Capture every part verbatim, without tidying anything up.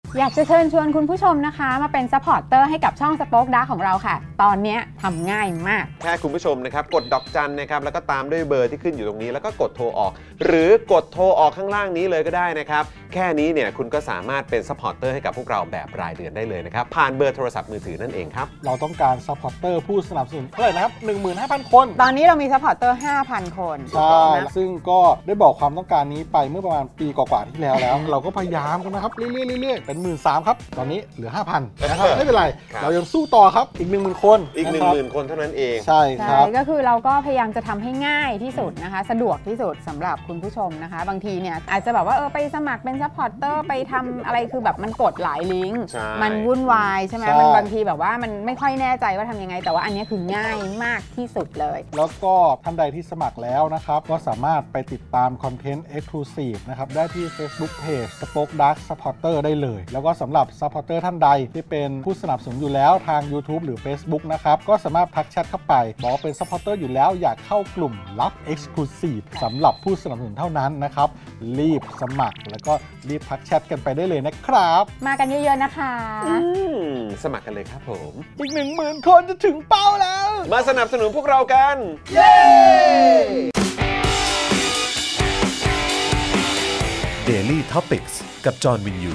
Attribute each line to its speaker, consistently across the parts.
Speaker 1: อยากจะเชิญชวนคุณผู้ชมนะคะมาเป็นซัพพอร์ตเตอร์ให้กับช่อง Spoke Dark ของเราค่ะตอนนี้ทำง่ายมาก
Speaker 2: แค่คุณผู้ชมนะครับกดดอกจันนะครับแล้วก็ตามด้วยเบอร์ที่ขึ้นอยู่ตรงนี้แล้วก็กดโทรออกหรือกดโทรออกข้างล่างนี้เลยก็ได้นะครับแค่นี้เนี่ยคุณก็สามารถเป็นซัพพอร์ตเตอร์ให้กับพวกเราแบบรายเดือนได้เลยนะครับผ่านเบอร์โทรศัพท์มือถือนั่นเองครับ
Speaker 3: เราต้องการซัพพอร์ตเตอร์ผู้สนับสนุนเท่าไหร่นะครับ หนึ่งหมื่นห้าพัน คน
Speaker 1: ตอนนี้เรามีซัพพอร์ตเตอร์ ห้าพัน คน
Speaker 3: ใช่ซึ่งก็ได้บอกความต้องการนี้ไปเมื่อประมาณปีกว่าๆที่แล้วแล้ว เราก็พยายามกันนะครับเรื่อยๆๆเป็นหมื่นสามพันครับตอนนี้เหลือ ห้าพัน นะครับไม่เป็นไรเรายังสู้ต่อครับอีก หนึ่งหมื่น คน
Speaker 2: อีก หนึ่งหมื่น คนเท่านั้นเอง
Speaker 3: ใช่ครับ
Speaker 1: ก็คือเราก็พยายามจะทำให้ง่ายที่สุดนะคะสะดวกที่สุดสำหรับคุณผู้ชมนะคะบางทีเนี่ยอาจจะแบบว่าเออไปสมัครเป็นซัพพอร์ตเตอร์ไปทำอะไรคือแบบมันกดหลายลิงก์มันวุ่นวายใช่ไหมมันบางทีแบบว่ามันไม่ค่อยแน่ใจว่าทำยังไงแต่ว่าอันนี้คือง่ายมากที่สุดเลย
Speaker 3: แล้วก็ท่านใดที่สมัครแล้วนะครับก็สามารถไปติดตามคอนเทนต์ Exclusive นะครับได้ที่ Facebook Page Spoke Dark Supporter ได้เลยแล้วก็สำหรับ Supporter ท่านใดที่เป็นผู้สนับสนุนอยู่แล้วทาง YouTube หรือ Facebook นะครับก็สามารถทักแชทเข้าไปบอกว่าเป็น Supporter อยู่แล้วอยากเข้ากลุ่มลับ Exclusive สำหรับผู้สนับสนุนเท่านั้นนะครับรีบสมัครแล้วก็รีบทักแชทกันไปได้เลยนะครับ
Speaker 1: มากันเยอะๆนะคะ
Speaker 2: สมัครกันเลยครับผม
Speaker 3: อีก หนึ่งหมื่น คนจะถึงเป้าแล้ว
Speaker 2: มาสนับสนุนพวกเรากัน
Speaker 3: เย้
Speaker 4: Daily Topics กับจอห์นวินยู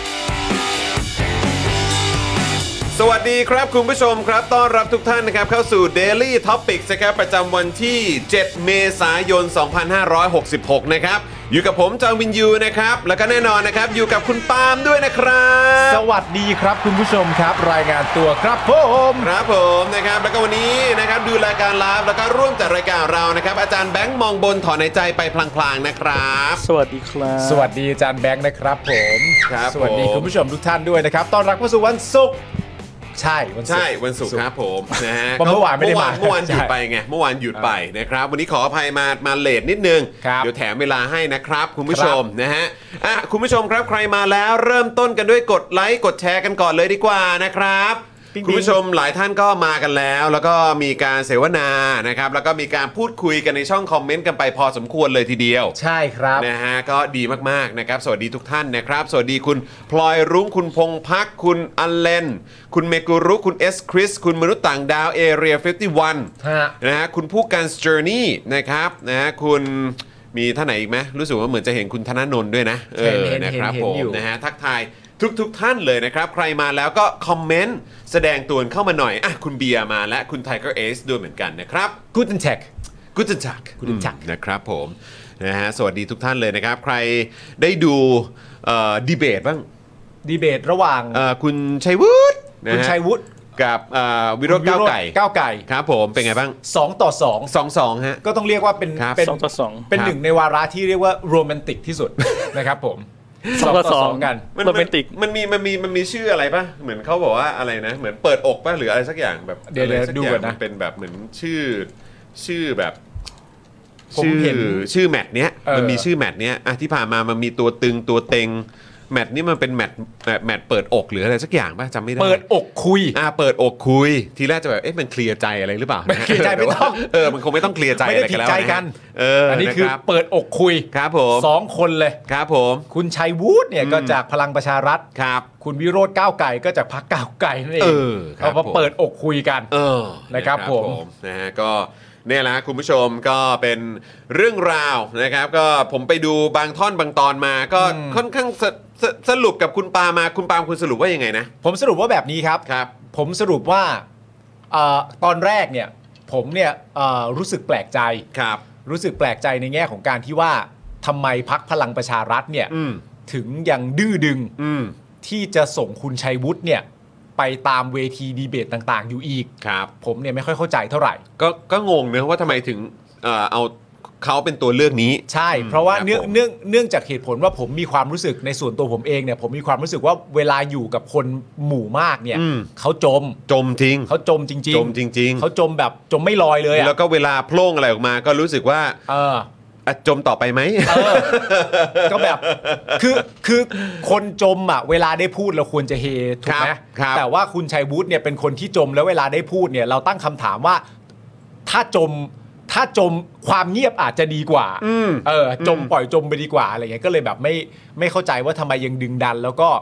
Speaker 2: สวัสดีครับคุณผู้ชมครับต้อนรับทุกท่านนะครับเข้าสู่ Daily Topics นะครับประจำวันที่เจ็ดเมษายนสองพันห้าร้อยหกสิบหกนะครับอยู่กับผมจอห์นวินยูนะครับแล้วก็แน่นอนนะครับอยู่กับคุณปาล์มด้วยนะครับ
Speaker 5: สวัสดีครับคุณผู้ชมครับรายงานตัวครับผม
Speaker 2: ครับผมนะครับแล้วก็วันนี้นะครับดูรายการไลฟ์แล้วก็ร่วมจัดรายการเรานะครับอาจารย์แบงค์มองบนถอนหายใจไปพลางๆนะครับ
Speaker 6: สวัสดีครับ
Speaker 5: สวัสดีอาจารย์แบงค์นะครับผม
Speaker 2: ครับ
Speaker 5: สวัสดีคุณผู้ชมทุกท่านด้วยนะครับต้อนรับเข้าสู่วันศุกร์ใช่วันศุกร์
Speaker 2: ใช่วันศุกร์ครับผมนะฮะ
Speaker 5: เมื่อวานไม่ได้มา
Speaker 2: เมื่อวานหยุดไปไงเมื่อวานหยุดไปนะครับวันนี้ขออภัยมามาเลทนิดนึงเดี๋ยวแถมเวลาให้นะครับคุณผู้ชมนะฮะอ่ะคุณผู้ชมครับใครมาแล้วเริ่มต้นกันด้วยกดไลค์กดแชร์กันก่อนเลยดีกว่านะครับคุณผู้ชมหลายท่านก็มากันแล้วแล้วก็มีการเสวนานะครับแล้วก็มีการพูดคุยกันในช่องคอมเมนต์กันไปพอสมควรเลยทีเดียว
Speaker 5: ใช่ครับ
Speaker 2: นะฮะก็ดีมากๆนะครับสวัสดีทุกท่านนะครับสวัสดีคุณพลอยรุ้งคุณพงพักคุณอัลเลนคุณเมกุรุคุณเอสคริสคุณมนุษย์ต่างดาวเอเรียห้าสิบเอ็ดนะฮะคุณผู้การสเจอร์นี่นะครับนะฮะคุณมีท่านไหนอีกไหมรู้สึกว่าเหมือนจะเห็นคุณธนนนท์ด้วยนะเออนะครับผมนะฮะทักทายทุกๆ ท่านเลยนะครับใครมาแล้วก็คอมเมนต์แสดงตัวเข้ามาหน่อยอ่ะคุณเบียร์มาและคุณ Tiger Ace ด้วยเหมือนกันนะครับ
Speaker 5: Guten Tag
Speaker 2: Guten Tag
Speaker 5: Guten Tag
Speaker 2: นะครับผมนะฮะสวัสดีทุกท่านเลยนะครับใครได้ดูเอ่อดีเบตบ้าง
Speaker 5: ดีเบตระหว่าง
Speaker 2: เอ่อคุณชัยวุฒิ
Speaker 5: คุณชัยวุฒิ
Speaker 2: กับวิโรจน์ก้าวไก่
Speaker 5: ก้าวไก่
Speaker 2: ครับผมเป็นไงบ้าง
Speaker 5: สองต่อสอง
Speaker 2: สอง สองฮะ
Speaker 5: ก็ต้องเรียกว่าเป็น
Speaker 6: เป็นสองต่อสอง
Speaker 5: เป็นหนึ่งในวาระที่เรียกว่าโรแมนติกที่สุดนะครับผม
Speaker 6: สองต่อสองกันโรแมนติก
Speaker 2: มันมีมันมีมันมีชื่ออะไรป่ะเหมือนเขาบอกว่าอะไรนะเหมือนเปิดอกป่ะหรืออะไรสักอย่างแบบ
Speaker 5: เดี๋ยวดูก่อนนะ
Speaker 2: เป็นแบบเหมือนชื่อชื่อแบบชื่อชื่อแมตช์เนี้ยมันมีชื่อแมตช์เนี้ยอ่ะที่ผ่านมามันมีตัวตึงตัวเต็งแมตช์นี้มันเป็นแมตช์แมตช์เปิดอกหรืออะไรสักอย่างป่ะจำไม่ได้
Speaker 5: เปิดอกคุย
Speaker 2: อ่าเปิดอกคุยทีแรกจะแบบเอ๊ะมันเคลียร์ใจอะไรหรือเปล่า
Speaker 5: ไม่เคลียร์ใจไม่ต้อง
Speaker 2: เออมันคงไม่ต้องเคลียร์ใจอะไรกันแล้ว
Speaker 5: นะเอออันนี้คือเปิดอกคุย
Speaker 2: ครับผม
Speaker 5: สองคนเลย
Speaker 2: ครับผม
Speaker 5: คุณชัยวุฒิเนี่ยก็จากพลังประชารัฐ
Speaker 2: ครับ
Speaker 5: คุณวิโรจน์ก้าวไก่ก็จากพรรคก้าวไก่นั่นเองเขามาเปิดอกคุยกัน
Speaker 2: เออ
Speaker 5: นะครับผม
Speaker 2: นะฮะก็เนี่ยแหละคุณผู้ชมก็เป็นเรื่องราวนะครับก็ผมไปดูบางท่อนบางตอนมาก็ค่อนข้างส, ส, สรุปกับคุณปามาคุณปามคุณสรุปว่ายังไงนะ
Speaker 5: ผมสรุปว่าแบบนี้ครับ
Speaker 2: ครับ
Speaker 5: ผมสรุปว่าเอ่อตอนแรกเนี่ยผมเนี่ยเอ่อรู้สึกแปลกใจ
Speaker 2: ครับ
Speaker 5: รู้สึกแปลกใจในแง่ของการที่ว่าทำไมพรรคพลังประชารัฐเนี่ยถึงยังดื้อดึงที่จะส่งคุณชัยวุฒิเนี่ยไปตามเวทีดีเบตต่างๆอยู่อีก
Speaker 2: ครับ
Speaker 5: ผมเนี่ยไม่ค่อยเข้าใจเท่าไหร่
Speaker 2: ก็ก็งงเนอะว่าทำไมถึงเอ่อเอาเขาเป็นตัวเลือกนี้
Speaker 5: ใช่เพราะว่าเนื่องเนื่องเนื่องจากเหตุผลว่าผมมีความรู้สึกในส่วนตัวผมเองเนี่ยผมมีความรู้สึกว่าเวลาอยู่กับคนหมู่มากเนี่ยเขาจม
Speaker 2: จมจริง
Speaker 5: เขาจมจริงๆ
Speaker 2: จมจริงๆ
Speaker 5: เขาจมแบบจมไม่ลอยเลย
Speaker 2: แล้วก็เวลาโพล่งอะไรออกมาก็รู้สึกว่า
Speaker 5: เออ
Speaker 2: จมต่อไปไหม
Speaker 5: ก็แบบคือคือคนจมอ่ะเวลาได้พูดเราควรจะเฮถูกไหมแต่ว่าคุณชัยวุฒิเนี่ยเป็นคนที่จมแล้วเวลาได้พูดเนี่ยเราตั้งคำถามว่าถ้าจมถ้าจมความเงียบอาจจะดีกว่าเออจมปล่อยจมไปดีกว่าอะไรเงี้ยก็เลยแบบไม่ไม่เข้าใจว่าทำไมยังดึงดันแล้วก็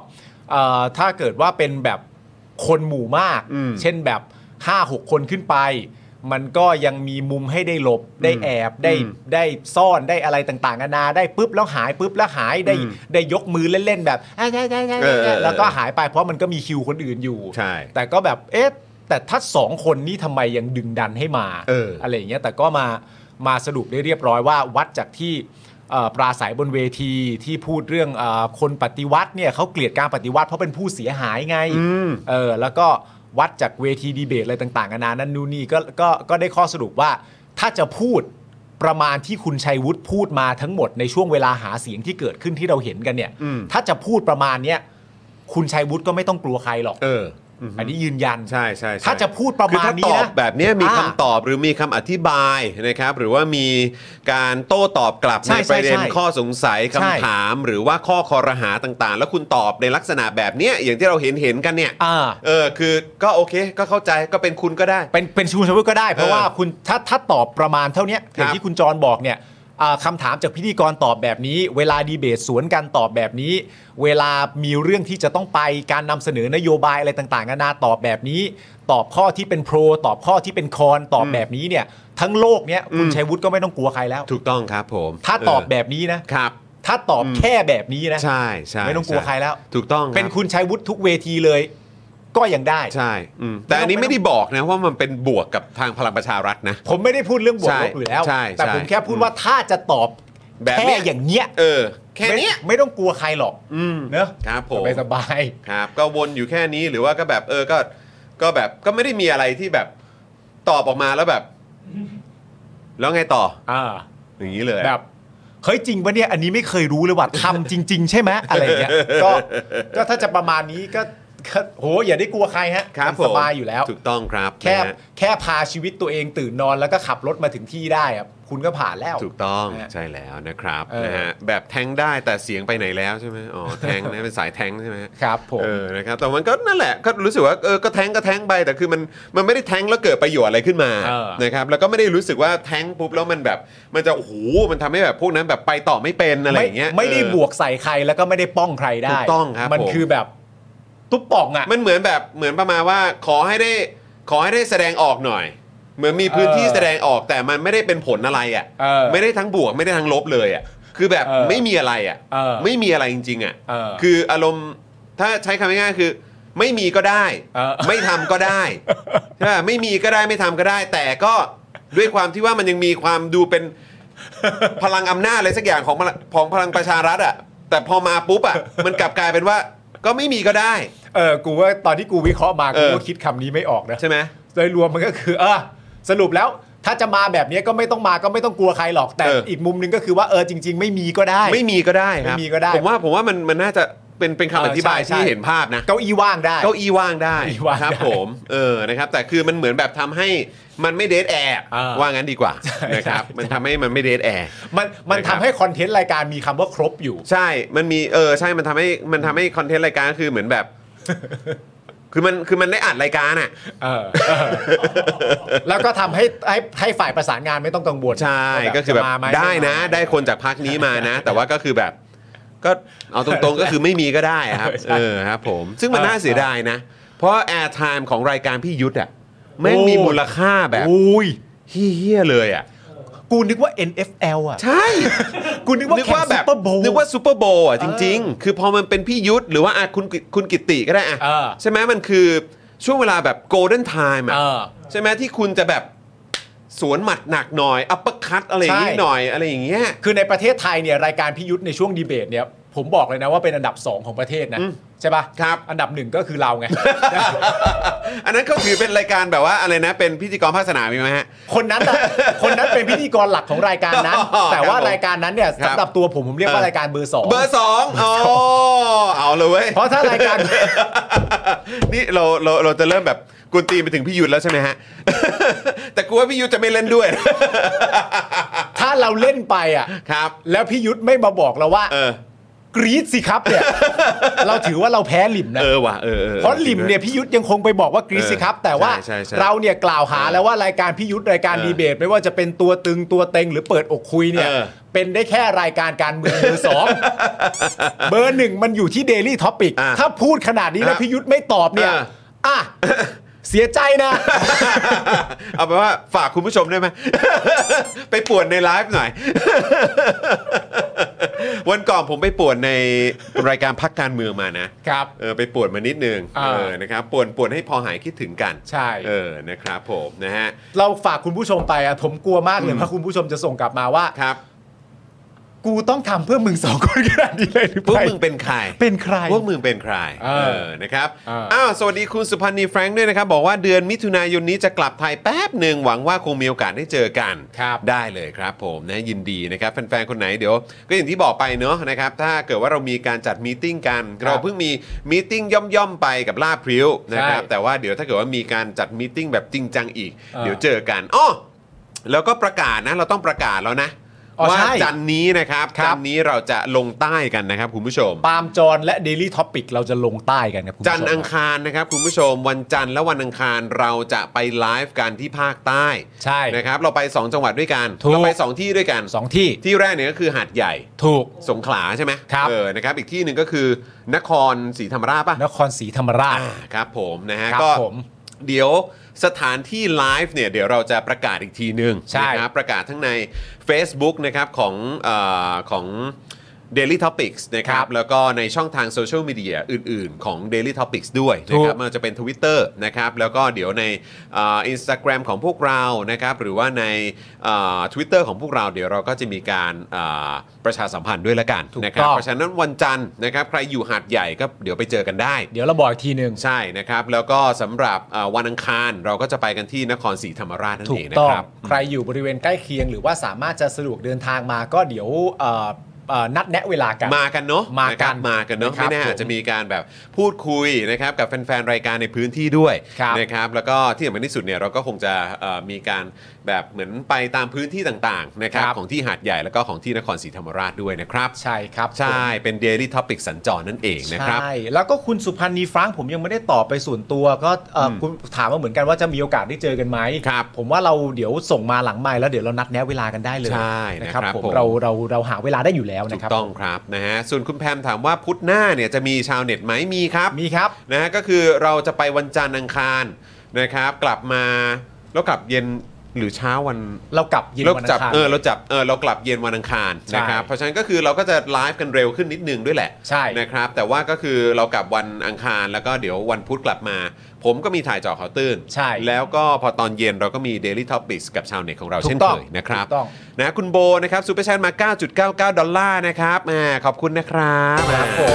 Speaker 5: เอ่อถ้าเกิดว่าเป็นแบบคนหมู่มาก
Speaker 2: อืม
Speaker 5: เช่นแบบ ห้าหก คนขึ้นไป มันก็ยังมีมุมให้ได้หลบได้แอบได้
Speaker 2: อืม
Speaker 5: ได้ซ่อนได้อะไรต่างๆนานาได้ปุ๊บแล้วหายปุ๊บแล้วหายได้
Speaker 2: อืม
Speaker 5: ได้ยกมือเล่นๆแบบอ่ะได้ได้ได้
Speaker 2: เออเออ
Speaker 5: แล้วก็หายไปเพราะมันก็มีคิวคนอื่นอยู่
Speaker 2: ใช่
Speaker 5: แต่ก็แบบเอ๊ะแต่ถ้าสองคนนี้ทำไมยังดึงดันให้มา
Speaker 2: เอออ
Speaker 5: อะไรอย่างเงี้ยแต่ก็มามาสรุปได้เรียบร้อยว่าวัดจากที่เอ่อปราศัยบนเวทีที่พูดเรื่องเออคนปฏิวัติเนี่ยเขาเกลียดการปฏิวัติเพราะเป็นผู้เสียหายไง
Speaker 2: อืม
Speaker 5: เออแล้วก็วัดจากเวทีดีเบตอะไรต่างๆนานานั่นนู่นนี่ก็ก็ก็ได้ข้อสรุปว่าถ้าจะพูดประมาณที่คุณชัยวุฒิพูดมาทั้งหมดในช่วงเวลาหาเสียงที่เกิดขึ้นที่เราเห็นกันเนี่ย
Speaker 2: อืม
Speaker 5: ถ้าจะพูดประมาณเนี้ยคุณชัยวุฒิก็ไม่ต้องกลัวใครหรอก
Speaker 2: เออ
Speaker 5: อันนี้ยืนยัน
Speaker 2: ใช่ใช่ใช่
Speaker 5: ถ้าจะพูดประ
Speaker 2: คือ
Speaker 5: มาณ
Speaker 2: ถ้า
Speaker 5: นี้
Speaker 2: ตอบ
Speaker 5: นะ
Speaker 2: แบบเนี้ยมี
Speaker 5: อ่า
Speaker 2: คำตอบหรือมีคำอธิบายนะครับหรือว่ามีการโต้ตอบกลับ
Speaker 5: ใช่
Speaker 2: ในประเด็น
Speaker 5: ใช่ใช่
Speaker 2: ข้อสงสัย
Speaker 5: ใช่
Speaker 2: คำถาม หรือว่าข้อคอรหาต่างๆ แล้วคุณตอบในลักษณะแบบเนี้ยอย่างที่เราเห็นเห็นกันเนี่ย
Speaker 5: อ่า
Speaker 2: เออคือก็โอเคก็เข้าใจก็เป็นคุณก็ได้
Speaker 5: เป็นเป็นชูชัยวุฒิก็ได้เพราะ
Speaker 2: เออ
Speaker 5: ว่าคุณถ้าถ้าตอบประมาณเท่าเนี้ยอย่าง
Speaker 2: ครับ
Speaker 5: ที่คุณจรบอกเนี่ยอ่าคำถามจากพิธีกรตอบแบบนี้ เวลาดีเบตสวนกันตอบแบบนี้ เวลามีเรื่องที่จะต้องไปการนำเสนอนโยบายอะไรต่างๆนานาตอบแบบนี้ ตอบข้อที่เป็นโปรตอบข้อที่เป็นคอนตอบแบบนี้เนี่ยทั้งโลกเนี้ยคุณชัยวุฒิก็ไม่ต้องกลัวใครแล้ว
Speaker 2: ถูกต้องครับผม
Speaker 5: ถ้าตอบ
Speaker 2: เ
Speaker 5: แบบนี้นะครับ ถ้าตอบแค่แบบนี้นะ
Speaker 2: ใช่ใช่
Speaker 5: ไม่ต้องกลัวใครแล้ว
Speaker 2: ถูกต้องรับ
Speaker 5: เป็นคุณชัยวุฒิทุกเวทีเลย ก็ยังได้
Speaker 2: ใช่อืมแต่อันนี้ไม่ได้บอกนะว่ามันเป็นบวกกับทางพลังประชารัฐนะ
Speaker 5: ผมไม่ได้พูดเรื่องบวก
Speaker 2: ใช่
Speaker 5: ลบอยู่แล้ว
Speaker 2: ใช่
Speaker 5: แต่
Speaker 2: ใช่
Speaker 5: ผมแค่พูดว่าถ้าจะตอบ
Speaker 2: แบบเนี้
Speaker 5: แค่
Speaker 2: ย
Speaker 5: อย่างเงี้ย
Speaker 2: เออ แค่เนี้ย
Speaker 5: ไม่ไม่ต้องกลัวใครหรอก
Speaker 2: อืม
Speaker 5: เนอะ
Speaker 2: ครับผม
Speaker 5: สบายสบาย
Speaker 2: ครับก็วนอยู่แค่นี้หรือว่าก็แบบเออก็ก็แบบก็ไม่ได้มีอะไรที่แบบตอบออกมาแล้วแบบ แล้วไงต่อ
Speaker 5: อ่า
Speaker 2: อย่างนี้เลย
Speaker 5: แบบเฮ้ยจริงปะเนี่ยอันนี้ไม่เคยรู้เลยว่าทำจริง ๆ ใช่ไหมอะไรอย่างเงี้ยก็ก็ถ้าจะประมาณนี้ก็ก็โหอย่าได้กลัวใครฮะ
Speaker 2: ครับ
Speaker 5: มัน
Speaker 2: ผม
Speaker 5: สบายอยู่แล้ว
Speaker 2: ถูกต้องครับ
Speaker 5: แค่
Speaker 2: นะฮะ
Speaker 5: แค่พาชีวิตตัวเองตื่นนอนแล้วก็ขับรถมาถึงที่ได้อะคุณก็ผ่านแล้ว
Speaker 2: ถูกต้อง
Speaker 5: นะฮะ
Speaker 2: ใช่แล้วนะครับ
Speaker 5: เออ
Speaker 2: นะฮะแบบแทงได้แต่เสียงไปไหนแล้วใช่ไหมอ๋อแทงนะเป็นสายแทงใช่ไหม
Speaker 5: ครับผม
Speaker 2: เออนะครับแต่มันก็นั่นแหละก็รู้สึกว่าเออก็แทงก็แทงไปแต่คือมันมันไม่ได้แทงแล้วเกิดประโยชน์อะไรขึ้นมา
Speaker 5: เออ
Speaker 2: นะครับแล้วก็ไม่ได้รู้สึกว่าแทงปุ๊บแล้วมันแบบมันจะโอ้โหมันทำให้แบบพวกนั้นแบบไปต่อไม่เป็นอะไรอย่างเงี้ย
Speaker 5: ไม่ไม่ได้
Speaker 2: เออบ
Speaker 5: วกใส่ใครแล้วก็ไม่ได้ป้องใครได้
Speaker 2: ถูกต้องครับ
Speaker 5: มัน
Speaker 2: ผม
Speaker 5: คือแบบตุ๊บป่องอ่ะ
Speaker 2: มันเหมือนแบบเหมือนประมาณว่าขอให้ได้ขอให้ได้แสดงออกหน่อย เหมือนมีพื้นที่
Speaker 5: เออ
Speaker 2: แสดงออกแต่มันไม่ได้เป็นผลอะไรอ่ะ
Speaker 5: เออ
Speaker 2: ไม่ได้ทั้งบวกไม่ได้ทั้งลบเลยอ่ะคือแบบ
Speaker 5: เออ
Speaker 2: ไม่มีอะไรอ่ะ
Speaker 5: เออ
Speaker 2: ไม่มีอะไรจริงๆอ่ะ
Speaker 5: เออ
Speaker 2: คืออารมณ์ถ้าใช้คำง่ายๆคือ ไม่มีก็ได้
Speaker 5: เออ
Speaker 2: ไม่ทำก็ได้ใช่ไหมไม่มีก็ได้ไม่ทำก็ได้ แต่ก็ด้วยความที่ว่ามันยังมีความดูเป็นพลังอำนาจอะไรสักอย่างของพลังของพลังประชารัฐอ่ะแต่พอมาปุ๊บอ่ะมันกลับกลายเป็นว่าก็ไม่มีก็ได้
Speaker 5: เออกูว่าตอนที่กูวิเคราะห์มา
Speaker 2: เอ
Speaker 5: กู
Speaker 2: อ
Speaker 5: ก็คิดคำนี้ไม่ออกนะ
Speaker 2: ใช่ไหม
Speaker 5: โดยรวมมันก็คือเออสรุปแล้วถ้าจะมาแบบนี้ก็ไม่ต้องมาก็ไม่ต้องกลัวใครหรอกแต่
Speaker 2: เอออี
Speaker 5: อีกมุมหนึงก็คือว่าเออจริง ๆ ไม่มีก็ได้
Speaker 2: ไม่มีก็ได้ครับ
Speaker 5: ไม่มีก็ได้
Speaker 2: ผมว่าผมว่ามันมันน่าจะเป็นเป็นคำอธิบาย
Speaker 5: เออใช่
Speaker 2: ที่
Speaker 5: ใช่
Speaker 2: เห็นภาพนะ
Speaker 5: เก้าอี้ว่างได้
Speaker 2: เก้าอี้ว่างได้
Speaker 5: เก้าอี้ว่าง
Speaker 2: ครับ
Speaker 5: ได้
Speaker 2: ผมเออนะครับแต่คือมันเหมือนแบบทำให้มันไม่เดทแอร์
Speaker 5: เออ
Speaker 2: ว่างั้นดีกว่า
Speaker 5: ใช่
Speaker 2: นะครับ
Speaker 5: ใช่
Speaker 2: มันทำให้มันไม่เดทแอร์
Speaker 5: มันมัน
Speaker 2: นะครับ
Speaker 5: ทำให้คอนเทนต์รายการมีคำว่าครบอยู่
Speaker 2: ใช่มันมีเออใช่มันทำให้มันทำให้คอนเทนต์รายการก็คือเหมือนแบบ คือมันคือมันได้อัดรายการอ่ะ
Speaker 5: เออเออแล้วก็ทำให้ให้ให้ฝ่ายประสานงานไม่ต้องกังวล
Speaker 2: ใช่
Speaker 5: ว่า
Speaker 2: ก็คือแบบ
Speaker 5: จะมาหม
Speaker 2: ได้นะ
Speaker 5: ม่มา
Speaker 2: ได้คนจากพักนี้มานะ แต่ว่าก็คือแบบ ก็เอาตรงๆก็คือไม่มีก็ได้ครับ
Speaker 5: ใช่
Speaker 2: เออครับผมซึ่งมัน
Speaker 5: เออ
Speaker 2: น่าเสียดายนะ เพราะแอร์ไทม์ของรายการพี่ยุทธอ่ะแม่งมีมูลค่าแบบ
Speaker 5: อุ้ย
Speaker 2: เฮี้ยๆเลยอ่ะ
Speaker 5: กูนึกว่า เอ็น เอฟ แอล อ่ะ
Speaker 2: ใช่
Speaker 5: กูนึกว่า
Speaker 2: นึก
Speaker 5: แข่ง
Speaker 2: ว่า
Speaker 5: ซุ
Speaker 2: แบ
Speaker 5: ป
Speaker 2: บ
Speaker 5: เปอร์โบว์
Speaker 2: นึกว่าซูเปอร์โบว์อ่ะจริง ๆ คือพอมันเป็นพี่ยุทธหรือว่าอ่ะคุณคุณกิตติก็ได้อ่ะ
Speaker 5: เออ
Speaker 2: ใช่ไหมมันคือช่วงเวลาแบบโกลเด้นไทม์อ่ะ
Speaker 5: เออ
Speaker 2: ใช่ไหมที่คุณจะแบบสวนหมัดหนักหน่อยอัปเปอร์คัตอะไรอย่างงี้
Speaker 5: ใช่
Speaker 2: หน่อยอะไรอย่างเงี้ย
Speaker 5: คือในประเทศไทยเนี่ยรายการพิยุทธในช่วงดีเบตเนี่ยผมบอกเลยนะว่าเป็นอันดับสองของประเทศนะ
Speaker 2: อืม
Speaker 5: ใช่ปะ
Speaker 2: ครับ
Speaker 5: อันดับหนึ่งก็คือเราไง
Speaker 2: อันนั้นเขาถือเป็นรายการแบบว่าอะไรนะเป็นพิธีกรภาคสนามมีไหมฮะ
Speaker 5: คนนั้นน่ะ คนนั้นเป็นพิธีกรหลักของรายการนั้น
Speaker 2: อ๋อ
Speaker 5: แต่ว่า
Speaker 2: ครับผม
Speaker 5: รายการนั้นเนี่ย
Speaker 2: ครับ
Speaker 5: สำหรับตัวผมผมเรียกว่า
Speaker 2: เออ
Speaker 5: รายการเบอร์สอง
Speaker 2: เบอร์สองอ๋อเอาเลยเว้ย
Speaker 5: เพราะถ้ารายการ
Speaker 2: นี่เราเราเราจะเริ่มแบบกวนตีนไปถึงพี่ยุทธแล้วใช่ไหมฮะ แต่กูว่าพี่ยุทธจะไม่เล่นด้วย
Speaker 5: ถ้าเราเล่นไปอ่ะ
Speaker 2: ครับ
Speaker 5: แล้วพี่ยุทธไม่มาบอกเราว่า
Speaker 2: เออ
Speaker 5: กรี๊ดสิครับเนี่ยเราถือว่าเราแพ้หลิมนะ
Speaker 2: เออว่ะเออ
Speaker 5: เพราะหลิมเนี่ยพี่ยุทธยังคงไปบอกว่ากรี๊ดสิครับแต่ว่าเราเนี่ยกล่าวหาแล้วว่ารายการพี่ยุทธรายการดีเบตไม่ว่าจะเป็นตัวตึงตัวเต็งหรือเปิดอกคุยเนี่ยเป็นได้แค่รายการการเมืองเบอร์สองเบอร์หนึ่งมันอยู่ที่ Daily Topic ถ้าพูดขนาดนี้แล้วพี่ยุทธไม่ตอบเนี่ยอ่ะเสียใจนะ
Speaker 2: เอาเป็นว่าฝากคุณผู้ชมได้ไหม ไปป่วนในไลฟ์หน่อย วันก่อนผมไปป่วนในรายการพักการเมืองมานะครับเออไปป่วนมานิดนึงเออนะครับป่วนป่วนให้พอหายคิดถึงกัน
Speaker 5: ใช่
Speaker 2: เออนะครับผมนะฮะ
Speaker 5: เราฝากคุณผู้ชมไปอ่ะผมกลัวมากเลยว่าคุณผู้ชมจะส่งกลับมาว่า
Speaker 2: ครับ
Speaker 5: กูต้องทำเพื่อมึงสองคนขนาดนี้เลยหรือ
Speaker 2: พวกมึงเป็นใคร
Speaker 5: เป็นใคร
Speaker 2: พวกมึงเป็นใครเออนะครับอ้าวสวัสดีคุณสุพันธ์นีแฟรงค์ด้วยนะครับบอกว่าเดือนมิถุนายนนี้จะกลับไทยแป๊บหนึ่งหวังว่าคงมีโอกาสได้เจอกันได้เลยครับผมนะยินดีนะครับแฟนๆคนไหนเดี๋ยวก็อย่างที่บอกไปเนอะนะครับถ้าเกิดว่าเรามีการจัดมีตติ้งกันเราเพิ่งมีมีตติ้งย่อมๆไปกับลาบพริ้วนะครับแต่ว่าเดี๋ยวถ้าเกิดว่ามีการจัดมีตติ้งแบบจริงจังอีกเดี๋ยวเจอกันอ้อแล้วก็ประกาศนะเราต้องประกาศแล้วนะว่าจันนี้นะครับจันนี้เราจะลงใต้กันนะครับคุณผู้ชม
Speaker 5: ปาล์มจอนและ Daily Topic เราจะลงใต้กันครับ
Speaker 2: จันทร์อังคารนะครับคุณผู้ชมวันจันทร์และวันอังคารเราจะไปไลฟ์กันที่ภาคใต้
Speaker 5: ใช่
Speaker 2: นะครับเราไปสองจังหวัดด้วยกันเราไปสองที่ด้วยกัน
Speaker 5: สองที่
Speaker 2: ที่แรกเนี่ยก็คือหาดใหญ่
Speaker 5: ถูก
Speaker 2: สงขลาใช่ไหม
Speaker 5: ครับ
Speaker 2: เออนะครับอีกที่หนึ่งก็คือนครศรีธรรมราชป่ะ
Speaker 5: นครศรีธรรมราช
Speaker 2: ครับผมนะฮะก็เดี๋ยวสถานที่ไลฟ์เนี่ยเดี๋ยวเราจะประกาศอีกทีนึงนะครับประกาศทั้งใน Facebook นะครับของเอ่อของ Daily Topics นะครับแล้วก็ในช่องทางโซเชียลมีเดียอื่นๆของ Daily Topics ด้วยนะครับมันจะเป็น Twitter นะครับแล้วก็เดี๋ยวในอ่า Instagram ของพวกเรานะครับหรือว่าในอ่า Twitter ของพวกเราเดี๋ยวเราก็จะมีการอ่าประชาสัมพันธ์ด้วยละกันนะครับเพราะฉะนั้นวันจันทร์นะครับใครอยู่หาดใหญ่ก็เดี๋ยวไปเจอกันได้
Speaker 5: เดี๋ยวเราบอกอีกทีนึง
Speaker 2: ใช่นะครับแล้วก็สำหรับวันอังคารเราก็จะไปกันที่นครศรีธรรมราชนั่นเองนะครับ
Speaker 5: ใครอยู่บริเวณใกล้เคียงหรือว่าสามารถจะสะดวกเดินทางมาก็เดี๋ยวนัดแนะเวลากัน
Speaker 2: มากันเนาะ
Speaker 5: มากัน
Speaker 2: มากันเนาะไม่แน่อาจจะมีการแบบพูดคุยนะครับกับแฟนๆรายการในพื้นที่ด้วยนะครับแล้วก็ที่สำคัญที่สุดเนี่ยเราก็คงจะมีการแบบเหมือนไปตามพื้นที่ต่างๆนะครับของที่หาดใหญ่แล้วก็ของที่นครศรีธรรมราชด้วยนะครับ
Speaker 5: ใช่ครับ
Speaker 2: ใช่เป็น Daily Topic สัญจรนั่นเองนะครับ
Speaker 5: ใช่แล้วก็คุณสุพันธ์นีฟรังค์ผมยังไม่ได้ตอบไปส่วนตัวก็คุณถามมาเหมือนกันว่าจะมีโอกาสได้เจอกันไหมผมว่าเราเดี๋ยวส่งมาหลังไมค์แล้วเดี๋ยวเรานัดแนะเวลากันได้เลย
Speaker 2: ใช่
Speaker 5: นะครับผมเราเราเราหาเวลาได้อยู่แล้วนะครับ
Speaker 2: ถูกต้องครับนะฮะส่วนคุณแพมถามว่าพุธหน้าเนี่ยจะมีชาวเน็ตไหมมีครับ
Speaker 5: มีครับ
Speaker 2: นะฮะก็คือเราจะไปวันจันทร์อังคารนะครับกลับมาแล้วกลับเย็นหรือเช้าวัน
Speaker 5: เรากลับเย็นวันอังคาร
Speaker 2: เออเราจับเออเรากลับเย็นวันอังคารนะครับเพราะฉะนั้นก็คือเราก็จะไลฟ์กันเร็วขึ้นนิดนึงด้วยแหละ
Speaker 5: ใช่
Speaker 2: นะครับแต่ว่าก็คือเรากลับวันอังคารแล้วก็เดี๋ยววันพุธกลับมาผมก็มีถ่ายเจาะข่าวตื้น
Speaker 5: ใช่
Speaker 2: แล้วก็พอตอนเย็นเราก็มี Daily Topics กับชาวเน็ตของเราเช่นเคยนะครับนะคุณโบนะครับซูเปอร์แชทมา เก้าจุดเก้าเก้า ดอลลาร์นะครับแหมขอบคุณนะครับ
Speaker 5: ครับผม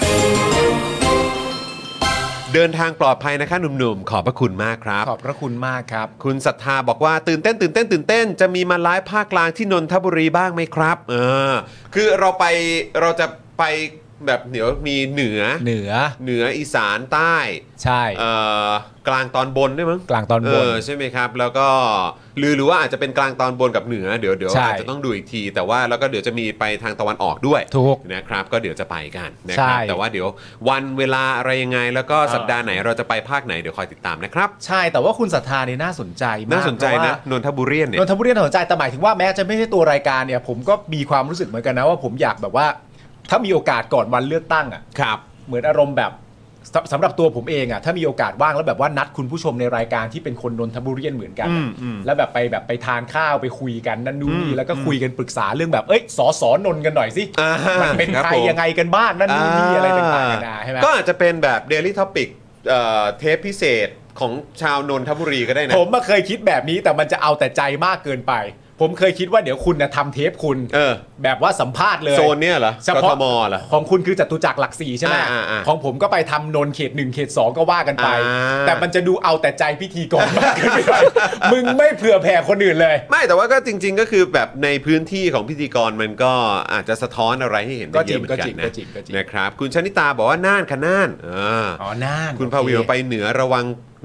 Speaker 2: เดินทางปลอดภัยนะคะหนุ่มๆขอบพระคุณมากครับ
Speaker 5: ขอบพระคุณมากครับ
Speaker 2: คุณศรัทธาบอกว่าตื่นเต้นตื่นเต้นตื่นเต้นจะมีมาไลฟ์ภาคกลางที่นนทบุรีบ้างไหมครับเออคือเราไปเราจะไปแบบเดี๋ยวมีเหนือ
Speaker 5: เหนือ
Speaker 2: เหนืออีสานใต้
Speaker 5: ใช่
Speaker 2: เอ่อกลางตอนบนด้วยมั้ง
Speaker 5: กลางตอนบน
Speaker 2: ใช่ไหมครับแล้วก็หรือหรือว่าอาจจะเป็นกลางตอนบนกับเหนือเดี๋ยวเดี๋ยวอาจจะต้องดูอีกทีแต่ว่าแล้วก็เดี๋ยวจะมีไปทางตะวันออกด้วย
Speaker 5: ถูก
Speaker 2: นะครับก็เดี๋ยวจะไปกันนะครับแต่ว่าเดี๋ยววันเวลาอะไรยังไงแล้วก็สัปดาห์ไหนเราจะไปภาคไหนเดี๋ยวคอยติดตามนะครับ
Speaker 5: ใช่แต่ว่าคุณศรัทธานี่น่าสนใจมาก
Speaker 2: น่าสนใจนะนนทบุรีเนี่ย
Speaker 5: นนทบุรีน่าสนใจแต่หมายถึงว่าแม้จะไม่ใช่ตัวรายการเนี่ยผมก็มีความรู้สึกเหมือนกันนะว่าผมอยากแบบว่าถ้ามีโอกาสก่อนวันเลือกตั้งอ่ะ
Speaker 2: ครับ
Speaker 5: เหมือนอารมณ์แบบสำหรับตัวผมเองอ่ะถ้ามีโอกาสว่างแล้วแบบว่านัดคุณผู้ชมในรายการที่เป็นคนนนทบุรีเหมือนกันแล้วแบบไปแบบไปทานข้าวไปคุยกันนั่นนู่นนี่แล้วก็คุยกันปรึกษาเรื่องแบบเอ้ยสสนนกันหน่อยสิมันเป็นใครยังไงกันบ้างนั่นนู่นนี่อะไรต่างๆกันาใช่ไหม
Speaker 2: ก็อาจจะเป็นแบบ Daily Topic เอ่อเทปพิเศษของชาวนนทบุรีก็ได้นะ
Speaker 5: ผมมาเคยคิดแบบนี้แต่มันจะเอาแต่ใจมากเกินไปผมเคยคิดว่าเดี๋ยวคุณนะทำเทปคุณแบบว่าสัมภาษณ์เลย
Speaker 2: โซนเนี้ยเหรอ
Speaker 5: เฉพาะของคุณคือจตุจักรหลักสี่ใช่ไหมของผมก็ไปทำนนเขตหนึ่งเขตสองก็ว่ากันไปแต่มันจะดูเอาแต่ใจพิธีกรมากเกินไปมึงไม่เผื่อแผ่คนอื่นเลย
Speaker 2: ไม่แต่ว่าก็จริงๆก็คือแบบในพื้นที่ของพิธีกรมันก็อาจจะสะท้อนอะไรให้เห็นได้เยอะเหมือนกันนะนะครับคุณชนิตาบอกว่าน่านค่ะน่าน
Speaker 5: อ๋อน่าน
Speaker 2: คุณภาวิวไปเหนือระวัง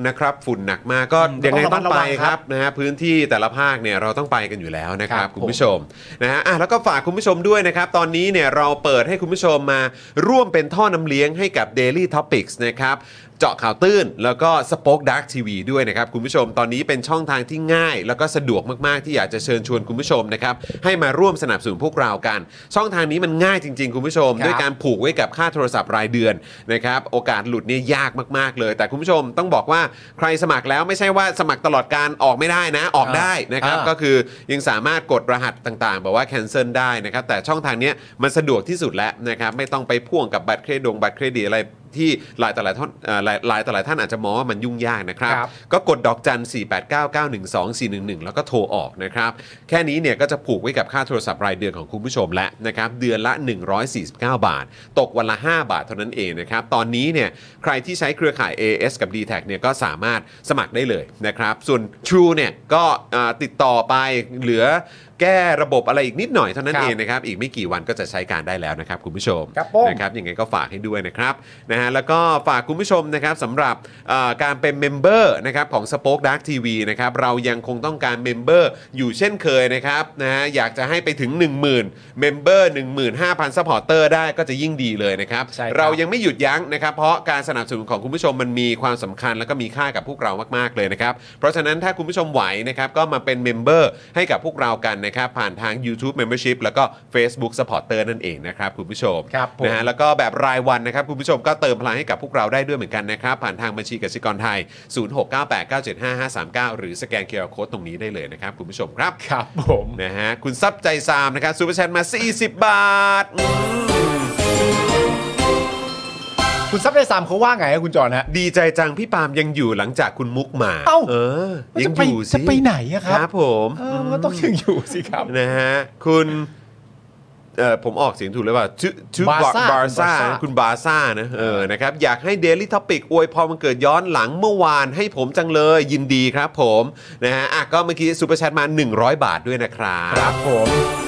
Speaker 2: นะครับฝุ่นหนักมากก็ยังไงต้องไปครับนะฮะพื้นที่แต่ละภาคเนี่ยเราต้องไปกันอยู่แล้วนะครับคุณผู้ชมนะฮะอ่ะแล้วก็ฝากคุณผู้ชมด้วยนะครับตอนนี้เนี่ยเราเปิดให้คุณผู้ชมมาร่วมเป็นท่อน้ำเลี้ยงให้กับ Daily Topics นะครับเจาะข่าวตื้นแล้วก็ Spoke Dark ที วี ด้วยนะครับคุณผู้ชมตอนนี้เป็นช่องทางที่ง่ายแล้วก็สะดวกมากๆที่อยากจะเชิญชวนคุณผู้ชมนะครับให้มาร่วมสนับสนุนพวกเรากันช่องทางนี้มันง่ายจริงๆคุณผู้ชมด้วยการผูกไว้กับค่าโทรศัพท์รายเดือนนะครับโอกาสหลุดเนี่ยยากมากๆเลยแต่คุณผู้ชมต้องบอกว่าใครสมัครแล้วไม่ใช่ว่าสมัครตลอดการออกไม่ได้นะออกได้นะครับก็คือยังสามารถกดรหัสต่างๆแบบว่า cancel ได้นะครับแต่ช่องทางนี้มันสะดวกที่สุดแล้วนะครับไม่ต้องไปพ่วงกับบัตรเครดิตบัตรเครดิตอะไรที่หลายต่อหลายท่านหลายหลายต่อหลายท่านอาจจะมองว่ามันยุ่งยากนะครับก็กดดอกจัน สี่ แปด เก้า เก้า หนึ่ง สอง สี่ หนึ่ง หนึ่ง แล้วก็โทรออกนะครับแค่นี้เนี่ยก็จะผูกไว้กับค่าโทรศัพท์รายเดือนของคุณผู้ชมแล้วนะครับเดือนละหนึ่งร้อยสี่สิบเก้าบาทตกวันละห้าบาทเท่านั้นเองนะครับตอนนี้เนี่ยใครที่ใช้เครือข่าย เอ เอส กับ ดี แท็ก เนี่ยก็สามารถสมัครได้เลยนะครับส่วน True เนี่ยก็ติดต่อไปเหลือแก้ระบบอะไรอีกนิดหน่อยเท่านั้นเองนะครับอีกไม่กี่วันก็จะใช้การได้แล้วนะครับคุณผู้ชมนะครับยังไงก็ฝากให้ด้วยนะครับนะฮะแล้วก็ฝากคุณผู้ชมนะครับสำหรับการเป็นเมมเบอร์นะครับของ Spoke Dark ที วี นะครับเรายังคงต้องการเมมเบอร์อยู่เช่นเคยนะครับนะฮะอยากจะให้ไปถึง หนึ่งหมื่น เมมเบอร์ หนึ่งหมื่นห้าพัน ซัพพอร์เตอร์ได้ก็จะยิ่งดีเลยนะครับเรายังไม่หยุดยั้งนะครับเพราะการสนับสนุนของคุณผู้ชมมันมีความสำคัญแล้วก็มีค่ากับพวกเรามากๆเลยนะครับเพราะฉะนั้นถ้าคุณผู้ชมไหวนะครับก็มาเป็นเมมเบอร์ให้กับพวกเรากันนะครับผ่านทาง YouTube Membership แล้วก็ Facebook Supporter นั่นเองนะครับคุณผู้ชมนะฮะแล้วก็แบบรายวันนะครับคุณผู้ชมก็เติมพลังให้กับพวกเราได้ด้วยเหมือนกันนะครับผ่านทางบัญชีกสิกรไทยศูนย์ หก เก้า แปด เก้า เจ็ด ห้า ห้า สาม เก้าหรือสแกน คิว อาร์ Code ตรงนี้ได้เลยนะครับคุณผู้ชมครับ
Speaker 5: ครับผม
Speaker 2: นะฮะคุณซับใจซามนะครับซูเปอร์แชทมาสี่สิบบาท
Speaker 5: คุณซับได้สามเขาว่าไงครับคุณจอนฮะ
Speaker 2: ดีใจจังพี่ปาล์มยังอยู่หลังจากคุณมุกมา
Speaker 5: เอ้า
Speaker 2: เออยังอยู่สิ
Speaker 5: จะไปไหนอะครับ
Speaker 2: ครับผม
Speaker 5: เออมันต้องยังอยู่สิครับ
Speaker 2: นะฮะคุณเอ่อผมออกเสียงถูกหรือเปล่าชื่อชื่อบาร์ซ่าคุณบาร์ซ่านะเออนะครับอยากให้ Daily Topic อวยพรวันเกิดย้อนหลังเมื่อวานให้ผมจังเลยยินดีครับผมนะฮะอ่ะก็เมื่อกี้ซุปเปอร์แชทมาหนึ่งร้อยบาทด้วยนะครับ
Speaker 5: ครับผม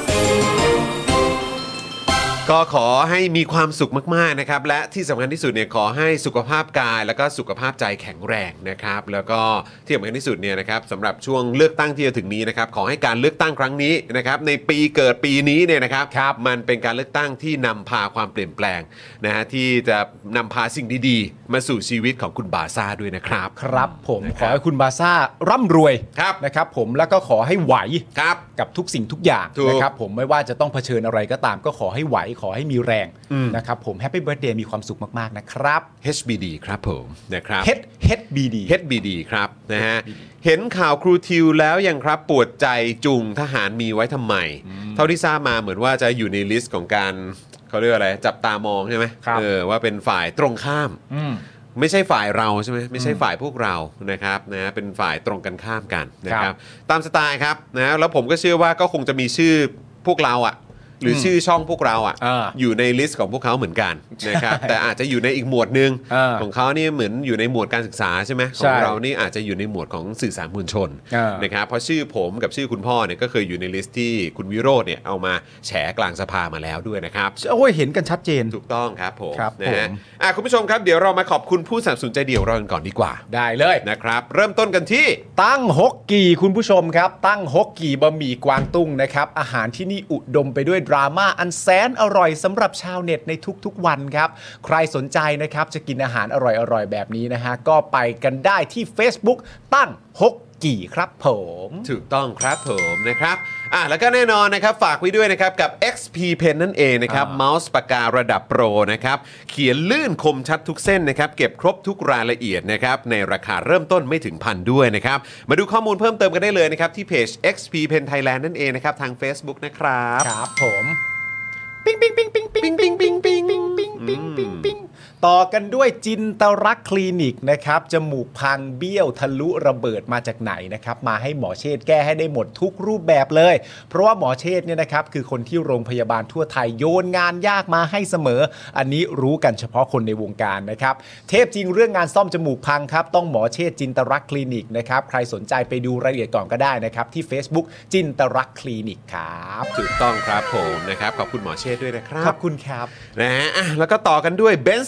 Speaker 2: ก็ขอให้มีความสุขมากๆนะครับและที่สำคัญที่สุดเนี่ยขอให้สุขภาพกายแล้วก็สุขภาพใจแข็งแรงนะครับแล้วก็ที่สำคัญที่สุดเนี่ยนะครับสำหรับช่วงเลือกตั้งที่จะถึงนี้นะครับขอให้การเลือกตั้งครั้งนี้นะครับในปีเกิดปีนี้เนี่ยนะครับมันเป็นการเลือกตั้งที่นำพาความเปลี่ยนแปลงนะฮะที่จะนำพาสิ่งดีๆมาสู่ชีวิตของคุณบาซ่าด้วยนะครับ
Speaker 5: ครับผมขอให้คุณบาซ่าร่ำรวยนะครับผมแล้วก็ขอให้ไหวกับทุกสิ่งทุกอย่างนะครับผมไม่ว่าจะต้องเผชิญอะไรก็ตามก็ขอให้ไหวขอให้มีแรงนะครับผมแฮปปี้เบิร์ธเดย์มีความสุขมากๆนะครับ
Speaker 2: เอช บี ดี ครับผมนะครับ
Speaker 5: H H B D
Speaker 2: H B D ครับนะฮะเห็นข่าวครูทิวแล้วยังครับปวดใจจุงทหารมีไว้ทำไมเท่าที่ทราบมาเหมือนว่าจะอยู่ในลิสต์ของการเขาเรียกอะไรจับตามองใช่ไหมเออว่าเป็นฝ่ายตรงข้ามไม่ใช่ฝ่ายเราใช่ไหมไม่ใช่ฝ่ายพวกเรานะครับนะเป็นฝ่ายตรงกันข้ามกันนะครับตามสไตล์ครับนะแล้วผมก็เชื่อว่าก็คงจะมีชื่อพวกเราอ่ะหรือชื่อช่องพวกเราอ่ะอยู่ในลิสต์ของพวกเขาเหมือนกันนะครับแต่อาจจะอยู่ในอีกหมวดนึงของเขานี่เหมือนอยู่ในหมวดการศึกษาใช่ไหมของเรานี่อาจจะอยู่ในหมวดของสื่อสารมวลชนนะครับเพราะชื่อผมกับชื่อคุณพ่อเนี่ยก็เคยอยู่ในลิสต์ที่คุณวิโรจน์เนี่ยเอามาแฉกลางสภามาแล้วด้วยนะครับ
Speaker 5: โอ้ยเห็นกันชัดเจน
Speaker 2: ถูกต้องครับผมนะฮะอ่ะคุณผู้ชมครับเดี๋ยวเรามาขอบคุณผู้สนับสนุนใจเดียวเรากันก่อนดีกว่า
Speaker 5: ได้เลย
Speaker 2: นะครับเริ่มต้นกันที่
Speaker 5: ตั้งฮกกี่คุณผู้ชมครับตั้งฮกกี่บะหมี่กวางตุ้งนะครับอาหารที่นี่อุดมไปด้วยดราม่าอันแสนอร่อยสำหรับชาวเน็ตในทุกๆวันครับใครสนใจนะครับจะกินอาหารอร่อยๆแบบนี้นะฮะก็ไปกันได้ที่ Facebook ตั้งฮกกี่ครับผม
Speaker 2: ถูกต้องครับผมนะครับอ่ะแล้วก็แน่นอนนะครับฝากไว้ด้วยนะครับกับ เอ็กซ์ พี Pen นั่นเองนะครับเมาส์ปากการะดับโปรนะครับเขียนลื่นคมชัดทุกเส้นนะครับเก็บครบทุกรายละเอียดนะครับในราคาเริ่มต้นไม่ถึงพันด้วยนะครับมาดูข้อมูลเพิ่มเติมกันได้เลยนะครับที่เพจ เอ็กซ์ พี Pen Thailand นั่นเองนะครับทาง Facebook นะครับ
Speaker 5: ครับผมปิ๊งปิ๊งปิ๊งปิ๊งปิ๊งปิ๊งปิ๊งปิ๊งปิ๊งปิ๊งปิ๊งปิ๊งปิ๊งต่อกันด้วยจินตรักษณ์คลินิกนะครับจมูกพังเบี้ยวทะลุระเบิดมาจากไหนนะครับมาให้หมอเชษฐ์แก้ให้ได้หมดทุกรูปแบบเลยเพราะว่าหมอเชษฐ์เนี่ยนะครับคือคนที่โรงพยาบาลทั่วไทยโยนงานยากมาให้เสมออันนี้รู้กันเฉพาะคนในวงการนะครับเทพจริงเรื่องงานซ่อมจมูกพังครับต้องหมอเชษฐ์จินตรักษณ์คลินิกนะครับใครสนใจไปดูรายละเอียดก่อนก็ได้นะครับที่ Facebook จินตรักษณ์คลินิกครับ
Speaker 2: ถูกต้องครับผมนะครับขอบคุณหมอเชษฐ์ด้วยนะครับ
Speaker 5: ขอบคุณครับ
Speaker 2: นะฮะแล้วก็ต่อกันด้วย Benz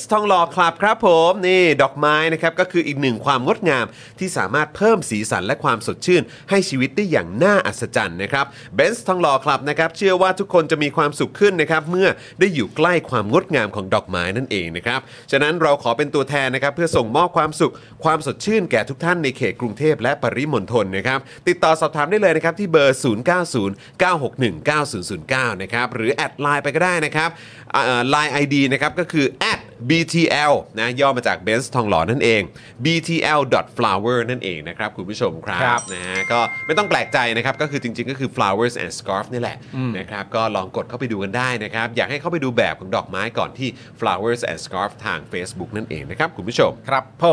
Speaker 2: ซ์ทองหล่อคลับครับผมนี่ดอกไม้นะครับก็คืออีกหนึ่งความงดงามที่สามารถเพิ่มสีสันและความสดชื่นให้ชีวิตได้อย่างน่าอัศจรรย์นะครับเบนซ์ทองหล่อคลับนะครับเชื่อว่าทุกคนจะมีความสุขขึ้นนะครับเมื่อได้อยู่ใกล้ความงดงามของดอกไม้นั่นเองนะครับฉะนั้นเราขอเป็นตัวแทนนะครับเพื่อส่งมอบความสุขความสดชื่นแก่ทุกท่านในเขตกรุงเทพและปริมณฑลนะครับติดต่อสอบถามได้เลยนะครับที่เบอร์ศูนย์ เก้า ศูนย์ เก้า หก หนึ่ง เก้า ศูนย์ ศูนย์ เก้านะครับหรือแอดไลน์ไปก็ได้นะครับไลน์ ไอ ดี นะครับก็คือ แอท บี ที แอล นะย่อมาจากเบนซ์ทองหล่อนั่นเอง บี ที แอล ดอท ฟลาวเวอร์ นั่นเองนะครับคุณผู้ชมครับนะฮะก็ไม่ต้องแปลกใจนะครับก็คือจริงๆก็คือ flowers and scarf นี่แหละนะครับก็ลองกดเข้าไปดูกันได้นะครับอยากให้เข้าไปดูแบบของดอกไม้ก่อนที่ flowers and scarf ทาง Facebook นั่นเองนะครับคุณผู้ชม
Speaker 5: ครับผม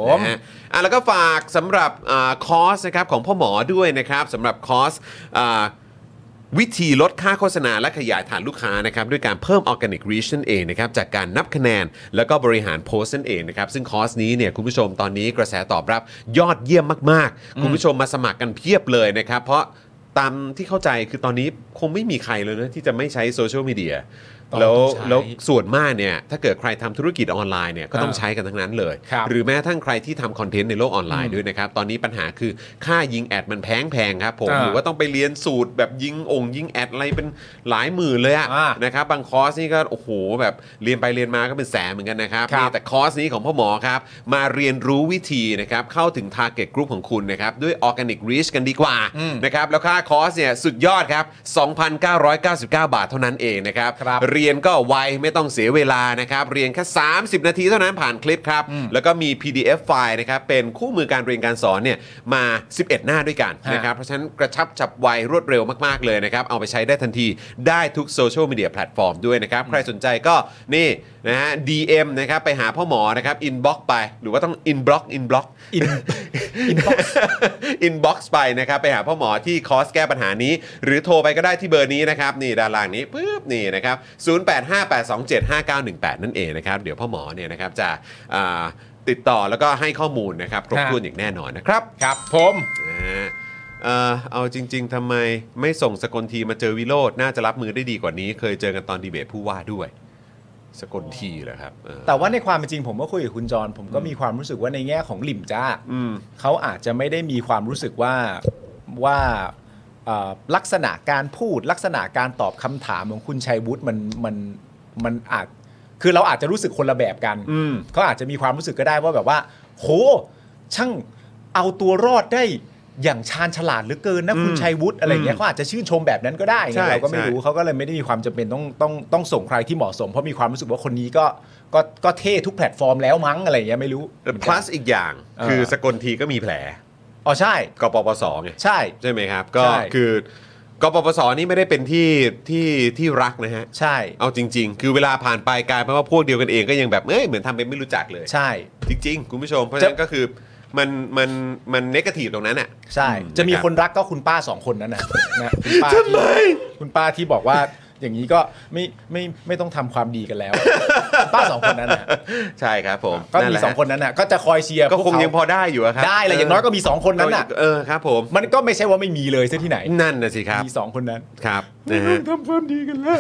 Speaker 2: นะฮะอ่ะแล้วก็ฝากสำหรับคอร์สนะครับของพ่อหมอด้วยนะครับสำหรับคอร์สวิธีลดค่าโฆษณาและขยายฐานลูกค้านะครับด้วยการเพิ่ม Organic Reach นั่นเองนะครับจากการนับคะแนนแล้วก็บริหารโพสต์นั่นเองนะครับซึ่งคอร์สนี้เนี่ยคุณผู้ชมตอนนี้กระแสตอบรับยอดเยี่ยมมากๆคุณผู้ชมมาสมัครกันเพียบเลยนะครับเพราะตามที่เข้าใจคือตอนนี้คงไม่มีใครเลยนะที่จะไม่ใช้โซเชียลมีเดียแล้วแล้วส่วนมากเนี่ยถ้าเกิดใครทำธุรกิจออนไลน์เนี่ยก็ต้องใช้กันทั้งนั้นเลยหรือแม้ทั้งใครที่ทำคอนเทนต์ในโลกออนไลน์ด้วยนะครับตอนนี้ปัญหาคือค่ายิงแอดมันแพงแพงครับผมหรือว่าต้องไปเรียนสูตรแบบยิงองค์ยิงแอดอะไรเป็นหลายหมื่นเลยอะนะครับบางคอร์สนี่ก็โอ้โหแบบเรียนไปเรียนมาก็เป็นแสนเหมือนกันนะครับนี่แต่คอร์สนี้ของพ่อหมอครับมาเรียนรู้วิธีนะครับเข้าถึง target group ของคุณนะครับด้วย Organic Reach กันดีกว่านะครับแล้วค่าคอร์สเนี่ยสุดยอดครับ สองพันเก้าร้อยเก้าสิบเก้า บาทเท่านั้นเองนะครับเรียนก็ไวไม่ต้องเสียเวลานะครับเรียนแค่สามสิบนาทีเท่านั้นผ่านคลิปครับแล้วก็มี พี ดี เอฟ ไฟล์นะครับเป็นคู่มือการเรียนการสอนเนี่ยมาสิบเอ็ดหน้าด้วยกันนะครับเพราะฉะนั้นกระชับฉับไวรวดเร็วมากๆเลยนะครับเอาไปใช้ได้ทันทีได้ทุกโซเชียลมีเดียแพลตฟอร์มด้วยนะครับใครสนใจก็นี่นะฮะ ดี เอ็ม นะครับไปหาพ่อหมอนะครับอินบ็อกไปหรือว่าต้องอินบล็อกอินบล็อกอินอินบ็อกอินบ็อกซ์ไปนะครับไปหาพ่อหมอที่คอร์สแก้ปัญหานี้หรือโทรไปก็ได้ที่เบอร์นี้นะครับนี่ด้านล่างนี้ปึ๊บนี่นะครับศูนย์ แปด ห้า แปด สอง เจ็ด ห้า เก้า หนึ่ง แปดนั่นเองนะครับเดี๋ยวพ่อหมอเนี่ยนะครับจะติดต่อแล้วก็ให้ข้อมูลนะครับครบถ้วนอย่างแน่นอนนะครับ
Speaker 5: ครับผม
Speaker 2: เออเอาจริงๆทำไมไม่ส่งสกลทีมาเจอวิโรจน์น่าจะรับมือได้ดีกว่านี้เคยเจอกันตอนดีเบตผู้ว่าด้วยสกลทีเหรอครับ
Speaker 5: แต่ว่าในความเป็นจริงผมก็คุยกับคุณจรผมก็มีความรู้สึกว่าในแง่ของหลิมจ้าเขาอาจจะไม่ได้มีความรู้สึกว่าว่าลักษณะการพูดลักษณะการตอบคำถามของคุณชัยวุฒิมันมันมันอาจคือเราอาจจะรู้สึกคนละแบบกันเขาอาจจะมีความรู้สึกก็ได้ว่าแบบว่าโหช่างเอาตัวรอดได้อย่างชาญฉลาดเหลือเกินนะคุณชัยวุฒิอะไรเงี้ยเขาอาจจะชื่นชมแบบนั้นก็ได้เราก็ไม่รู้เขาก็เลยไม่ได้มีความจำเป็นต้องต้องต้องส่งใครที่เหมาะสมเพราะมีความรู้สึกว่าคนนี้ก็ก็ก็เท่ทุกแพลตฟอร์มแล้วมั้งอะไรเงี้ยไม่รู้
Speaker 2: plus อีกอย่างคือสกลทีก็มีแผล
Speaker 5: อ๋อใช่
Speaker 2: กปปสไง
Speaker 5: ใช่
Speaker 2: ใช่ไหมครับก็คือกปปสนี่ไม่ได้เป็นที่ที่ที่รักนะฮะ
Speaker 5: ใช่
Speaker 2: เอาจริงๆคือเวลาผ่านไปกลายเป็นว่าพวกเดียวกันเองก็ยังแบบเอ้ยเหมือนทำเป็นไม่รู้จักเลย
Speaker 5: ใช่
Speaker 2: จริงๆคุณผู้ชมเพราะฉะนั้นก็คือมันมันมันเนกาทีฟตรงนั้นอ่ะ
Speaker 5: ใช่จะมีคนรักก็คุณป้าสองคนนั้นน่ะนะคุณป้าทำไมคุณป้าที่บอกว่าอย่างนี้ก็ไม่ไม่ไม่ต้องทำความดีกันแล้วป้าสองคนนั้นนะ
Speaker 2: ใช่ครับผม
Speaker 5: ก็มีสองคนนั้นน่ะก็จะคอยเชียร์
Speaker 2: ก็คงยังพอได้อยู่ครับ
Speaker 5: ได้แหละอย่างน้อยก็มีสองคนนั้นน่ะ
Speaker 2: เออครับผม
Speaker 5: มันก็ไม่ใช่ว่าไม่มีเลยซะที่ไหน
Speaker 2: นั่นน่ะสิครับ
Speaker 5: มีสองคนนั้น
Speaker 2: ครับ
Speaker 5: นะฮะทำความดีกันแล้ว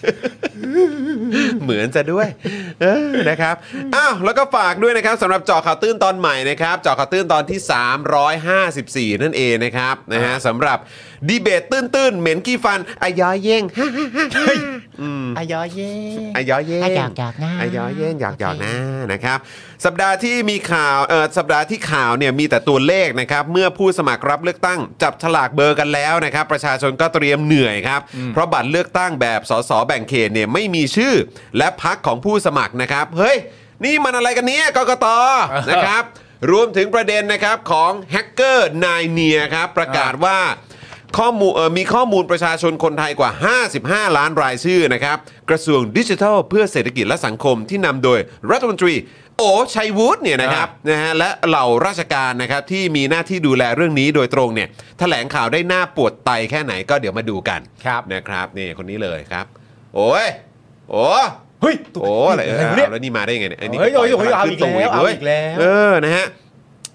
Speaker 2: เหมือนจะด้วยนะครับอ้าวแล้วก็ฝากด้วยนะครับสำหรับเจาะข่าวตื้นตอนใหม่นะครับเจาะข่าวตื้นตอนที่สามร้อยห้าสิบสี่นั่นเองนะครับนะฮะสำหรับดีเบตตื้นๆเหม็นขี้ฟันอายอเย่ง
Speaker 5: อายอเย่ง
Speaker 2: อายอเย่ง
Speaker 5: หยอกหยอกนะ
Speaker 2: อายอเย่งหยอกหยอกนะนะครับสัปดาห์ที่มีข่าวเอ่อสัปดาห์ที่ข่าวเนี่ยมีแต่ตัวเลขนะครับเมื่อผู้สมัครรับเลือกตั้งจับฉลากเบอร์กันแล้วนะครับประชาชนก็เตรียมเหนื่อยครับเพราะบัตรเลือกตั้งแบบสสแบ่งเขตเนี่ยไม่มีชื่อและพรรคของผู้สมัครนะครับเฮ้ยนี่มันอะไรกันเนี่ยกกตนะครับรวมถึงประเด็นนะครับของแฮกเกอร์นายเนียครับประกาศว่าข้อมูลมีข้อมูลประชาชนคนไทยกว่าห้าสิบห้าล้านรายชื่อนะครับกระทรวงดิจิทัลเพื่อเศรษฐกิจและสังคมที่นำโดยรัฐมนตรีโอชัยวุฒิเนี่ยนะครับนะฮะและเหล่าราชการนะครับที่มีหน้าที่ดูแลเรื่องนี้โดยตรงเนี่ยแถลงข่าวได้หน้าปวดไตแค่ไหนก็เดี๋ยวมาดูกันนะครับนี่คนนี้เลยครับโอ้ยโอ้
Speaker 5: เฮ้ย
Speaker 2: โอ้อะไรเออแล้วนี่มาได้ยังไงเนี่ยอันนี้
Speaker 5: เฮ้ยโอ้ยเอาอีกแล้วเอาอีกแล้ว
Speaker 2: เออนะฮะ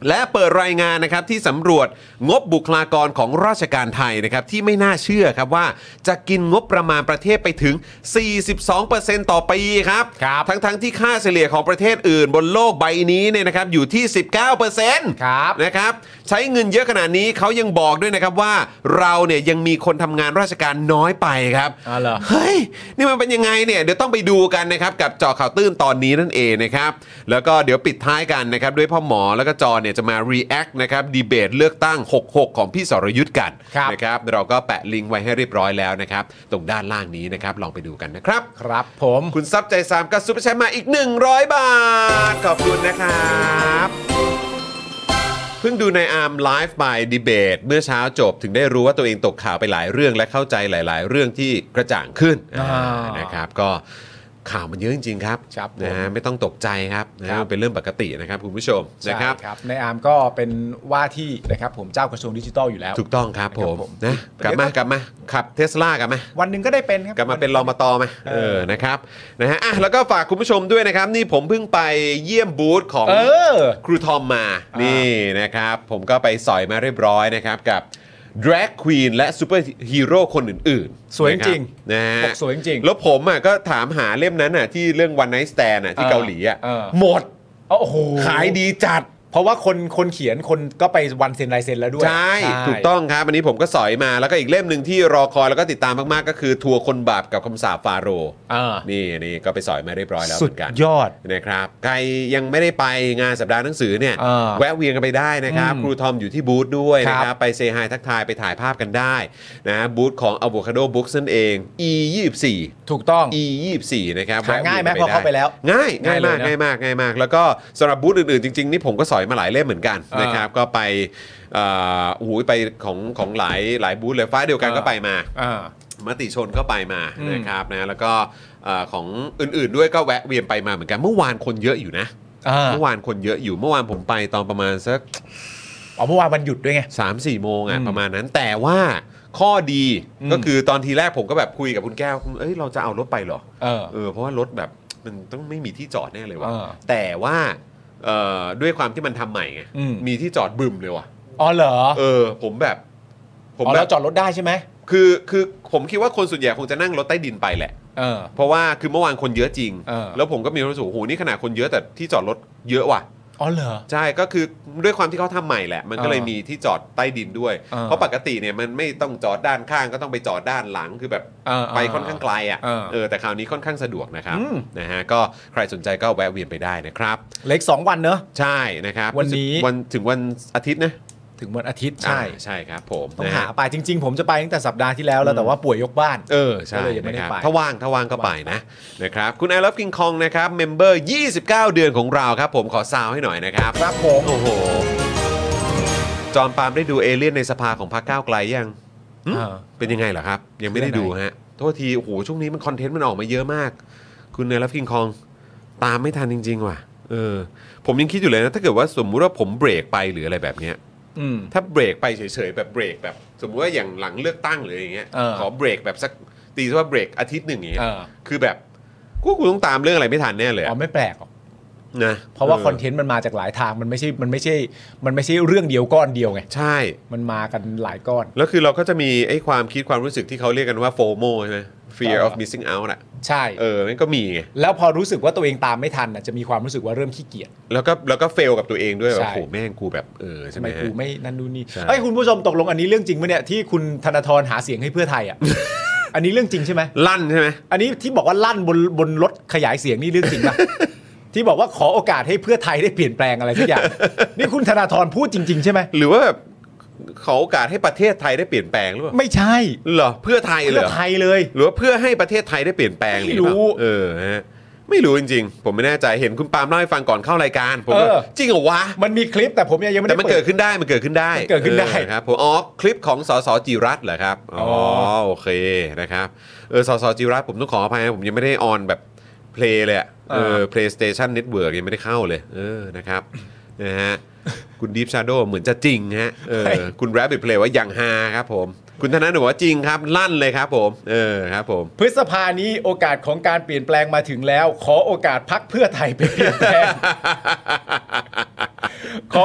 Speaker 2: และเปิดรายงานนะครับที่สำรวจงบบุคลากรของราชการไทยนะครับที่ไม่น่าเชื่อครับว่าจะกินงบประมาณประเทศไปถึง สี่สิบสองเปอร์เซ็นต์ ต่อปีครับ
Speaker 5: ครับ
Speaker 2: ทั้งๆที่ค่าเฉลี่ยของประเทศอื่นบนโลกใบนี้เนี่ยนะครับอยู่ที่ สิบเก้าเปอร์เซ็นต์
Speaker 5: ครับ
Speaker 2: นะครับใช้เงินเยอะขนาดนี้เขายังบอกด้วยนะครับว่าเราเนี่ยยังมีคนทำงานราชการน้อยไปครับ
Speaker 5: อ๋อเหรอ
Speaker 2: เฮ้ยนี่มันเป็นยังไงเนี่ยเดี๋ยวต้องไปดูกันนะครับกับเจาะข่าวตื้นตอนนี้นั่นเองนะครับแล้วก็เดี๋ยวปิดท้ายกันนะครับด้วยพ่อหมอแล้วก็จอเนี่ยจะมา react นะครับดีเบตเลือกตั้งหกสิบหกของพี่สรยุทธ์กัน
Speaker 5: ครับ
Speaker 2: นะครับเราก็แปะลิงก์ไว้ให้เรียบร้อยแล้วนะครับตรงด้านล่างนี้นะครับลองไปดูกันนะครับ
Speaker 5: ครับผม
Speaker 2: คุณซับใจสามก็ซุปเปอร์แชร์มาอีกหนึ่งร้อยบาทขอบคุณนะครับเพิ่งดูในอาร์มไลฟ์บายดีเบตเมื่อเช้าจบถึงได้รู้ว่าตัวเองตกข่าวไปหลายเรื่องและเข้าใจหลาย ๆ เรื่องที่กระจ่างขึ้น
Speaker 5: อ่า
Speaker 2: อ่านะครับก็ข่าวมันเยอะจริงๆครับ
Speaker 5: ครับผม
Speaker 2: นะฮะไม่ต้องตกใจครับนะ
Speaker 5: ครั
Speaker 2: ฮะ
Speaker 5: บ
Speaker 2: มันเป็นเรื่องปกตินะครับคุณผู้ชม
Speaker 5: ใช่
Speaker 2: นะครับ
Speaker 5: ครับในอาร์มก็เป็นว่าที่นะครับผมเจ้ากระทรวงดิจิทัลอยู่แล้ว
Speaker 2: ถูกต้องครับผม
Speaker 5: ครับผม
Speaker 2: นะกลับมากลับมาขับเทสลากลับมา
Speaker 5: วันหนึ่งก็ได้เป็นครับ
Speaker 2: กลับมาเป็นรอมตอไหม
Speaker 5: เอ
Speaker 2: เอ
Speaker 5: อ
Speaker 2: อนะครับนะฮะอ่ะแล้วก็ฝากคุณผู้ชมด้วยนะครับนี่ผมเพิ่งไปเยี่ยมบูธของ
Speaker 5: เออ
Speaker 2: ครูทอมมา
Speaker 5: อ่านี่
Speaker 2: นี่นะครับผมก็ไปสอยมาเรียบร้อยนะครับกับ Drag Queen และซูเปอร์ฮีโร่คนอื่นๆ
Speaker 5: สวยจริง
Speaker 2: นะฮะ
Speaker 5: ปกสวยจริง
Speaker 2: แล้วผมอ่ะก็ถามหาเล่มนั้นอ่ะที่เรื่อง One Night Stand อ่ะที่
Speaker 5: เออ
Speaker 2: เกาหลีอ่ะ
Speaker 5: เออ
Speaker 2: หมด
Speaker 5: โอ้โห
Speaker 2: ขายดีจัด
Speaker 5: เพราะว่าคนคนเขียนคนก็ไปวันเซ็นลายเซ็นแล้วด้วย
Speaker 2: ใช่ถูกต้องครับอันนี้ผมก็สอยมาแล้วก็อีกเล่มหนึ่งที่รอคอยแล้วก็ติดตามมากๆก็คือทัวร์คนบาปกับคำสาปฟาโรห์
Speaker 5: อ่า
Speaker 2: นี่นี่ก็ไปสอยมาเรียบร้อยแล้ว
Speaker 5: สุ
Speaker 2: เห
Speaker 5: ด
Speaker 2: มือนกัน
Speaker 5: ยอด
Speaker 2: นะครับใครยังไม่ได้ไปงานสัปดาห์หนังสือเนี่ย
Speaker 5: อ่า
Speaker 2: แวะเวียนกันไปได้นะครับ
Speaker 5: อืม
Speaker 2: ครูทอมอยู่ที่บูธด้วย
Speaker 5: ครับ
Speaker 2: นะครับไปเซฮายทักทายไปถ่ายภาพกันได้นะบูธของ Avocado Books นั่นเอง อี ยี่สิบสี่
Speaker 5: ถูกต้อง
Speaker 2: อี ยี่สิบสี่ นะครับ
Speaker 5: หาง่ายไหม
Speaker 2: แวะวีน
Speaker 5: พอเข้าไปแล้ว
Speaker 2: ง่ายง่ายมาก
Speaker 5: ง่ายเลยนะ
Speaker 2: ง่ายมากง่ายมาก แล้วก็สำหรับบูธอื่นๆ จริงๆ นี่ผมก็สอยมาหลายเล่มเหมือนกัน
Speaker 5: อ่าน
Speaker 2: นะครับก็ไปเอ่อโอ้โหไปของของหลายหลายบูธเลยฟ้าเดียวกัน
Speaker 5: อ่า
Speaker 2: ก็ไปมา
Speaker 5: อ่า
Speaker 2: มติชนก็ไปมา
Speaker 5: อืม
Speaker 2: นะครับนะแล้วก็เอ่อของอื่นๆด้วยก็แวะเวียนไปมาเหมือนกันเมื่อวานคนเยอะอยู่นะ
Speaker 5: อ่า
Speaker 2: เมื่อวานคนเยอะอยู่เมื่อวานผมไปตอนประมาณสัก
Speaker 5: อ๋อเมื่อวานวันหยุดด้วยไง
Speaker 2: สามสี่โมงอ่ะ
Speaker 5: อืม
Speaker 2: ประมาณนั้นแต่ว่าข้อดี
Speaker 5: อืม
Speaker 2: ก็คือตอนทีแรกผมก็แบบคุยกับคุณแก้วเอ้ยเราจะเอารถไปเหรอ
Speaker 5: เออ
Speaker 2: เออเพราะว่ารถแบบมันต้องไม่มีที่จอดแน่เลยว่ะ
Speaker 5: เออ
Speaker 2: แต่ว่าเอ่อด้วยความที่มันทำใหม่ไง
Speaker 5: อืม
Speaker 2: มีที่จอดบึมเลยว่ะ
Speaker 5: อ๋อเหรอ
Speaker 2: เออผมแบบผม
Speaker 5: อ๋อ
Speaker 2: แบ
Speaker 5: เรา
Speaker 2: บ
Speaker 5: จอดรถได้ใช่ไหม
Speaker 2: คือคือผมคิดว่าคนส่วนใหญ่คงจะนั่งรถใต้ดินไปแหละ
Speaker 5: เออ
Speaker 2: เพราะว่าคือเมื่อวานคนเยอะจริง
Speaker 5: เออ
Speaker 2: แล้วผมก็มีความรู้สึกโอ้โหนี่ขนาดคนเยอะแต่ที่จอดรถเยอะว่ะ
Speaker 5: อ๋อเหรอ
Speaker 2: ใช่ก็คือด้วยความที่เขาทำใหม่แหละ มันก็เลย
Speaker 5: เออ
Speaker 2: มีที่จอดใต้ดินด้วย
Speaker 5: เออ
Speaker 2: เพราะปกติเนี่ยมันไม่ต้องจอดด้านข้างก็ต้องไปจอดด้านหลังคือแบบ
Speaker 5: เออ
Speaker 2: ไปค่อนข้างไกลอ่ะ
Speaker 5: เออ
Speaker 2: เออแต่คราวนี้ค่อนข้างสะดวกนะครับ
Speaker 5: อืม
Speaker 2: นะฮะก็ใครสนใจก็แวะเวียนไปได้นะครับ
Speaker 5: เหล็กสองวันเนอะ
Speaker 2: ใช่นะครับ
Speaker 5: วันนี้
Speaker 2: วันถึงวันอาทิตย์นะ
Speaker 5: ถึงวันอาทิตย์ใช่
Speaker 2: อ่าใช่ครับผม
Speaker 5: ต้อง
Speaker 2: นะฮะ
Speaker 5: หาไปจริง ๆ ผมจะไปตั้งแต่สัปดาห์ที่แล้วแล้วแต่ว่าป่วยยกบ้าน
Speaker 2: เออ ใช่
Speaker 5: ก็เลยยังไม่ได้
Speaker 2: นะครับ
Speaker 5: ไป
Speaker 2: ถ้าว่างถ้าว่างก็ไปนะนะครับคุณไอ Love King Kong นะครับเมมเบอร์ยี่สิบเก้าเดือนของเราครับผมขอซาวให้หน่อยนะครับ
Speaker 5: ครับผม
Speaker 2: โอ้โห จอห์นปาล์มได้ดูเอเลี่ยนในสภาของพรรคก้าวไกลยังหึ
Speaker 5: อ่า
Speaker 2: เป็นยังไงเหรอครับ ยังไม่ได้
Speaker 5: คือ
Speaker 2: ดู
Speaker 5: อันไหน
Speaker 2: ฮะ โทษที โอ้โห ช่วงนี้มันคอนเทนต์มันออกมาเยอะมาก คุณไอ Love King Kong ตามไม่ทันจริง ๆ ว่ะ เออ ผมยังคิดอยู่เลยนะ ถ้าเกิดว่าสมมุติว่าผมเบรกไปหรืออะไรแบบเนี้ย
Speaker 5: อืม
Speaker 2: ถ้าเบรกไปเฉยๆแบบเบรกแบบ สมมุติว่าอย่างหลังเลือกตั้งหรืออย่างเงี้ย
Speaker 5: เออ
Speaker 2: ขอเบรกแบบสักตีซะว่าเบรกอาทิตย์หนึ่งอย่างเงี้ย
Speaker 5: เออ
Speaker 2: คือแบบกูกูต้องตามเรื่องอะไรไม่ทันแน่เลย
Speaker 5: อ๋
Speaker 2: อะ
Speaker 5: อไม่แปลกหรอก
Speaker 2: นะ
Speaker 5: เพราะว่า
Speaker 2: ออ
Speaker 5: คอนเทนต์มันมาจากหลายทางมันไม่ใช่มันไม่ใช่มันไม่ใช่เรื่องเดียวก้อนเดียวไง
Speaker 2: ใช่
Speaker 5: มันมากันหลายก้อน
Speaker 2: แล้วคือเราก็จะมีไอ้ความคิดความรู้สึกที่เขาเรียกกันว่า โฟโม ใช่ไหม fear
Speaker 5: เออ
Speaker 2: of missing out อ่ะ
Speaker 5: ใช่
Speaker 2: เออมันก็มีไง
Speaker 5: แล้วพอรู้สึกว่าตัวเองตามไม่ทันน่ะจะมีความรู้สึกว่าเริ่มขี้เกียจ
Speaker 2: แล้วก็แล้วก็เฟลกับตัวเองด้วยแบบ
Speaker 5: ใช่
Speaker 2: โอ้โหแม่งกูแบบเออใช่
Speaker 5: ทำ
Speaker 2: ไห
Speaker 5: ไม
Speaker 2: มฮะ
Speaker 5: กูไม่นั่นดูนนี่
Speaker 2: ใช่
Speaker 5: ไอ้ยคุณผู้ชมตกลงอันนี้เรื่องจริงไหมเนี่ยที่คุณธนาธรหาเสียงให้เพื่อไทยอ่ะ อันนี้เรื่องจริงใช่ไหม
Speaker 2: ลั่นใช่ไหม
Speaker 5: อันนี้ที่บอกว่าลั่นบนบนรถขยายเสียงนี่เรื่องจริงปะ ที่บอกว่าขอโอกาสให้เพื่อไทยได้เปลี่ยนแปลงอะไรสักอย่าง นี่คุณธนาธรพูดจริง ๆ ใช่ไหม
Speaker 2: หรือว่าแบบขอโอกาสให้ประเทศไทยได้เปลี่ยนแปลงหรือเปล่า
Speaker 5: ไม่ใช่
Speaker 2: เหรอเพื่อไทยเหร
Speaker 5: เพื่อ
Speaker 2: อ
Speaker 5: ไทยเลย
Speaker 2: หรือว่าเพื่อให้ประเทศไทยได้เปลี่ยนแปลงหรือเปล่า
Speaker 5: ไม่รู้
Speaker 2: เออฮะไม่รู้จริงๆ ผมไม่แน่ใจเห็นคุณปาล์มเล่าให้ฟังก่อนเข้ารายการผมก็
Speaker 5: เออ
Speaker 2: จริงเหรอวะ
Speaker 5: มันมีคลิปแต่ผมยังไม่
Speaker 2: แต่
Speaker 5: ได้
Speaker 2: มัน
Speaker 5: เปิ
Speaker 2: เกิ
Speaker 5: ด
Speaker 2: ดขึ้นได้มันเกิดขึ้นได้
Speaker 5: มันเกิดขึ้นได้
Speaker 2: ออครับผมอ๋อคลิปของสสจิรัตน์เหรอครับอ๋อ
Speaker 5: อ
Speaker 2: โอเคนะครับเออสสจิรัตน์ผมต้องขออภัยนะผมยังไม่ได้ออนแบบเพลย์เลยอะเออ PlayStation Network ยังไม่ได้เข้าเลยเออนะครับนะฮะคุณ Deep Shadow เหมือนจะจริงฮะเออคุณ Rabbit Play ว่าอย่างฮาครับผมคุณธนาหนูว่าจริงครับลั่นเลยครับผมเออครับผม
Speaker 5: พฤษภานี้โอกาสของการเปลี่ยนแปลงมาถึงแล้ว ขอโอกาสพักเพื่อไทยไปเปลี่ยนแปลง ขอโอ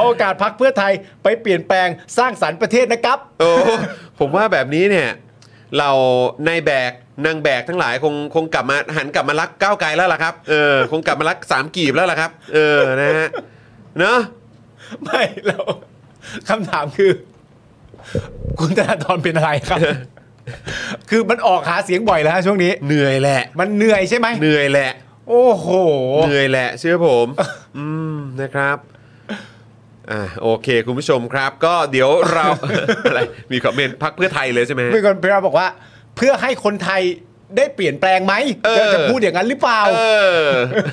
Speaker 5: โอกาสพรรคเพื่อไทยไปเปลี่ยนแปลงสร้างสรรค์ประเทศนะครับ
Speaker 2: โอ้ผมว่าแบบนี้เนี่ยเรานายแบกนางแบกทั้งหลายคงคงกลับมาหันกลับมารักก้าวไกลแล้วล่ะครับเออคงกลับมารักสามกีบแล้วล่ะครับเออนะฮะเนอะ
Speaker 5: ไม่แล้วคำถามคือคุณธนาธรเป็นอะไรครับคือมันออกหาเสียงบ่อยแล้วช่วงนี้
Speaker 2: เหนื่อยแหละ
Speaker 5: มันเหนื่อยใช่ไหม
Speaker 2: เหนื่อยแหละ
Speaker 5: โอ้โห
Speaker 2: เหนื่อยแหละเชื่อผมอืมนะครับอ่าโอเคคุณผู้ชมครับก็เดี๋ยวเรา อะไรมีคอมเมนต์พรรคเพื่อไทยเลยใช่ไหม
Speaker 5: มีคนเพื่อนบอกว่าเพื่อให้คนไทยได้เปลี่ยนแปลงไหมจะจะพูดอย่างนั้นหรือเปล่า
Speaker 2: เออ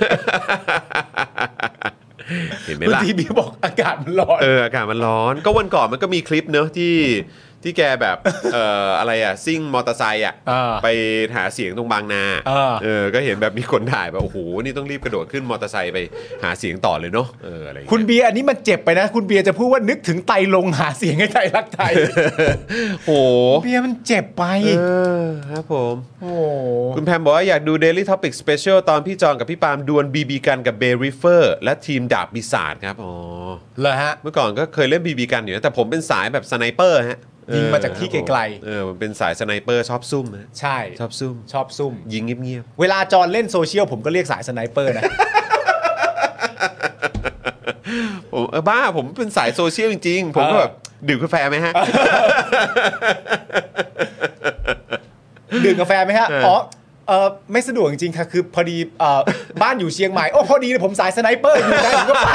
Speaker 2: เห็นไหมล่ะ
Speaker 5: ทีบีบอกอากาศมันร้อน
Speaker 2: เอออากาศมันร้อนก็วันก่อนมันก็มีคลิปเนอะที่ที่แกแบบเอ่ออะไรอ่ะซิ่งมอเตอร์ไซค์อ่ะไปหาเสียงตรงบางนาเออก็เห็นแบบมีคนถ่ายแบบโอ้โหนี่ต้องรีบกระโดดขึ้นมอเตอร์ไซค์ไปหาเสียงต่อเลยเนาะเอออะไร
Speaker 5: คุณเบียร์อันนี้มันเจ็บไปนะคุณเบียร์จะพูดว่านึกถึงไตลงหาเสียงให้ไทยรักไทย
Speaker 2: โอ้
Speaker 5: เบียร์มันเจ็บไป
Speaker 2: เออครับผมโอ้คุณแพมบอกว่าอยากดู Daily Topic Special ตอนพี่จอนกับพี่ปาล์มดวลบีบีกันกับเบริเฟอร์และทีมดาบปีศาจครับอ๋อ
Speaker 5: เหรอฮะ
Speaker 2: เมื่อก่อนก็เคยเล่นบีบีกันอยู่นะแต่ผมเป็นสายแบบสไนเปอร์ฮะ
Speaker 5: ยิงมาจากที่ไกล
Speaker 2: ๆเออมันเป็นสายสไนเปอร์ชอบซุ่มนะ
Speaker 5: ใช่
Speaker 2: ชอบซุ่ม
Speaker 5: ชอบซุ่ม
Speaker 2: ยิงเงียบ
Speaker 5: ๆเวลาจอนเล่นโซเชียลผมก็เรียกสายสไนเปอร์นะ
Speaker 2: ผมเออบ้าผมเป็นสายโซเชียลจริงๆผมก็แบบดื่มกาแฟไหมฮะ
Speaker 5: ดื่มกาแฟไหมฮะอ๋อเออไม่สะดวกจริงๆค่ะคือพอดีเอ่อบ้านอยู่เชียงใหม่โอ้พอดีผมสายสไนเปอร์อยู่ได้ผมก็ไป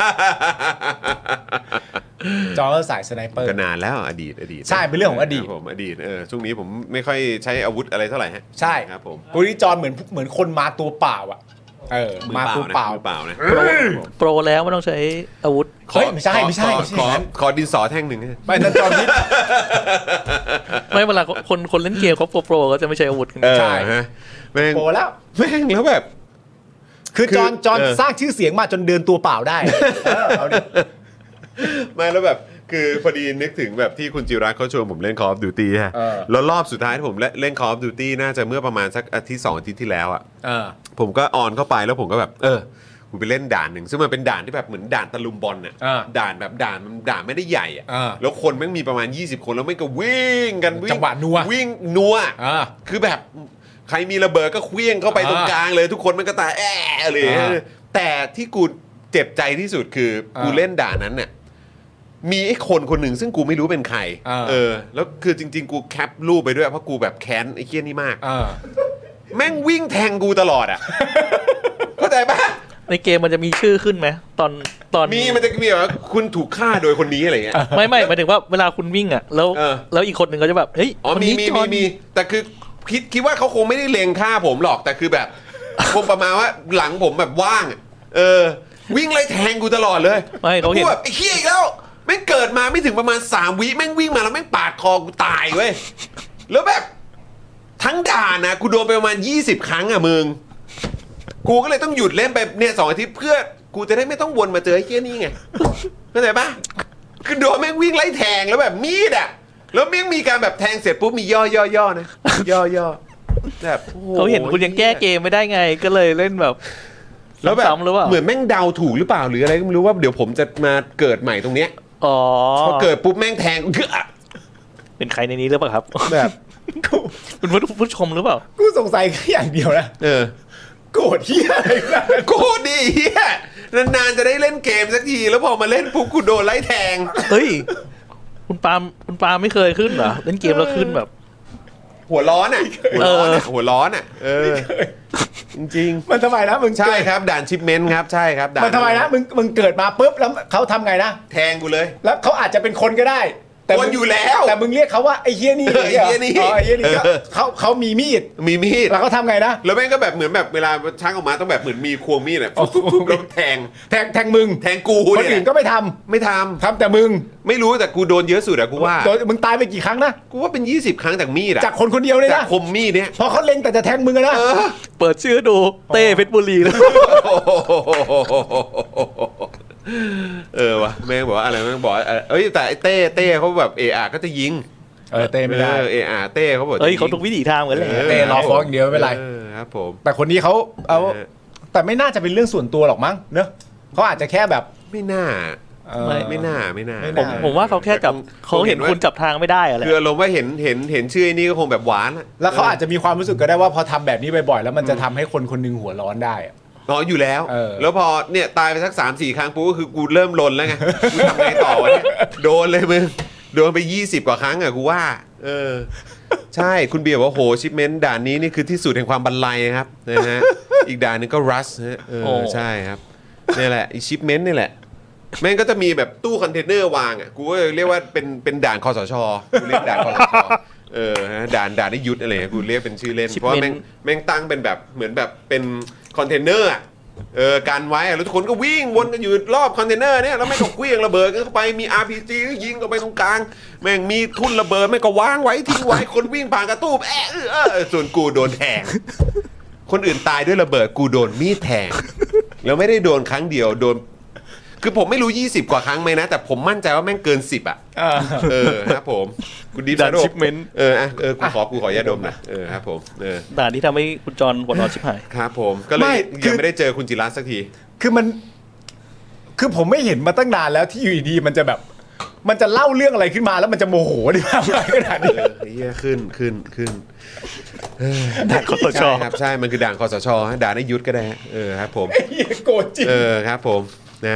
Speaker 5: จอสายสไนเปอร์
Speaker 2: ก็นานแล้วอดีตอดีต
Speaker 5: ใช่เป็นเรื่องของอดีต
Speaker 2: ผมอดีตเออช่วงนี้ผมไม่ค่อยใช้อาวุธอะไรเท่าไหร่ฮะ
Speaker 5: ใช่
Speaker 2: ครับผม
Speaker 5: วันนี้จอนเหมือนเหมือนคนมาตัวเปล่าอ่ะเออมาตัวเปล่า
Speaker 2: เปล่านะ
Speaker 6: โปรแล้วไม่ต้องใช้อาวุธ
Speaker 5: เฮ้ยไม่ใช่ไม่ใช่
Speaker 2: ขอขอดินสอแท่งหนึ่ง
Speaker 5: ไม่นั่นจอนนี้
Speaker 6: ไม่เวลาคนคนเล่นเกมเขาโปรก็จะไม่ใช้อาวุธกัน
Speaker 2: ใช่แม่ง
Speaker 5: โปรแล้ว
Speaker 2: แม่งแล้วแบบ
Speaker 5: คือจอนจอนสร้างชื่อเสียงมาจนเดินตัวเปล่าได้เอาดิ
Speaker 2: ไม่แล้วแบบคือพอดีนึกถึงแบบที่คุณจิรัตน์เขาชวนผมเล่น Call of Duty ฮะแล้วรอบสุดท้ายที่ผมเล่น Call of Duty น่าจะเมื่อประมาณสักอาทิตย์สองอาทิตย์ที่แล้วอ่ะผมก็ออนเข้าไปแล้วผมก็แบบเออกูไปเล่นด่านหนึ่งซึ่งมันเป็นด่านที่แบบเหมือนด่านตะลุมบอลน่ะด่านแบบด่านมันด่านไม่ได้ใหญ่อ่ะแล้วคนแม่งมีประมาณยี่สิบคนแล้วไม่ก็วิ่งกันวิ่ง
Speaker 5: จังหวะนัว
Speaker 2: วิ่งนัวคือแบบใครมีระเบิดก็เคลี้ยงเข้าไปตรงกลางเลยทุกคนมันก็ตายแอะเลยแต่ที่กูเจ็บใจที่สุดคือกูเล่นด่านนั้นเนี่ยมีไอ้คนคนหนึ่งซึ่งกูไม่รู้เป็นใครเออแล้วคือจริงๆกูแคปรูปไปด้วยเพราะกูแบบแค้นไอ้เคี้ยนี่มากแม่งวิ่งแทงกูตลอดอ่ะเข้าใจปะ
Speaker 6: ในเกมมันจะมีชื่อขึ้นไหมตอนตอน
Speaker 2: มีมันจะมีแบบคุณถูกฆ่าโดยคนนี้อะไรเงี้ย
Speaker 6: ไม่ไม่หมายถึงว่าเวลาคุณวิ่งอ่ะแล้วแล้วอีกคนหนึ่งก็จะแบบเฮ้ย
Speaker 2: อ๋อมีมีมีมีแต่คือคิดคิดว่าเขาคงไม่ได้เล็งฆ่าผมหรอกแต่คือแบบคงประมาณว่าหลังผมแบบว่างเออวิ่งไล่แทงกูตลอดเลย
Speaker 6: ไม่เขาเห็น
Speaker 2: แบบไอ้เคี้ยอีกแล้วแม่งเกิดมาไม่ถึงประมาณสามวิแม่งวิ่งมาแล้วแม่งปาดคอกูตายเว้ยแล้วแบบทั้งด่านนะกูโดนไปประมาณยี่สิบครั้งอ่ะมึงกูก็เลยต้องหยุดเล่นไปเนี่ยสองอาทิตย์เพื่อกูจะได้ไม่ต้องวนมาเจอไอ้เคี้ยนี่ไงเข้าใจปะคือโดนแม่งวิ่งไล่แทงแล้วแบบมีดอ่ะแล้วแม่งมีการแบบแทงเสร็จปุ๊บมีย่อย่อย่อนะย่อย่อแบบ
Speaker 6: เขาเห็นคุณยังแก้เกมไม่ได้ไงก็เลยเล่นแบบ
Speaker 2: แล้วแบบเหมือนแม่งเดาถูกหรือเปล่าหรืออะไรก็ไม่รู้ว่าเดี๋ยวผมจะมาเกิดใหม่ตรงเนี้ย
Speaker 6: อ๋อ
Speaker 2: พอเกิดปุ๊บแม่งแทง
Speaker 6: เป็นใครในนี้หรือเปล่าครับ
Speaker 2: แบบ
Speaker 6: เป็นผู้ชมหรือเปล่า
Speaker 5: กูสงสัยแค่อย่างเดียวนะ
Speaker 2: เออ
Speaker 5: โกรธเหี้ยอะไรกัน
Speaker 2: โกรธดิเหี้ยนานๆจะได้เล่นเกมสักทีแล้วพอมาเล่นปุ๊บกูโดนไล่แทง
Speaker 6: เฮ้ยคุณปาล์มคุณปาล์มไม่เคยขึ้นเหรอเล่นเกมแล้วขึ้นแบบ
Speaker 2: หัวร้อนอ่ะหัวร้อนอ่ะหัวร้อนอ่ะเออจริง
Speaker 5: ๆมันทำไมนะมึง
Speaker 2: ใช่ครับด่านชิปเมนต์ครับใช่ครับ
Speaker 5: มันทำไมนะมึงมึงเกิดมาปุ๊บแล้วเขาทำไงนะ
Speaker 2: แทงกูเลย
Speaker 5: แล้วเขาอาจจะเป็นคนก็ได้แต่
Speaker 2: คนอยู่แล้ว
Speaker 5: แต่มึงเรียกเขาว่าไอ้เฮี้ยนี่
Speaker 2: ไอ้เฮี้ยนี่
Speaker 5: อ๋อไอ้เฮี้ยนี่เขาเขามีมีด
Speaker 2: มีมีด
Speaker 5: แล้วเขาทำไงนะ
Speaker 2: แล้วแม่งก็แบบเหมือนแบบเวลาช้างออกมาต้องแบบเหมือนมีควงมีดแบบแล้วแทง
Speaker 5: แทงแทงมึง
Speaker 2: แทงกู
Speaker 5: คนอื่นก็ไม่ทำ
Speaker 2: ไม่ทำ
Speaker 5: ทำแต่มึง
Speaker 2: ไม่รู้แต่กูโดนเยอะสุดอะกูว่า
Speaker 5: มึงตายไปกี่ครั้งนะ
Speaker 2: กูว่าเป็นยี่สิบครั้งจากมีดอะ
Speaker 5: จากคนคนเดียวเลยนะ
Speaker 2: จากคมมีดเนี่ย
Speaker 5: พอเขาเล็งแต่จะแทงมึงนะ
Speaker 6: เปิดชื่อดูเต้เพชรบุรีเลย
Speaker 2: เออวะแม่งบอกว่าอะไรแม่งบอกเอ้ยแต่เต้เต้เขาแบบเออาก็จะยิง
Speaker 5: เออเต้ไม่ได้
Speaker 2: เออาเต้เขาบอก
Speaker 6: เฮ้ยเขาทุกวิถีทางเหมือนเลย
Speaker 5: เต้รอฟ้องอย่างเดียวไม่เป็นไร
Speaker 2: ครับผม
Speaker 5: แต่คนนี้เขาเอาแต่ไม่น่าจะเป็นเรื่องส่วนตัวหรอกมั้งเนอะเขาอาจจะแค่แบบ
Speaker 2: ไม่น่า
Speaker 6: ไม่
Speaker 2: ไม่น่าไม่น่า
Speaker 6: ผมผมว่าเขาแค่จับเขาเห็นคุณจับทางไม่ได้อะไร
Speaker 2: คืออารมณ์ว่าเห็นเห็นเห็นชื่อนี่ก็คงแบบหวาน
Speaker 5: แล้วเขาอาจจะมีความรู้สึกก็ได้ว่าพอทำแบบนี้บ่อยๆแล้วมันจะทำให้คนคนนึงหัวร้อนได้อะ
Speaker 2: อ๋ออยู่แล้ว
Speaker 5: เออ
Speaker 2: แล้วพอเนี่ยตายไปสัก สามสี่ ครั้งปุ๊บก็คือกูเริ่มลนแล้วไงกูทำไงต่อวะเนี่ยโดนเลยมึงโดนไปยี่สิบกว่าครั้งอ่ะกูว่าเออใช่คุณเบียร์บอกว่าโหชิปเมนต์ด่านนี้นี่คือที่สุดแห่งความบันไลครับนะฮะอีกด่านนึงก็รัสฮะเออใช่ครับนี่แหละอีชิปเมนต์นี่แหละแม่งก็จะมีแบบตู้คอนเทนเนอร์วางอ่ะกูก็เรียกว่าเป็นเป็นด่านคสชกูเรียกด่านคสชเออฮะด่านด่านได้ยุทธอะไรกูเรียกเป็นชื่อเล่นเพราะว่าแม่งแม่งตั้งเป็นแบบเหมือนแบบเป็นคอนเทนเนอร์อ่ะเออการไว้อะแล้วทุกคนก็วิ่งวนกันอยู่รอบคอนเทนเนอร์เนี่ยแล้วแม่งก็เคลื่องระเบิดกันเข้าไปมี อาร์ พี จี ก็ยิงเข้าไปตรงกลางแม่งมีทุ่นระเบิดแม่งก็วางไว้ทิ้งไว้คนวิ่งผ่านกระตู้แอะเออเออส่วนกูโดนแทงคนอื่นตายด้วยระเบิดกูโดนมีดแทงแล้วไม่ได้โดนครั้งเดียวโดนคือผมไม่รู้ยี่สิบกว่าครั้งไหมนะแต่ผมมั่นใจว่าแม่งเกินสิบอ่ะเออครับผมคุณดีฟ
Speaker 6: ด่าน
Speaker 2: โด
Speaker 6: ชิปเมนต์
Speaker 2: เอออ่ะเออกูขอกูขอยาดมหน่อยเออครับผมเออ
Speaker 6: ด่านที่ทำให้คุณจรหัวร้อนชิบหาย
Speaker 2: ครับผมก็เลยยังไม่ได้เจอคุณจิรัตน์สักที
Speaker 5: คือมันคือผมไม่เห็นมาตั้งนานแล้วที่อยู่ดีๆมันจะแบบมันจะเล่าเรื่องอะไรขึ้นมาแล้วมันจะโมโหได้มากขนาดนี้
Speaker 2: เฮียขึ้นขึ้นขึ้น
Speaker 6: ด่านคสช
Speaker 2: ครับใช่มันคือด่านคสชด่านให้ยุทธก็ได้เออครับผม
Speaker 5: โกรธจริง
Speaker 2: เออครับผมนะ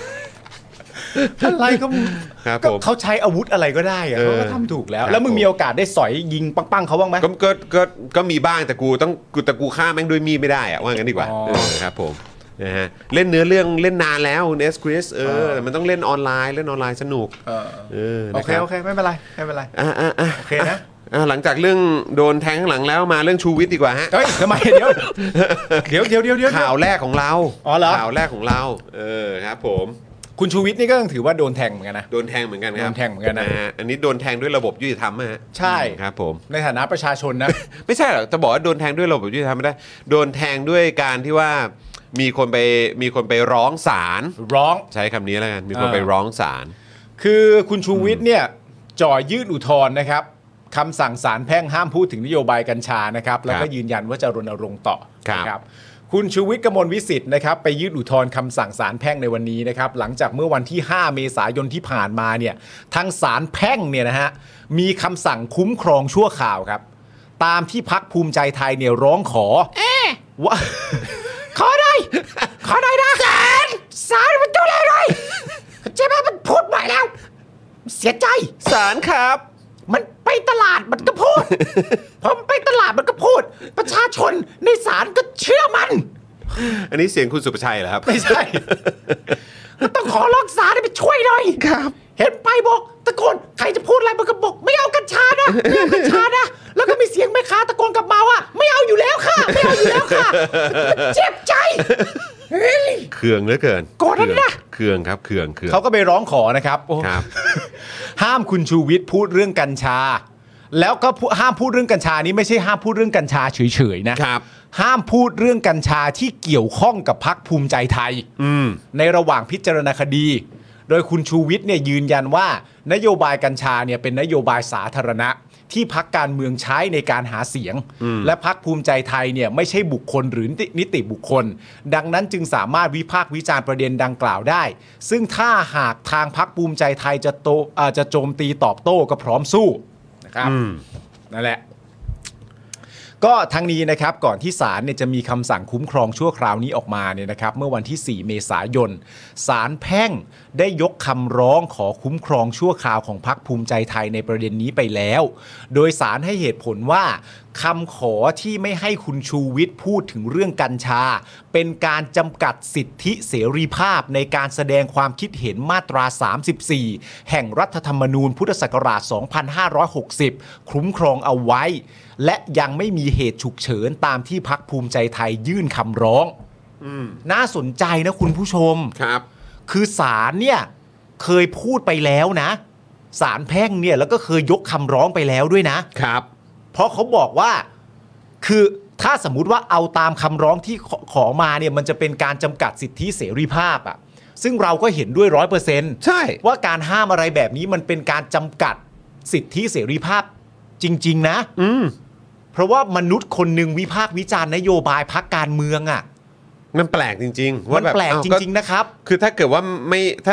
Speaker 5: อะไรก็ก็เขาใช้อาวุธอะไรก็ได้อะเขาก็ทำถูกแล้วแล้วมึงมีโอกาสได้สอยยิงปังๆเขาบ้างไหม
Speaker 2: ก็ก็ก็ก็มีบ้างแต่กูต้องกูแต่กูฆ่าแม่งด้วยมีดไม่ได้อะว่างั้นดีกว่าเออครับผมนะฮะเล่นเนื้อเรื่องเล่นนานแล้วเนสคริสเออแต่มันต้องเล่นออนไลน์เล่นออนไลน์สนุกเออ
Speaker 5: โอเคโอเคไม่เป็นไรไม่เป็นไร
Speaker 2: อ่าอ่าอ่า
Speaker 5: โอเคนะ
Speaker 2: หลังจากเรื่องโดนแทงข้างหลังแล้วมาเรื่องชูวิทย์ดีกว่าฮะ
Speaker 5: เฮ้ยทำไมเดี๋ยวเดี๋ยวเดี๋ยวเดี๋ยว
Speaker 2: ข่าวแรกของเรา
Speaker 5: อ๋อเหรอ
Speaker 2: ข่าวแรกของเราเออครับผม
Speaker 5: คุณชูวิทย์นี่ก็ต้องถือว่าโดนแทงเหมือนกันนะ
Speaker 2: โดนแทงเหมือนกันครับ
Speaker 5: โดนแทงเหมือนกันนะ
Speaker 2: อันนี้โดนแทงด้วยระบบยุติธรรมฮะ
Speaker 5: ใช่
Speaker 2: ครับผม
Speaker 5: ในฐานะประชาชนนะ
Speaker 2: ไม่ใช่หรอกจะบอกว่าโดนแทงด้วยระบบยุติธรรมไม่ได้โดนแทงด้วยการที่ว่ามีคนไปมีคนไปร้องศาล
Speaker 5: ร้อง
Speaker 2: ใช้คำนี้แล้วกันมีคนไปร้องศาล
Speaker 5: คือคุณชูวิทย์เนี่ยจ่อยื่นอุทธรณ์นะครับคำสั่งศาลแพ่งห้ามพูดถึงนโยบายกัญชานะครับแล้วก็ยืนยันว่าจะรณรงค์ต่อนะครับคุณชูวิทย์กมลวิสิทธิ์นะครับไปยื่นอุทธรณ์คำสั่งศาลแพ่งในวันนี้นะครับหลังจากเมื่อวันที่ห้าเมษายนที่ผ่านมาเนี่ยทางศาลแพ่งเนี่ยนะฮะมีคำสั่งคุ้มครองชั่วคราวครับตามที่พรรคภูมิใจไทยเนี่ยร้องขอเอ๊ะว่าขอได้ขอได้นะศาลศาลมันดูแลหน่อยใช่ไหมมันพูดใหม่แล้วเสียใจ
Speaker 2: ศาลครับ
Speaker 5: มันไปตลาดมันก็พูดพอมันไปตลาดมันก็พูดประชาชนในศาลก็เชื่อมัน
Speaker 2: อันนี้เสียงคุณสุประชัยเหรอครับ
Speaker 5: ไม่ใช่ต้องขอร้องศาลให้ไปช่วยหน่อย
Speaker 2: ครับ
Speaker 5: เห็นไปบอกตะโกนใครจะพูดอะไรมันก็บอกไม่เอากัญชานะไม่เอากัญชานะแล้วก็มีเสียงแม่ค้าตะโกนกลับมาว่าไม่เอาอยู่แล้วค่ะไม่เอาอยู่แล้วค่ะเจ็บใจ
Speaker 2: เคืองเหลือเกิน
Speaker 5: โกรธนะ
Speaker 2: เคืองครับเคืองเคือง
Speaker 5: เขาก็ไปร้องขอนะครับ
Speaker 2: ครับ
Speaker 5: ห้ามคุณชูวิทย์พูดเรื่องกัญชาแล้วก็ห้ามพูดเรื่องกัญชานี้ไม่ใช่ห้ามพูดเรื่องกัญชาเฉยๆนะครับห้ามพูดเรื่องกัญชาที่เกี่ยวข้องกับพรรคภูมิใจไทยในระหว่างพิจารณาคดีโดยคุณชูวิทย์เนี่ยยืนยันว่านโยบายกัญชาเนี่ยเป็นนโยบายสาธารณะที่พรรคการเมืองใช้ในการหาเสียงและพรรคภูมิใจไทยเนี่ยไม่ใช่บุคคลหรือนิติบุคคลดังนั้นจึงสามารถวิพากษ์วิจารณ์ประเด็นดังกล่าวได้ซึ่งถ้าหากทางพรรคภูมิใจไทยจะโตจะโจมตีตอบโต้ก็พร้อมสู้นะครับนั่นแหละก็ทั้งนี้นะครับก่อนที่ศาลเนี่ยจะมีคำสั่งคุ้มครองชั่วคราวนี้ออกมาเนี่ยนะครับเมื่อวันที่สี่เมษายนศาลแพ่งได้ยกคำร้องขอคุ้มครองชั่วคราวของพรรคภูมิใจไทยในประเด็นนี้ไปแล้วโดยศาลให้เหตุผลว่าคำขอที่ไม่ให้คุณชูวิทย์พูดถึงเรื่องกัญชาเป็นการจำกัดสิทธิเสรีภาพในการแสดงความคิดเห็นมาตราสามสิบสี่แห่งรัฐธรรมนูญพุทธศักราชสองพันห้าร้อยหกสิบคุ้มครองเอาไว้และยังไม่มีเหตุฉุกเฉินตามที่พรรคภูมิใจไทยยื่นคำร้องน่าสนใจนะคุณผู้ชม
Speaker 2: ครับ
Speaker 5: คือศาลเนี่ยเคยพูดไปแล้วนะศาลแพ่งเนี่ยแล้วก็เคยยกคำร้องไปแล้วด้วยนะครับเพราะเขาบอกว่าคือถ้าสมมุติว่าเอาตามคำร้องที่ขอมาเนี่ยมันจะเป็นการจำกัดสิทธิเสรีภาพอ่ะซึ่งเราก็เห็นด้วยร้อยเปอร์เซ็นต์
Speaker 2: ใช่
Speaker 5: ว่าการห้ามอะไรแบบนี้มันเป็นการจำกัดสิทธิเสรีภาพจริงๆนะ
Speaker 2: อืม
Speaker 5: เพราะว่ามนุษย์คนหนึ่งวิพากษ์วิจารณ์นโยบายพรรคการเมืองอ่ะ
Speaker 2: มันแปลกจริงๆ
Speaker 5: ว่าแบบมันแปลกจริงๆนะครับ
Speaker 2: คือถ้าเกิดว่าไม่ถ้า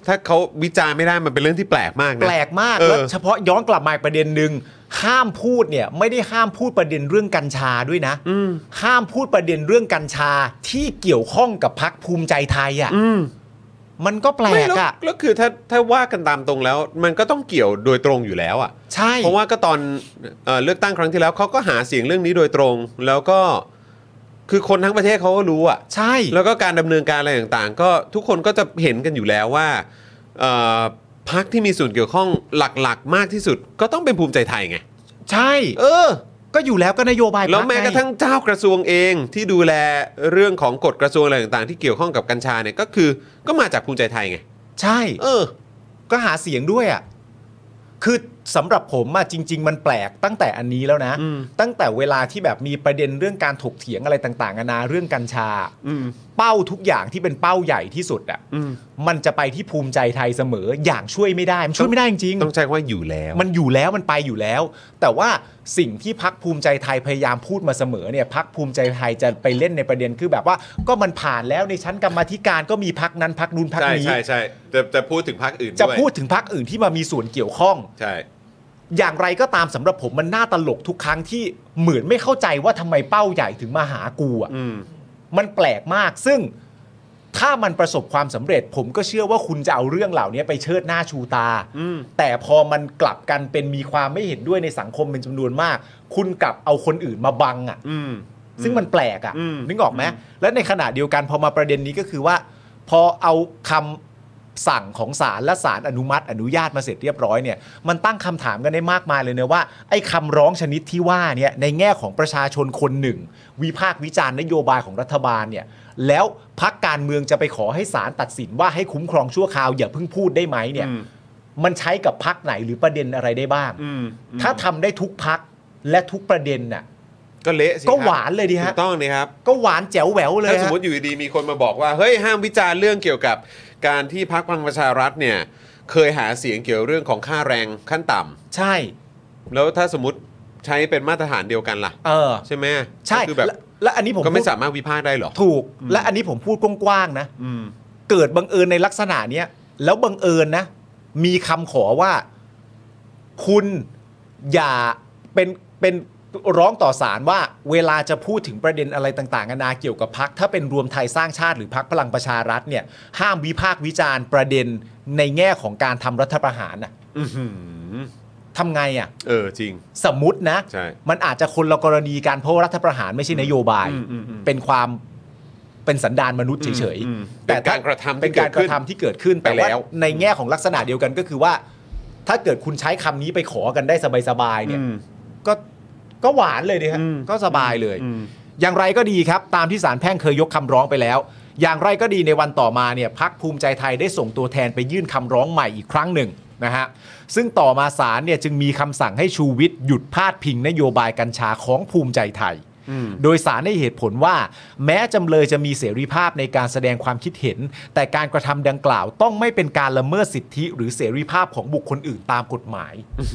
Speaker 2: ถ้าเขาวิจารณ์ไม่ได้มันเป็นเรื่องที่แปลกมากนะ
Speaker 5: แปลกมาก
Speaker 2: เออ
Speaker 5: แล้วเฉพาะย้อนกลับมาอีกประเด็นหนึ่งห้ามพูดเนี่ยไม่ได้ห้ามพูดประเด็นเรื่องกัญชาด้วยนะห้ามพูดประเด็นเรื่องกัญชาที่เกี่ยวข้องกับพรรคภูมิใจไทยอ่ะมันก็แปล
Speaker 2: ไม่
Speaker 5: ก
Speaker 2: แล้ว
Speaker 5: อ่ะ
Speaker 2: แล้วคือถ้าถ้าว่ากันตามตรงแล้ว มันก็ต้องเกี่ยวโดยตรงอยู่แล้วอ่ะ
Speaker 5: ใช่
Speaker 2: เพราะว่าก็ตอนเอ่อเลือกตั้งครั้งที่แล้วเขาก็หาเสียงเรื่องนี้โดยตรง แล้วก็คือคนทั้งประเทศเขาก็รู้อ่ะ
Speaker 5: ใช่
Speaker 2: แล้วก็การดำเนินการอะไรต่างๆ ก็ทุกคนก็จะเห็นกันอยู่แล้วว่าเอ่อพรรคที่มีส่วนเกี่ยวข้องหลักๆ มากที่สุดก็ต้องเป็นภูมิใจไทยไง
Speaker 5: ใช่
Speaker 2: เออ
Speaker 5: ก็อยู่แล้วก็นโยบายพรรค
Speaker 2: แล้วแม้กระทั่งเจ้ากระทรวงเองที่ดูแลเรื่องของกฎกระทรวงอะไรต่างๆ ที่เกี่ยวข้องกับกัญชาเนี่ยก็คือก็มาจากภูมิใจไทยไง
Speaker 5: ใช่
Speaker 2: เออ
Speaker 5: ก็หาเสียงด้วยอ่ะคือสำหรับผมอะจริง ๆ มันแปลกตั้งแต่อันนี้แล้วนะ ตั้งแต่เวลาที่แบบมีประเด็นเรื่องการถกเถียงอะไรต่างๆนานาเรื่องกัญชา เป้าทุกอย่างที่เป็นเป้าใหญ่ที่สุดอ่ะมันจะไปที่ภูมิใจไทยเสมออย่างช่วยไม่ได้มันช่วยไม่ได้จริงๆ
Speaker 2: ต้องใช้ว่าอยู่แล้ว
Speaker 5: มันอยู่แล้วมันไปอยู่แล้ว แต่ว่าสิ่งที่พรรคภูมิใจไทยพยายามพูดมาเสมอเนี่ยพรรคภูมิใจไทยจะไปเล่นในประเด็นคือแบบว่าก็มันผ่านแล้วในชั้นกรรมาธิการก็มีพรรคนั้นพรรคนู้นพรรค
Speaker 2: ใช่
Speaker 5: นี้
Speaker 2: ใช่ใช่จะจะพูดถึงพรรคอื่น
Speaker 5: จะ
Speaker 2: ด้วย
Speaker 5: พูดถึงพรรคอื่นที่มามีส่วนเกี่ยวข้อง
Speaker 2: ใช่
Speaker 5: อย่างไรก็ตามสำหรับผมมันน่าตลกทุกครั้งที่เหมือนไม่เข้าใจว่าทำไมเป้าใหญ่ถึงมาหากูอ่ะ
Speaker 2: อืม
Speaker 5: มันแปลกมากซึ่งถ้ามันประสบความสำเร็จ ผมก็เชื่อว่าคุณจะเอาเรื่องเหล่านี้ไปเชิดหน้าชูตาแต่พอมันกลับกันเป็นมีความไม่เห็นด้วยในสังคมเป็นจำนวนมาก คุณกลับเอาคนอื่นมาบังอ่ะ
Speaker 2: อืม
Speaker 5: ซึ่งมันแปลกอ่ะ
Speaker 2: อืม
Speaker 5: นึกออกไหมและในขณะเดียวกันพอมาประเด็นนี้ก็คือว่า พอเอาคำสั่งของศาลและศาลอนุมัติอนุญาตมาเสร็จเรียบร้อยเนี่ยมันตั้งคำถามกันได้มากมายเลยนะว่าไอ้คำร้องชนิดที่ว่าเนี่ยในแง่ของประชาชนคนหนึ่งวิพากษ์วิจารณ์นโยบายของรัฐบาลเนี่ยแล้วพรรคการเมืองจะไปขอให้ศาลตัดสินว่าให้คุ้มครองชั่วคราวอย่าเพิ่งพูดได้ไหมเนี่ยมันใช้กับพรรคไหนหรือประเด็นอะไรได้บ้างถ้าทำได้ทุกพรรคและทุกประเด็นน่ะ
Speaker 2: ก็เละสิ
Speaker 5: ก็หวานเลยดิฮะ
Speaker 2: ถูกต้องนี่ครับ
Speaker 5: ก็หวานแจ๋วแหววเลย
Speaker 2: ถ้าสม
Speaker 5: ฮะ
Speaker 2: มติอยู่ดีๆมีคนมาบอกว่าเฮ้ยห้ามวิจารณ์เรื่องเกี่ยวกับการที่พรรคพลังประชารัฐเนี่ยเคยหาเสียงเกี่ยวเรื่องของค่าแรงขั้นต่ำ
Speaker 5: ใช่
Speaker 2: แล้วถ้าสมมติใช้เป็นมาตรฐานเดียวกันล่ะ
Speaker 5: เออ
Speaker 2: ใช่ไหม
Speaker 5: ใช่
Speaker 2: ก็คือแบบ
Speaker 5: และและอันนี้ผม
Speaker 2: ก็ไม่
Speaker 5: พูด
Speaker 2: สามารถวิพากษ์ได้หรอ
Speaker 5: ถูก และอันนี้ผมพูดกว้างๆนะเกิดบังเอิญในลักษณะเนี้ยแล้วบังเอิญนะ มีคำขอว่า คุณอย่าเป็นเป็นร้องต่อศาลว่าเวลาจะพูดถึงประเด็นอะไรต่างๆนานาเกี่ยวกับพรรคถ้าเป็นรวมไทยสร้างชาติหรือพรรคพลังประชารัฐเนี่ยห้ามวิพากษ์วิจารณ์ประเด็นในแง่ของการทำรัฐประหารน่ะทำไงอ่ะ
Speaker 2: เออจริง
Speaker 5: สมมตินะ
Speaker 2: ใช่
Speaker 5: มันอาจจะคนละกรณีการเพราะรัฐประหารไม่ใช่นโยบาย
Speaker 2: อืมอืมอืม
Speaker 5: เป็นความเป็นสันดานมนุษย์เฉย
Speaker 2: อืม
Speaker 5: ๆ
Speaker 2: เป็นการกระทำที่
Speaker 5: เป็นการกระทำที่เกิดขึ้น
Speaker 2: ไป
Speaker 5: แต่ว่า
Speaker 2: แล้ว
Speaker 5: ในแง่ของลักษณะเดียวกันก็คือว่า ถ้าเกิดคุณใช้คำนี้ไปขอกันได้สบายๆเนี่ย
Speaker 2: อืม
Speaker 5: ก็ก็หวานเลยดิฮะ
Speaker 2: อืม
Speaker 5: ก็สบายเลย
Speaker 2: อืม
Speaker 5: อย่างไรก็ดีครับ ตามที่ศาลแพ่งเคยยกคำร้องไปแล้ว อย่างไรก็ดีในวันต่อมาเนี่ยพรรคภูมิใจไทยได้ส่งตัวแทนไปยื่นคำร้องใหม่อีกครั้งหนึ่งนะฮะซึ่งต่อมาศาลเนี่ยจึงมีคำสั่งให้ชูวิทย์หยุดพาดพิงนโยบายกัญชาของภูมิใจไทย โดยศาลให้เหตุผลว่า แม้จำเลยจะมีเสรีภาพในการแสดงความคิดเห็น แต่การกระทำดังกล่าวต้องไม่เป็นการละเมิดสิทธิหรือเสรีภาพของบุคคลอื่นตามกฎหมาย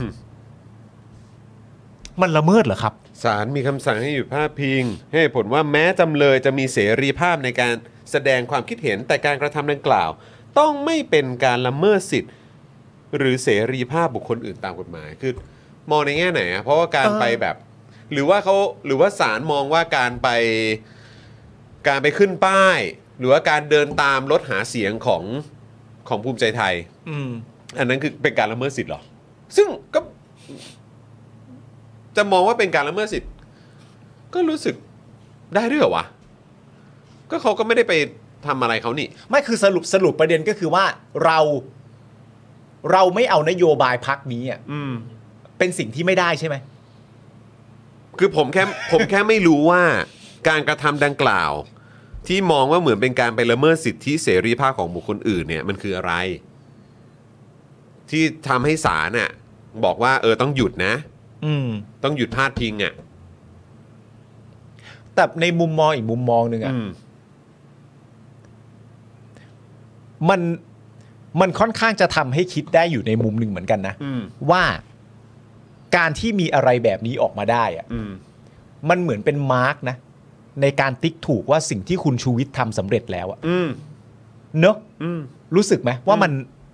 Speaker 5: มันละเมิดเหรอครับ
Speaker 2: ศาลมีคำสั่งให้หยุดพาดพิงให้เหตุผลว่าแม้จำเลยจะมีเสรีภาพในการแสดงความคิดเห็น แต่การกระทำดังกล่าว ต้องไม่เป็นการละเมิดสิทธิ์ หรือเสรีภาพบุคคลอื่นตามกฎหมายคือมองในแง่ไหนอะเพราะว่าการ
Speaker 5: เออ
Speaker 2: ไปแบบ หรือว่าเขาหรือว่าศาลมองว่าการไปการไปขึ้นป้าย หรือว่าการเดินตามรถหาเสียงของของภูมิใจไทย
Speaker 5: อืม
Speaker 2: อันนั้นคือเป็นการละเมิดสิทธิ์เหรอซึ่งก็ จะมองว่าเป็นการละเมิดสิทธิ์ก็รู้สึกได้ด้วยเหรอวะก็เขาก็ไม่ได้ไปทำอะไรเขานี่
Speaker 5: ไม่คือสรุปสรุปประเด็นก็คือว่าเราเราไม่เอานโยบายพักนี้อ่ะเป็นสิ่งที่ไม่ได้ใช่ไหม
Speaker 2: คือผมแค่ ผมแค่ไม่รู้ว่าการกระทำดังกล่าว ที่มองว่าเหมือนเป็นการไปละเมิดสิทธิเสรีภาพของบุคคลอื่นเนี่ยมันคืออะไร ที่ทำให้ศาลน่ะบอกว่าเออต้องหยุดนะ
Speaker 5: อืม
Speaker 2: ต้องหยุดพาดพิงอ่ะ
Speaker 5: แต่ในมุมมองอีกมุมมองหนึ่งอ่ะ
Speaker 2: อืม
Speaker 5: มันมันค่อนข้างจะทำให้คิดได้อยู่ในมุมหนึ่งเหมือนกันนะ
Speaker 2: อืม
Speaker 5: ว่าการที่มีอะไรแบบนี้ออกมาได้อ่ะ
Speaker 2: อืม
Speaker 5: มันเหมือนเป็นมาร์กนะในการติ๊กถูกว่าสิ่งที่คุณชูวิทย์ทำสำเร็จแล้วอะ
Speaker 2: อืม
Speaker 5: เนอะ
Speaker 2: อืม
Speaker 5: รู้สึกไหมว่ามัน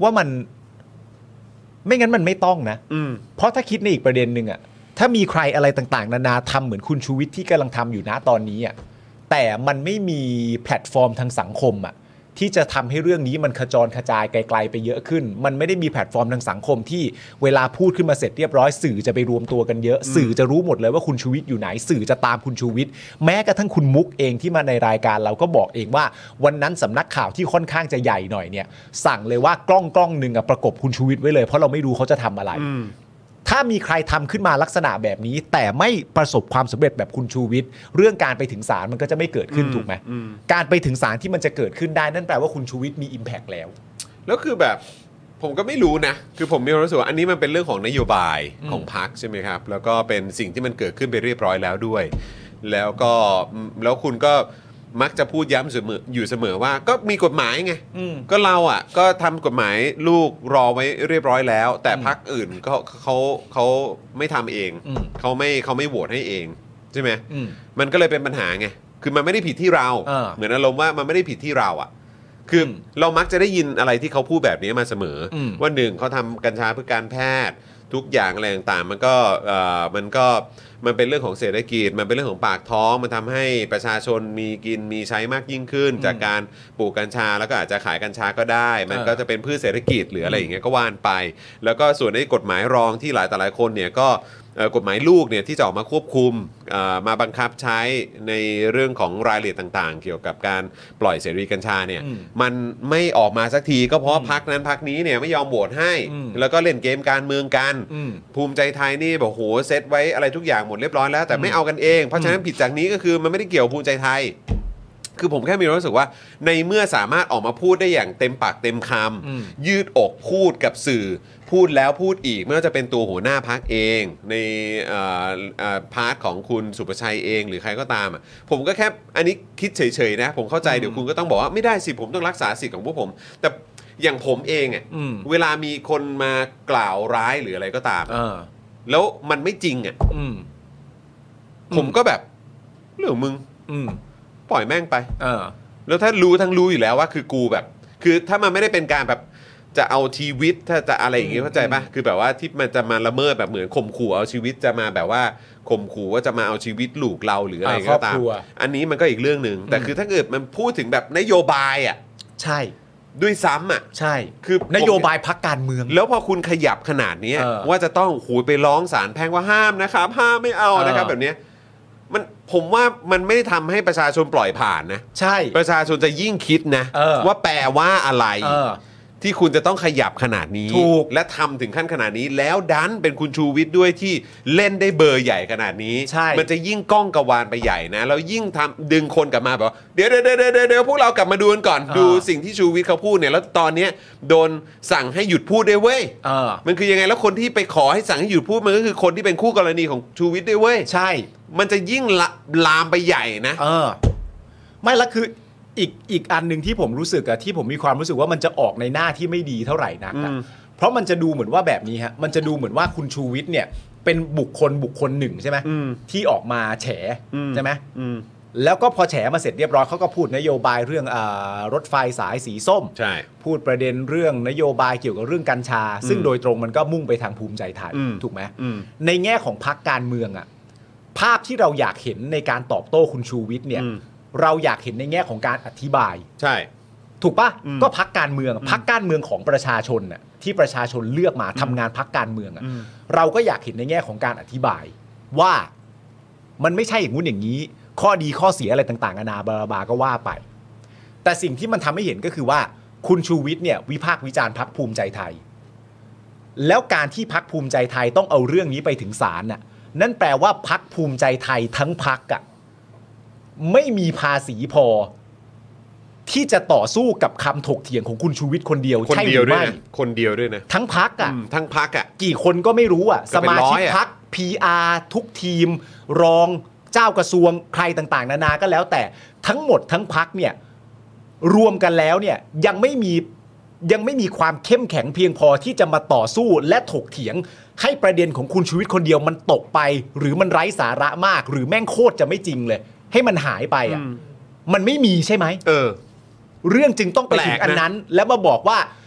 Speaker 5: ว่ามันไม่งั้นมันไม่ต้องนะเพราะถ้าคิดในอีกประเด็นหนึ่งอ่ะถ้ามีใครอะไรต่างๆนานาทำเหมือนคุณชูวิทย์ที่กำลังทำอยู่นะตอนนี้อ่ะแต่มันไม่มีแพลตฟอร์มทางสังคมอ่ะที่จะทำให้เรื่องนี้มันขจรกระจายไกลๆไปเยอะขึ้นมันไม่ได้มีแพลตฟอร์มทางสังคมที่เวลาพูดขึ้นมาเสร็จเรียบร้อยสื่อจะไปรวมตัวกันเยอะสื่อจะรู้หมดเลยว่าคุณชูวิทย์อยู่ไหนสื่อจะตามคุณชูวิทย์แม้กระทั่งคุณมุกเองที่มาในรายการเราก็บอกเองว่าวันนั้นสำนักข่าวที่ค่อนข้างจะใหญ่หน่อยเนี่ยสั่งเลยว่ากล้องกล้องหนึ่งประกบคุณชูวิทย์ไว้เลยเพราะเราไม่รู้เขาจะทำอะไรถ้ามีใครทำขึ้นมาลักษณะแบบนี้แต่ไม่ประสบความสำเร็จแบบคุณชูวิทย์เรื่องการไปถึงศาลมันก็จะไม่เกิดขึ้นถูกไหมการไปถึงศาลที่มันจะเกิดขึ้นได้นั่นแปลว่าคุณชูวิทย์มี impact แล้ว
Speaker 2: แล้วคือแบบผมก็ไม่รู้นะคือผมมีความรู้สึกว่าอันนี้มันเป็นเรื่องของนโยบายของพรรคใช่ไหมครับแล้วก็เป็นสิ่งที่มันเกิดขึ้นไปเรียบร้อยแล้วด้วยแล้วก็แล้วคุณก็มักจะพูดย้ำเสมออยู่เสมอว่าก็มีกฎหมายไงก็เราอ่ะก็ทำกฎหมายลูกรอไว้เรียบร้อยแล้วแต่พรรคอื่นเขาเขาเขาไม่ทำเองเขาไม่เขาไม่โหวตให้เองใช่ไหมมันก็เลยเป็นปัญหาไงคือมันไม่ได้ผิดที่เราเหมือนอารมณ์ว่ามันไม่ได้ผิดที่เราอ่ะคือเรามักจะได้ยินอะไรที่เขาพูดแบบนี้มาเสมอว่าหนึ่งเขาทำกัญชาเพื่อการแพทย์ทุกอย่างอะไรต่างๆมันก็เอ่อมันก็มันเป็นเรื่องของเศรษฐกิจมันเป็นเรื่องของปากท้องมันทำให้ประชาชนมีกินมีใช้มากยิ่งขึ้นจากการปลูกกัญชาแล้วก็อาจจะขายกัญชาก็ได้มันก็จะเป็นพืชเศรษฐกิจหรืออะไรอย่างเงี้ยก็ว่านไปแล้วก็ส่วนในกฎหมายรองที่หลายต่อหลายคนเนี่ยก็กฎหมายลูกเนี่ยที่จะออกมาควบคุมมาบังคับใช้ในเรื่องของรายละเอียดต่างๆเกี่ยวกับการปล่อยเสรีกัญชาเนี่ยมันไม่ออกมาสักทีก็เพราะพรรคนั้นพรรคนี้เนี่ยไม่ยอมโหวตให้แล้วก็เล่นเกมการเมืองกันภูมิใจไทยนี่บอกโหเซตไว้อะไรทุกอย่างหมดเรียบร้อยแล้วแต่ไม่เอากันเองเพราะฉะนั้นผิดจากนี้ก็คือมันไม่ได้เกี่ยวภูมิใจไทยคือผมแค่มีความรู้สึกว่าในเมื่อสามารถออกมาพูดได้อย่างเต็มปากเต็มคำยืดอกพูดกับสื่อพูดแล้วพูดอีกไม่ว่าจะเป็นตัวหัวหน้าพรรคเองในพาร์ทของคุณสุประชัยเองหรือใครก็ตามอ่ะผมก็แค่อันนี้คิดเฉยๆนะผมเข้าใจเดี๋ยวคุณก็ต้องบอกว่าไม่ได้สิผมต้องรักษาสิทธิ์ของพวกผมแต่อย่างผมเองอ่ะเวลามีคนมากล่าวร้ายหรืออะไรก็ตามแล้วมันไม่จริงอ่ะผมก็แบบเรื่องมึงปล่อยแม่งไปแล้วถ้ารู้ทั้งรู้อยู่แล้วว่าคือกูแบบคือถ้ามันไม่ได้เป็นการแบบจะเอาชีวิตถ้าจะอะไรอย่างงี้เข้าใจป่ะคือแบบว่าที่มันจะมาละเมิดแบบเหมือนข่มขู่เอาชีวิตจะมาแบบว่าข่มขู่ว่าจะมาเอาชีวิตลูกเราหรืออะไรก็ตามอันนี้มันก็อีกเรื่องนึงแต่คือถ้าเกิดมันพูดถึงแบบนโยบายอ่ะใช่ด้วยซ้ำอ่ะใช่คือนโยบายพรรคการเมืองแล้วพอคุณขยับขนาดนี้ว่าจะต้องหูไปร้องศาลแพ่งว่าห้ามนะครับห้ามไม่เอานะครับแบบนี้มันผมว่ามันไม่ได้ทำให้ประชาชนปล่อยผ่านนะใช่ประชาชนจะยิ่งคิดนะว่าแปลว่าอะไรที่คุณจะต้องขยับขนาดนี้และทำถึงขั้นขนาดนี้แล้วดันเป็นคุณชูวิทย์ด้วยที่เล่นได้เบอร์ใหญ่ขนาดนี้มันจะยิ่งก้องกระวานไปใหญ่นะแล้วยิ่งทำดึงคนกลับมาแบบเดี๋ยวเดี๋ยวเดี๋ยวเดี๋ยวพวกเรากลับมาดูกันก่อนดูสิ่งที่ชูวิทย์เขาพูดเนี่ยแล้วตอนนี้โดนสั่งให้หยุดพูดด้วยเว้ยมันคือยังไงแล้วคนที่ไปขอให้สั่งให้หยุดพูดมันก็คือคนที่เป็นคู่กรณีของชูวิทย์ด้วยเว้ยใช่มันจะยิ่งลามไปใหญ่นะเออไม่ละคืออีกอีกอันหนึ่งที่ผมรู้สึกอะที่ผมมีความรู้สึกว่ามันจะออกในหน้าที่ไม่ดีเท่าไหร่นักอะเพราะมันจะดูเหมือนว่าแบบนี้ฮะมันจะดูเหมือนว่าคุณชูวิทย์เนี่ยเป็นบุคคลบุคคลหนึ่งใช่ไหมที่ออกมาแฉใช่ไหมแล้วก็พอแฉมาเสร็จเรียบร้อยเขาก็พูดนโยบายเรื่องอ่ารถไฟสายสีส้มใช่พูดประเด็นเรื่องนโยบายเกี่ยวกับเรื่องกัญชาซึ่งโดยตรงมันก็มุ่งไปทางภูมิใจไทยถูกไหมในแง่ของพรรคการเมืองอะภาพที่เราอยากเห็นในการตอบโต้คุณชูวิทย์เนี่ยเราอยากเห็นในแง่ของการอธิบายใช่ถูกปะก็พรรคการเมืองพรรคการเมืองของประชาชนน่ะที่ประชาชนเลือกมาทำงานพรรคการเมืองอ่ะเราก็อยากเห็นในแง่ของการอธิบายว่ามันไม่ใช่อย่างงู้นอย่างนี้ข้อดีข้อเสียอะไรต่างๆนานาบลาบลาก็ว่าไปแต่สิ่งที่มันทำให้เห็นก็คือว่าคุณชูวิทย์เนี่ยวิพากษ์วิจารณ์พรรคภูมิใจไทยแล้วการที่พรรคภูมิใจไทยต้องเอาเรื่องนี้ไปถึงศาลน่ะนั่นแปลว่าพรรคภูมิใจไทยทั้งพรรคอ่ะไม่มีภาษีพอที่จะต่อสู้กับคำถกเถียงของคุณชูวิทย์คนเดียวใช่หรือไม่คนเดียวด้วยนะทั้งพรรคอ่ะทั้งพรรคอ่ะกี่คนก็ไม่รู้อ่ะสมาชิกพรรค พี อาร์ ทุกทีมรองเจ้ากระทรวงใครต่างๆนานาก็แล้วแต่ทั้งหมดทั้งพรรคเนี่ยรวมกันแล้วเนี่ยยังไม่มียังไม่มีความเข้มแข็งเพียงพอที่จะมาต่อสู้และถกเถียงให้ประเด็นของคุณชูวิทย์คนเดียวมันตกไปหรือมันไร้สาระมากหรือแม่งโคตรจะไม่จริงเลยให้มันหายไปอ่ะมันไม่มีใช่ไหมเออเรื่องจึงต้องไปถึงอันนั้นแล้วมาบอกว่า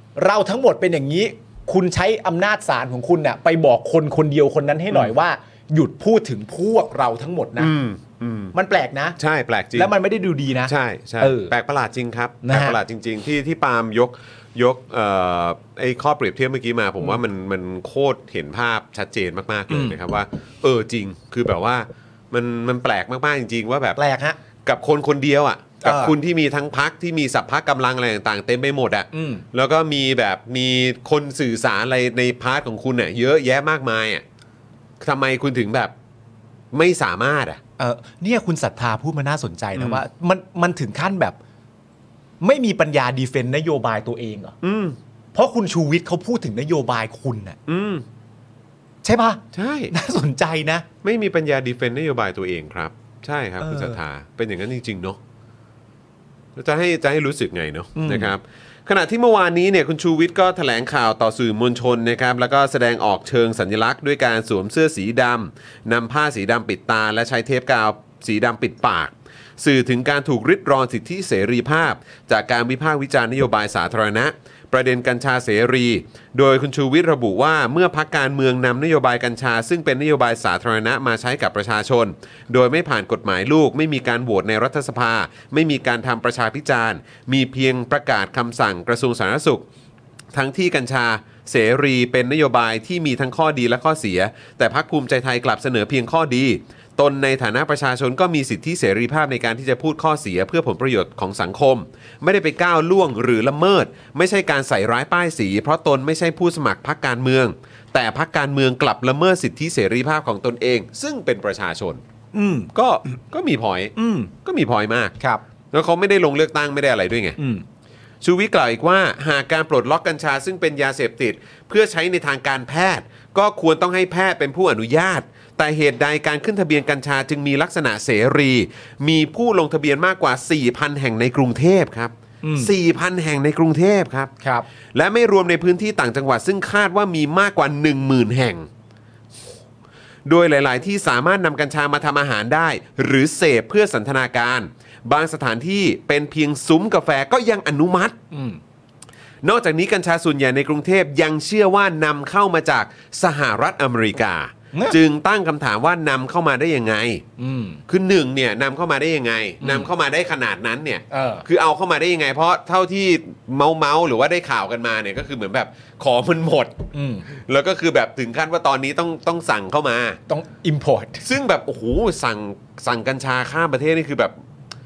Speaker 5: เราทั้งหมดเป็นอย่างนี้คุณใช้อำนาจศาลของคุณน่ะไปบอกคนคนเดียวคนนั้นให้หน่อยว่าหยุดพูดถึงพวกเราทั้งหมดนะมันแปลกนะ
Speaker 2: ใช่แปลกจริง
Speaker 5: แล้วมันไม่ได้ดูดีนะ
Speaker 2: ใช่ใช่แปลกประหลาดจริงครับแปลกประหลาดจริงๆที่ที่ปาล์มยกยกเอ่อไอ้ข้อเปรียบเทียบเมื่อกี้มาผมว่ามันมันโคตรเห็นภาพชัดเจนมากๆเลยนะครับว่าเออจริงคือแบบว่ามันมันแปลกมากๆจริงๆว่าแบบ
Speaker 5: แปลกฮะ
Speaker 2: กับคนคนเดียวอ่ะกับคุณที่มีทั้งพรรคที่มีสัพพะกำลังอะไรต่างๆเต็มไปหมดอ่ะแล้วก็มีแบบมีคนสื่อสารอะไรในพาร์ทของคุณเนี่ยเยอะแยะมากมายอ่ะทำไมคุณถึงแบบไม่สามารถอ่ะ
Speaker 5: เออเนี่ยคุณศรัทธาพูดมาน่าสนใจนะว่ามันมันถึงขั้นแบบไม่มีปัญญาดีเฟนต์นโยบายตัวเองเหรอเพราะคุณชูวิทย์เขาพูดถึงนโยบายคุณน่ะใช่ปะ
Speaker 2: ใช่
Speaker 5: น่าสนใจนะ
Speaker 2: ไม่มีปัญญาดีเฟนต์นโยบายตัวเองครับใช่ครับคุณศรัทธาเป็นอย่างนั้นจริงๆเนาะจะให้จะให้รู้สึกไงเนาะนะครับขณะที่เมื่อวานนี้เนี่ยคุณชูวิทย์ก็แถลงข่าวต่อสื่อมวลชนนะครับแล้วก็แสดงออกเชิงสัญลักษณ์ด้วยการสวมเสื้อสีดำนำผ้าสีดำปิดตาและใช้เทปกาวสีดำปิดปากสื่อถึงการถูกริดรอนสิทธิเสรีภาพจากการวิพากษ์วิจารณ์นโยบายสาธารณะประเด็นกัญชาเสรีโดยคุณชูวิทย์ระบุว่าเมื่อพรรคการเมืองนำนโยบายกัญชาซึ่งเป็นนโยบายสาธารณะมาใช้กับประชาชนโดยไม่ผ่านกฎหมายลูกไม่มีการโหวตในรัฐสภาไม่มีการทำประชาพิจารณ์มีเพียงประกาศคำสั่งกระทรวงสาธารณสุขทั้งที่กัญชาเสรีเป็นนโยบายที่มีทั้งข้อดีและข้อเสียแต่พรรคภูมิใจไทยกลับเสนอเพียงข้อดีตนในฐานะประชาชนก็มีสิทธิเสรีภาพในการที่จะพูดข้อเสียเพื่อผลประโยชน์ของสังคมไม่ได้ไปก้าวล่วงหรือละเมิดไม่ใช่การใส่ร้ายป้ายสีเพราะตนไม่ใช่ผู้สมัครพรรคการเมืองแต่พรรคการเมืองกลับละเมิดสิทธิเสรีภาพของตนเองซึ่งเป็นประชาชน
Speaker 5: อืม
Speaker 2: ก็ก็มีพอยต์ก็มีพอยต์มาก
Speaker 5: ครับ
Speaker 2: แล้วเขาไม่ได้ลงเลือกตั้งไม่ได้อะไรด้วยไงชูวิทย์กล่าวอีกว่าหากการปลดล็อกกัญชาซึ่งเป็นยาเสพติดเพื่อใช้ในทางการแพทย์ก็ควรต้องให้แพทย์เป็นผู้อนุญาตแต่เหตุใดการขึ้นทะเบียนกัญชาจึงมีลักษณะเสรีมีผู้ลงทะเบียนมากกว่า สี่พัน แห่งในกรุงเทพครับ สี่พัน แห่งในกรุงเทพครับ
Speaker 5: ครับ
Speaker 2: และไม่รวมในพื้นที่ต่างจังหวัดซึ่งคาดว่ามีมากกว่า หนึ่งหมื่น แห่งโดยหลายๆที่สามารถนำกัญชามาทำอาหารได้หรือเสพเพื่อสันทนาการบางสถานที่เป็นเพียงซุ้มกาแฟก็ยังอนุมัตินอกจากนี้กัญชาส่วนใหญ่ในกรุงเทพยังเชื่อว่านำเข้ามาจากสหรัฐอเมริกาจึงตั้งคำถามว่านำเข้ามาได้ยังไงคือหนึ่งเนี่ยนำเข้ามาได้ยังไงนำเข้ามาได้ขนาดนั้นเนี่ยคือเอาเข้ามาได้ยังไงเพราะเท่าที่เมาเมาหรือว่าได้ข่าวกันมาเนี่ยก็คือเหมือนแบบขอมันหมดแล้วก็คือแบบถึงขั้นว่าตอนนี้ต้องต้องสั่งเข้ามา
Speaker 5: ต้อง import
Speaker 2: ซึ่งแบบโอ้โหสั่งสั่งกัญชาข้ามประเทศนี่คือแบบ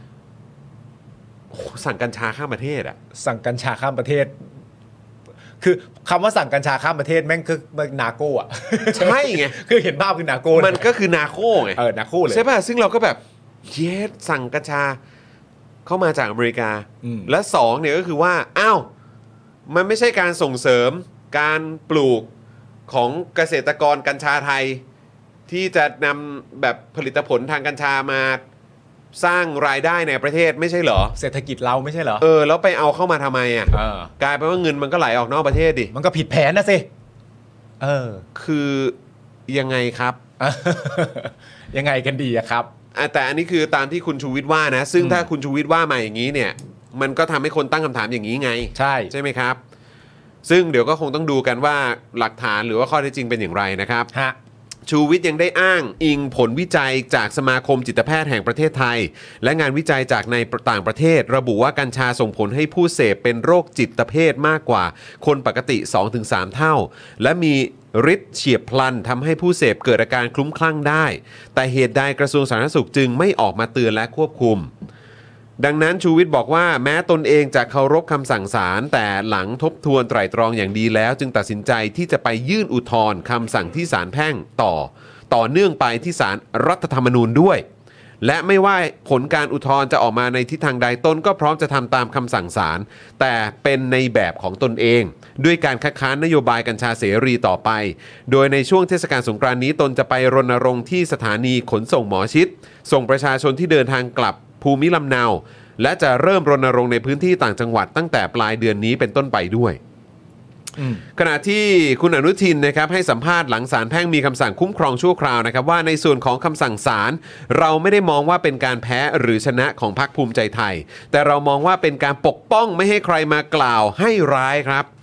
Speaker 2: สั่งกัญชาข้ามประเทศอะ
Speaker 5: สั่งกัญชาข้ามประเทศคือคำว่าสั่งกัญชาข้ามประเทศแม่งคือนาโก้อะ
Speaker 2: ใช่ไง
Speaker 5: คือเห็นภาพคือนาโก้
Speaker 2: มันก็คือนาโก้ไง
Speaker 5: เออนาโก้เลย
Speaker 2: ใช่ป่ะซึ่งเราก็แบบเยสสั่งกัญชาเข้ามาจากอเมริกาและสองเนี่ยก็คือว่าอ้าวมันไม่ใช่การส่งเสริมการปลูกของเกษตรกรกัญชาไทยที่จะนำแบบผลิตผลทางกัญชามาสร้างรายได้ในประเทศไม่ใช่เหรอ
Speaker 5: เศรษฐกิจเราไม่ใช่เหรอ
Speaker 2: เออแล้วไปเอาเข้ามาทำไมอ่ะกลายเป็นว่าเงินมันก็ไหลออกนอกประเทศดิ
Speaker 5: มันก็ผิดแผนนะสิเออ
Speaker 2: คือยังไงครับ
Speaker 5: ยังไงกันดีอะครับ
Speaker 2: แต่อันนี้คือตามที่คุณชูวิทย์ว่านะซึ่งถ้าคุณชูวิทย์ว่ามาอย่างนี้เนี่ยมันก็ทำให้คนตั้งคำถามอย่างนี้ไง
Speaker 5: ใช่
Speaker 2: ใช่ไหมครับซึ่งเดี๋ยวก็คงต้องดูกันว่าหลักฐานหรือว่าข้อเท็จจริงเป็นอย่างไรนะครับ
Speaker 5: ฮะ
Speaker 2: ชูวิทย์ยังได้อ้างอิงผลวิจัยจากสมาคมจิตแพทย์แห่งประเทศไทยและงานวิจัยจากในต่างประเทศระบุว่ากัญชาส่งผลให้ผู้เสพเป็นโรคจิตเภทมากกว่าคนปกติ สองถึงสาม เท่าและมีฤทธิ์เฉียบพลันทำให้ผู้เสพเกิดอาการคลุ้มคลั่งได้แต่เหตุใดกระทรวงสาธารณสุขจึงไม่ออกมาเตือนและควบคุมดังนั้นชูวิทย์บอกว่าแม้ตนเองจะเคารพคำสั่งศาลแต่หลังทบทวนไตร่ตรองอย่างดีแล้วจึงตัดสินใจที่จะไปยื่นอุทธรณ์คำสั่งที่ศาลแพ่งต่อต่อเนื่องไปที่ศาลรัฐธรรมนูญด้วยและไม่ว่าผลการอุทธรณ์จะออกมาในทิศทางใดตนก็พร้อมจะทำตามคำสั่งศาลแต่เป็นในแบบของตนเองด้วยการคัดค้านนโยบายกัญชาเสรีต่อไปโดยในช่วงเทศกาลสงกรานต์นี้ตนจะไปรณรงค์ที่สถานีขนส่งหมอชิตส่งประชาชนที่เดินทางกลับภูมิลำเนาและจะเริ่มรณรงค์ในพื้นที่ต่างจังหวัดตั้งแต่ปลายเดือนนี้เป็นต้นไปด้วยขณะที่คุณอนุทินนะครับให้สัมภาษณ์หลังศาลแพ่งมีคำสั่งคุ้มครองชั่วคราวนะครับว่าในส่วนของคำสั่งศาลเราไม่ได้มองว่าเป็นการแพ้หรือชนะของพรรคภูมิใจไทยแต่เรามองว่าเป็นการปกป้องไม่ให้ใครมากล่าวให้ร้ายครับ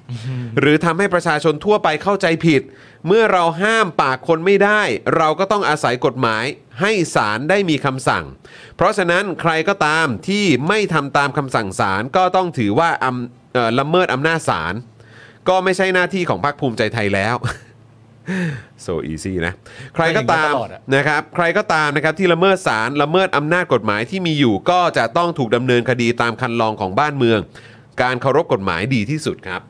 Speaker 2: หรือทำให้ประชาชนทั่วไปเข้าใจผิดเมื่อเราห้ามปากคนไม่ได้เราก็ต้องอาศัยกฎหมายให้ศาลได้มีคำสั่งเพราะฉะนั้นใครก็ตามที่ไม่ทำตามคำสั่งศาลก็ต้องถือว่าอำเอ่อละเมิดอำนาจศาลก็ไม่ใช่หน้าที่ของพรรคภูมิใจไทยแล้ว so easy นะใครก็ตามนะครับใครก็ตามนะครับที่ละเมิดศาลละเมิดอำนาจกฎหมายที่มีอยู่ก็จะต้องถูกดำเนินคดีตามคันลองของบ้านเมืองการเคารพกฎหมายดีที่สุดครับ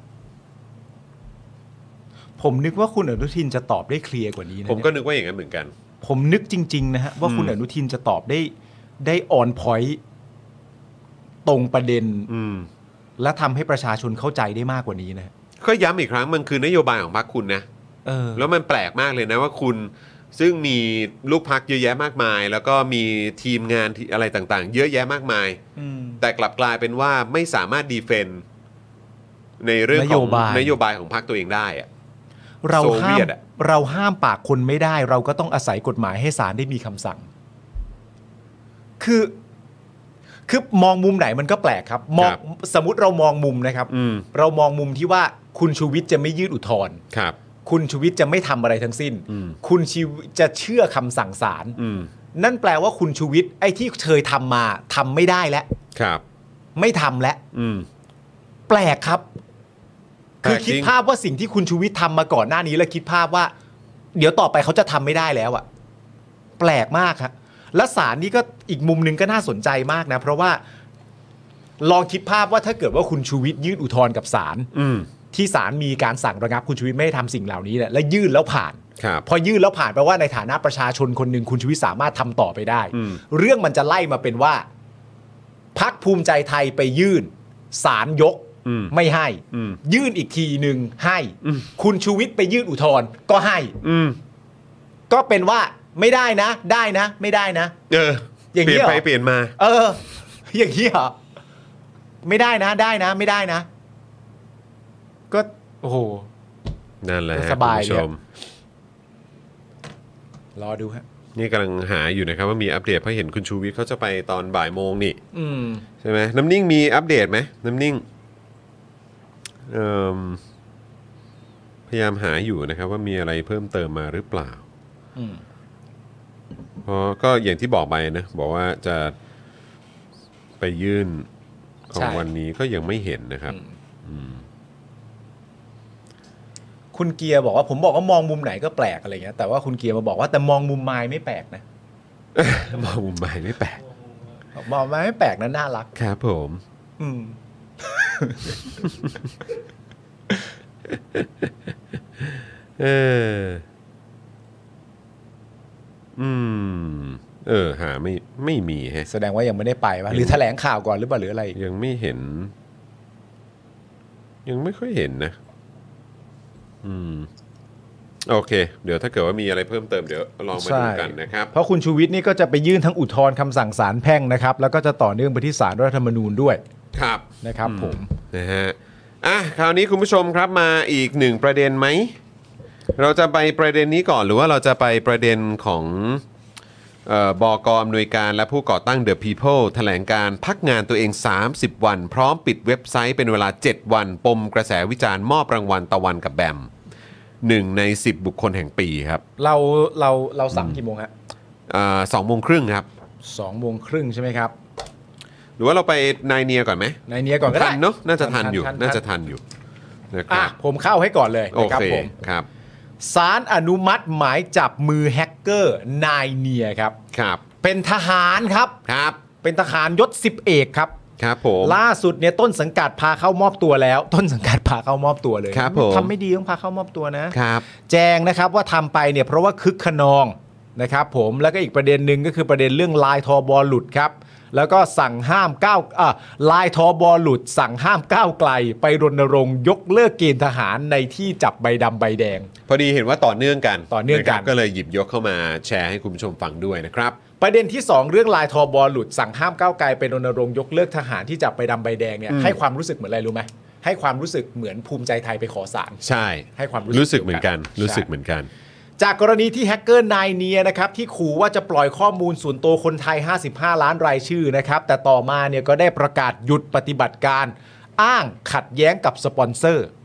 Speaker 5: ผมนึกว่าคุณอนุทินจะตอบได้เคลียร์กว่านี้นะ
Speaker 2: ผมก็นึกว่าอย่างนั้นเหมือนกัน
Speaker 5: ผมนึกจริงๆนะฮะว่าคุณอนุทินจะตอบได้ได้ออนพอยต์ตรงประเด็นและทำให้ประชาชนเข้าใจได้มากกว่านี้นะ
Speaker 2: ก็ย้ำอีกครั้งมันคือนโยบายของพรรคคุณนะ
Speaker 5: เออ
Speaker 2: แล้วมันแปลกมากเลยนะว่าคุณซึ่งมีลูกพรรคเยอะแยะมากมายแล้วก็มีทีมงานอะไรต่างๆเยอะแยะมากมายแต่กลับกลายเป็นว่าไม่สามารถดีเฟนต์ในเรื่องของนโยบายของพรรคตัวเองได้อะ
Speaker 5: เราห้ามเราห้ามปากคนไม่ได้เราก็ต้องอาศัยกฎหมายให้ศาลได้มีคำสั่งคือคือมองมุมไหนมันก็แปลกครับมองสมมติเรามองมุมนะครับเรามองมุมที่ว่าคุณชูวิทย์จะไม่ยื่นอุทธรณ์คุณชูวิทย์จะไม่ทำอะไรทั้งสิ้นคุณชูวิทย์จะเชื่อคำสั่งศาลนั่นแปลว่าคุณชูวิทย์ไอ้ที่เคยทำมาทำไม่ได้แล้วไม่ทำแล้วแปลกครับคือคิดภาพว่าสิ่งที่คุณชูวิทย์ทำมาก่อนหน้านี้แล้วคิดภาพว่าเดี๋ยวต่อไปเขาจะทำไม่ได้แล้วอะแปลกมากครับและศาลนี่ก็อีกมุมนึงก็น่าสนใจมากนะเพราะว่าลองคิดภาพว่าถ้าเกิดว่าคุณชูวิทย์ยื่นอุทธรณ์กับศาลที่ศาลมีการสั่งระงับคุณชูวิทย์ไม่ให้ทำสิ่งเหล่านี้และยื่นแล้วผ่านพอยื่นแล้วผ่านแปลว่าในฐานะประชาชนคนหนึ่งคุณชูวิทย์สามารถทำต่อไปได้เรื่องมันจะไล่มาเป็นว่าพรรคภูมิใจไทยไปยื่นศาลยกไม่ให้ยื่นอีกทีหนึ่งให้คุณชูวิทย์ไปยื่นอุทธรณ์ก็ให้ก็เป็นว่าไม่ได้นะได้นะไม่ได้นะ
Speaker 2: เอออย่างนี้เหรอเปลี่ยนไปเปลี่ยนมา
Speaker 5: เอออย่างนี้เหรอไม่ได้นะได้นะไม่ได้นะก็โอ้โห
Speaker 2: นั่นแหละ
Speaker 5: สบายเลยรอดูฮะ
Speaker 2: นี่กำลังหาอยู่นะครับว่ามีอัปเดตเพราะเห็นคุณชูวิทย์เขาจะไปตอนบ่ายโมงนี่ใช่ไหมน้ำนิ่งมีอัปเดตไหมน้ำนิ่งพยายามหาอยู่นะครับว่ามีอะไรเพิ่มเติมมาหรือเปล่าเพราะก็อย่างที่บอกไปนะบอกว่าจะไปยื่นของวันนี้ก็ยังไม่เห็นนะครับ
Speaker 5: คุณเกียร์บอกว่าผมบอกว่ามองมุมไหนก็แปลกอะไรเงี้ยแต่ว่าคุณเกียร์มาบอกว่าแต่มองมุมไม้ไม่แปลกนะ
Speaker 2: มองมุมไม้ไม่แปลก
Speaker 5: มองไม้ไม่แปลกนะน่ารัก
Speaker 2: ครับผมอืมเอออืมเออหาไม่ไม่มีฮะ
Speaker 5: แสดงว่ายังไม่ได้ไปป่ะหรือแถลงข่าวก่อนหรือเปล่าหรืออะไร
Speaker 2: ยังไม่เห็นยังไม่ค่อยเห็นนะอืมโอเคเดี๋ยวถ้าเกิดว่ามีอะไรเพิ่มเติมเดี๋ยวลองมาดูกันนะครับ
Speaker 5: เพราะคุณชูวิทย์นี่ก็จะไปยื่นทั้งอุทธรณ์คำสั่งศาลแพ่งนะครับแล้วก็จะต่อเนื่องไปที่ศาลรัฐธรรมนูญด้วย
Speaker 2: ครับ
Speaker 5: นะครับผม
Speaker 2: นะฮะอ่ะคราวนี้คุณผู้ชมครับมาอีกหนึ่งประเด็นไหมเราจะไปประเด็นนี้ก่อนหรือว่าเราจะไปประเด็นของเอ่อบก.อำนวยการและผู้ก่อตั้ง The People แถลงการพักงานตัวเองสามสิบวันพร้อมปิดเว็บไซต์เป็นเวลาเจ็ดวันปมกระแสวิจารณ์มอบรางวัลตะวันกับแบมหนึ่งในสิบบุคคลแห่งปีครับ
Speaker 5: เราเราเราสั่งกี่โมงฮะ
Speaker 2: อ่าสองโมงครึ่งครับ
Speaker 5: สองโมงครึ่งใช่ไหมครับ
Speaker 2: หรือว่าเราไปนายเนียก่อนไหม
Speaker 5: นายเนียก่อนก็ได้
Speaker 2: ทันเนาะน่าจะทันอยู่น่าจะทันอยู่
Speaker 5: นะครับผมเข้าให้ก่อนเลยนะครับผม
Speaker 2: ครับ
Speaker 5: ศาลอนุมัติหมายจับมือแฮกเกอร์นายเนียครับ
Speaker 2: ครับ
Speaker 5: เป็นทหารครับ
Speaker 2: ครับ
Speaker 5: เป็นทหารยศสิบเอกครับ
Speaker 2: ครับผม
Speaker 5: ล่าสุดเนี่ยต้นสังกัดพาเข้ามอบตัวแล้วต้นสังกัดพาเข้ามอบตัวเลย
Speaker 2: ครับผม
Speaker 5: ทำไม่ดีต้องพาเข้ามอบตัวนะครับแจ้งนะครับว่าทำไปเนี่ยเพราะว่าคึกขนองนะครับผมแล้วก็อีกประเด็นหนึ่งก็คือประเด็นเรื่องลายทบหลุดครับแล้วก็สั่งห้ามก้าวอ่าลายทบหลุดสั่งห้ามก้าวไกลไปรณรงค์ยกเลิกเกณฑ์ทหารในที่จับใบดำใบแดง
Speaker 2: พอดีเห็นว่าต่อเนื่องกัน
Speaker 5: ต่อเนื่องกัน
Speaker 2: ก็เลยหยิบยกเข้ามาแชร์ให้คุณผู้ชมฟังด้วยนะครับ
Speaker 5: ประเด็นที่สองเรื่องลายทบหลุดสั่งห้ามก้าวไกลไปรณรงค์ยกเลิกทหารที่จับใบดำใบแดงเนี่ยให้ความรู้สึกเหมือนอะไรรู้ไหมให้ความรู้สึกเหมือนภูมิใจไทยไปขอศาล
Speaker 2: ใช่
Speaker 5: ให้ความ
Speaker 2: รู้สึกเหมือนกันรู้สึกเหมือนกัน
Speaker 5: จากกรณีที่แฮกเกอร์นายเนียนะครับที่ขู่ว่าจะปล่อยข้อมูลส่วนตัวคนไทยห้าสิบห้าล้านรายชื่อนะครับแต่ต่อมาเนี่ยก็ได้ประกาศหยุดปฏิบัติการอ้างขัดแย้งกับสปอนเซอร์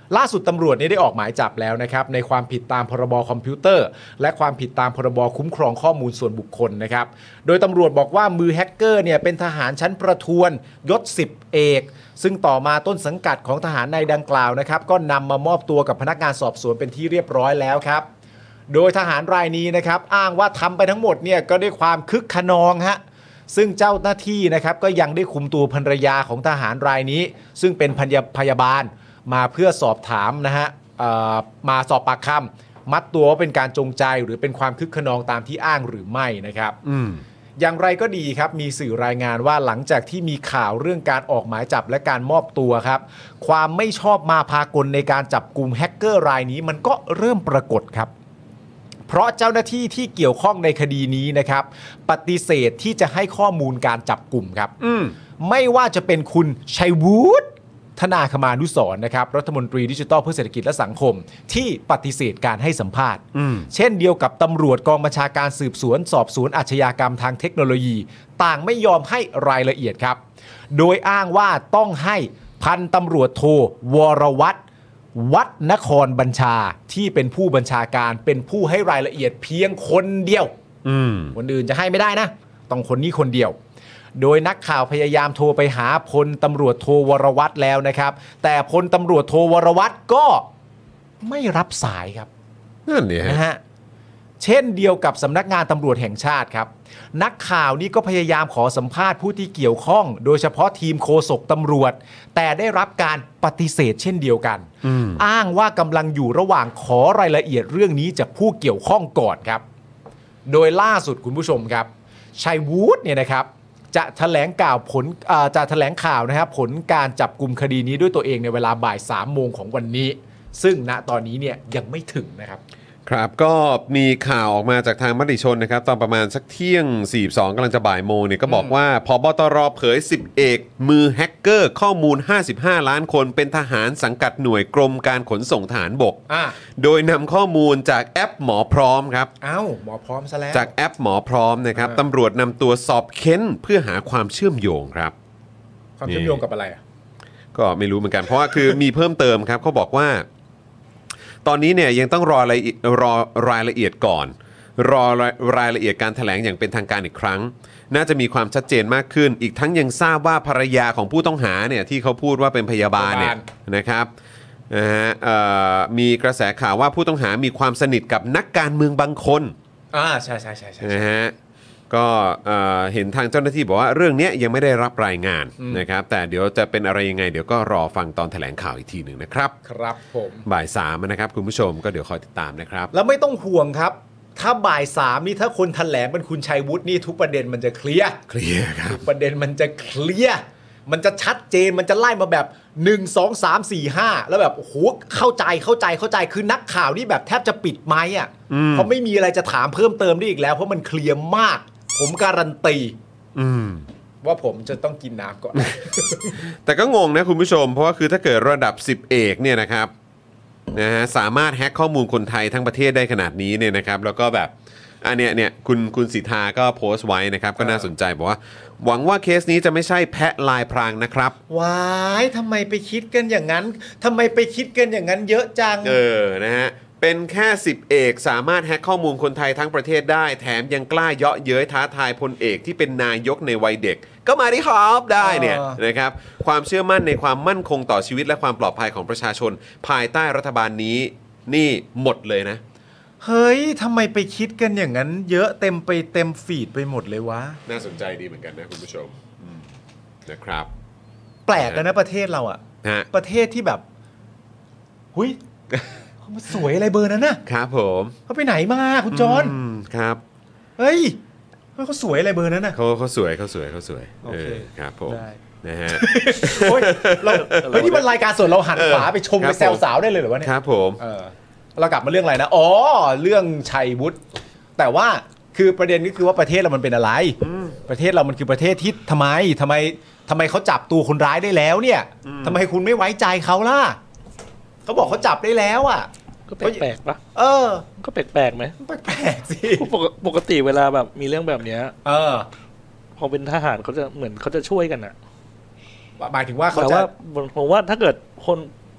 Speaker 5: ล่าสุดตำรวจนี่ได้ออกหมายจับแล้วนะครับในความผิดตามพรบคอมพิวเตอร์และความผิดตามพรบคุ้มครองข้อมูลส่วนบุคคลนะครับโดยตำรวจบอกว่ามือแฮกเกอร์เนี่ยเป็นทหารชั้นประทวนยศสิบเอกซึ่งต่อมาต้นสังกัดของทหารนายดังกล่าวนะครับก็นำมามอบตัวกับพนักงานสอบสวนเป็นที่เรียบร้อยแล้วครับโดยทหารรายนี้นะครับอ้างว่าทำไปทั้งหมดเนี่ยก็ด้วยความคึกขนองฮะซึ่งเจ้าหน้าที่นะครับก็ยังได้คุมตัวภรรยาของทหารรายนี้ซึ่งเป็นพยาบาลมาเพื่อสอบถามนะฮะมาสอบปากคำมัดตัวว่าเป็นการจงใจหรือเป็นความคึกขนองตามที่อ้างหรือไม่นะครับอย่างไรก็ดีครับมีสื่อรายงานว่าหลังจากที่มีข่าวเรื่องการออกหมายจับและการมอบตัวครับความไม่ชอบมาพากลในการจับกลุ่มแฮกเกอร์รายนี้มันก็เริ่มปรากฏครับเพราะเจ้าหน้าที่ที่เกี่ยวข้องในคดีนี้นะครับปฏิเสธที่จะให้ข้อมูลการจับกลุ่มครับไม่ว่าจะเป็นคุณชัยวุฒิธนาคมานุสรณ์นะครับรัฐมนตรีดิจิทัลเพื่อเศรษฐกิจและสังคมที่ปฏิเสธการให้สัมภาษณ์เช่นเดียวกับตำรวจกองบัญชาการสืบสวนสอบสวนอาชญากรรมทางเทคโนโลยีต่างไม่ยอมให้รายละเอียดครับโดยอ้างว่าต้องให้พันตำรวจโทวรวัฒน์วัดนครบัญชาที่เป็นผู้บัญชาการเป็นผู้ให้รายละเอียดเพียงคนเดียวคนอื่นจะให้ไม่ได้นะต้องคนนี้คนเดียวโดยนักข่าวพยายามโทรไปหาพลตำรวจโทวรวัฒน์แล้วนะครับแต่พลตำรวจโทวรวัฒน์ก็ไม่รับสายครับ
Speaker 2: นั่นเนี่ย
Speaker 5: นะฮะเช่นเดียวกับสำนักงานตำรวจแห่งชาติครับนักข่าวนี่ก็พยายามขอสัมภาษณ์ผู้ที่เกี่ยวข้องโดยเฉพาะทีมโฆษกตำรวจแต่ได้รับการปฏิเสธเช่นเดียวกันอ้างว่ากำลังอยู่ระหว่างขอรายละเอียดเรื่องนี้จากผู้เกี่ยวข้องก่อนครับโดยล่าสุดคุณผู้ชมครับชัยวุฒิเนี่ยนะครับจะแถลงข่าวผลจะแถลงข่าวนะครับผลการจับกุมคดีนี้ด้วยตัวเองในเวลาบ่ายสามโมงของวันนี้ซึ่งณตอนนี้เนี่ยยังไม่ถึงนะครับ
Speaker 2: ครับก็มีข่าวออกมาจากทางมติชนนะครับตอนประมาณสักเที่ยงสี่สิบสองกำลังจะบ่ายโมงเนี่ยก็บอกว่าผบตรเผยสิบเอกมือแฮกเกอร์ข้อมูลห้าสิบห้าล้านคนเป็นทหารสังกัดหน่วยกรมการขนส่งทหารบกโดยนำข้อมูลจากแอปหมอพร้อมครับ
Speaker 5: อ้าวหมอพร้อมซะแล้ว
Speaker 2: จากแอปหมอพร้อมนะครับตำรวจนำตัวสอบเค้นเพื่อหาความเชื่อมโยงครับ
Speaker 5: ความเชื่อมโยงกับอะไรอ่ะ
Speaker 2: ก็ไม่รู้เหมือนกันเพราะว่าคือมีเพิ่มเติมครับเขาบอกว่าตอนนี้เนี่ยยังต้องรอรายรอรายละเอียดก่อนรอรายละเอียดการแถลงอย่างเป็นทางการอีกครั้งน่าจะมีความชัดเจนมากขึ้นอีกทั้งยังทราบว่าภรรยาของผู้ต้องหาเนี่ยที่เขาพูดว่าเป็นพยาบาลเนี่ยนะครับนะฮะมีกระแสข่าวว่าผู้ต้องหามีความสนิทกับนักการเมืองบางคน
Speaker 5: อ่าใช่ใช่ใช่ใช่
Speaker 2: นะฮะก็เห็นทางเจ้าหน้าที่บอกว่าเรื่องนี้ยังไม่ได้รับรายงานนะครับแต่เดี๋ยวจะเป็นอะไรยังไงเดี๋ยวก็รอฟังตอนแถลงข่าวอีกทีหนึ่งนะครับ
Speaker 5: ครับผม
Speaker 2: บ่ายสามนะครับคุณผู้ชมก็เดี๋ยวคอยติดตามนะครับ
Speaker 5: แล้วไม่ต้องห่วงครับถ้าบ่ายสามนี่ถ้าคนแถลงเป็นคุณชัยวุฒินี่ทุกประเด็นมันจะเคลียร์
Speaker 2: เคลียร์ครับ
Speaker 5: ทุกประเด็นมันจะเคลียร์มันจะชัดเจนมันจะไล่มาแบบหนึ่ง สอง สาม สี่ ห้าแล้วแบบโอ้โหเข้าใจเข้าใจเข้าใจคือนักข่าวนี่แบบแทบจะปิดไมค์อ่ะเพราะไม่มีอะไรจะถามเพิ่มเติมได้อีกแล้วเพราะมันเคลียร์มากผมการันตีว่าผมจะต้องกินน้ำก่อน
Speaker 2: แต่ก็งงนะคุณผู้ชมเพราะว่าคือถ้าเกิดระดับสิบเอกเนี่ยนะครับนะฮะสามารถแฮ็กข้อมูลคนไทยทั้งประเทศได้ขนาดนี้เนี่ยนะครับแล้วก็แบบอันเนี้ยเนี่ยคุณคุณสิทธาก็โพสต์ไว้นะครับก็น่าสนใจบอกว่าหวังว่าเคสนี้จะไม่ใช่แพะลายพรางนะครับ
Speaker 5: ว้ายทำไมไปคิดกันอย่างนั้นทำไมไปคิดกันอย่างนั้นเยอะจัง
Speaker 2: เออนะฮะเป็นแค่สิบเอกสามารถแฮ็กข้อมูลคนไทยทั้งประเทศได้แถมยังกล้าเยาะเย้ยท้าทายพลเอกที่เป็นนายกในวัยเด็กก็มาดิครับได้เนี่ยนะครับความเชื่อมั่นในความมั่นคงต่อชีวิตและความปลอดภัยของประชาชนภายใต้รัฐบาลนี้นี่หมดเลยนะ
Speaker 5: เฮ้ยทำไมไปคิดกันอย่างนั้นเยอะเต็มไปเต็มฟีดไปหมดเลยวะ
Speaker 2: น่าสนใจดีเหมือนกันนะคุณผู้ชมนะครับ
Speaker 5: แปลกนะประเทศเราอ่ะประเทศที่แบบหุยมันสวยอะไรเบอร์นั้น
Speaker 2: นะครับผม
Speaker 5: เขาไปไหนมาคุณจอน
Speaker 2: ครับ
Speaker 5: เฮ้ยเขาสวยอะไรเบอร์นั้นน่ะ
Speaker 2: เขาเขาสวยเขาสวยเขาสวยเออครับผมนะฮะ
Speaker 5: โอ้ยเราเฮ้ยนี่มันรายการสดเราหันขวาไปชมไปแซวสาวได้เลยเหรอวะเนี่ย
Speaker 2: ครับผม
Speaker 5: เออเรากลับมาเรื่องอะไรนะอ๋อเรื่องชัยวุฒิแต่ว่าคือประเด็นก็คือว่าประเทศเรามันเป็นอะไรประเทศเรามันคือประเทศที่ทำไมทำไมทำไมเขาจับตัวคนร้ายได้แล้วเนี่ยทำไมคุณไม่ไว้ใจเขาล่ะเขาบอกเขาจับได้แล้วอ่ะ
Speaker 6: ก็แปลกๆปะ
Speaker 5: เออ
Speaker 6: ก็แปลกๆไหม
Speaker 5: แปลกๆสิ
Speaker 6: ปกติเวลาแบบมีเรื่องแบบเนี้ย
Speaker 5: เออ
Speaker 6: พอเป็นทหารเขาจะเหมือนเขาจะช่วยกันอ่ะ
Speaker 5: หมายถึงว่าเขา
Speaker 6: จะผมว่าถ้าเกิดคน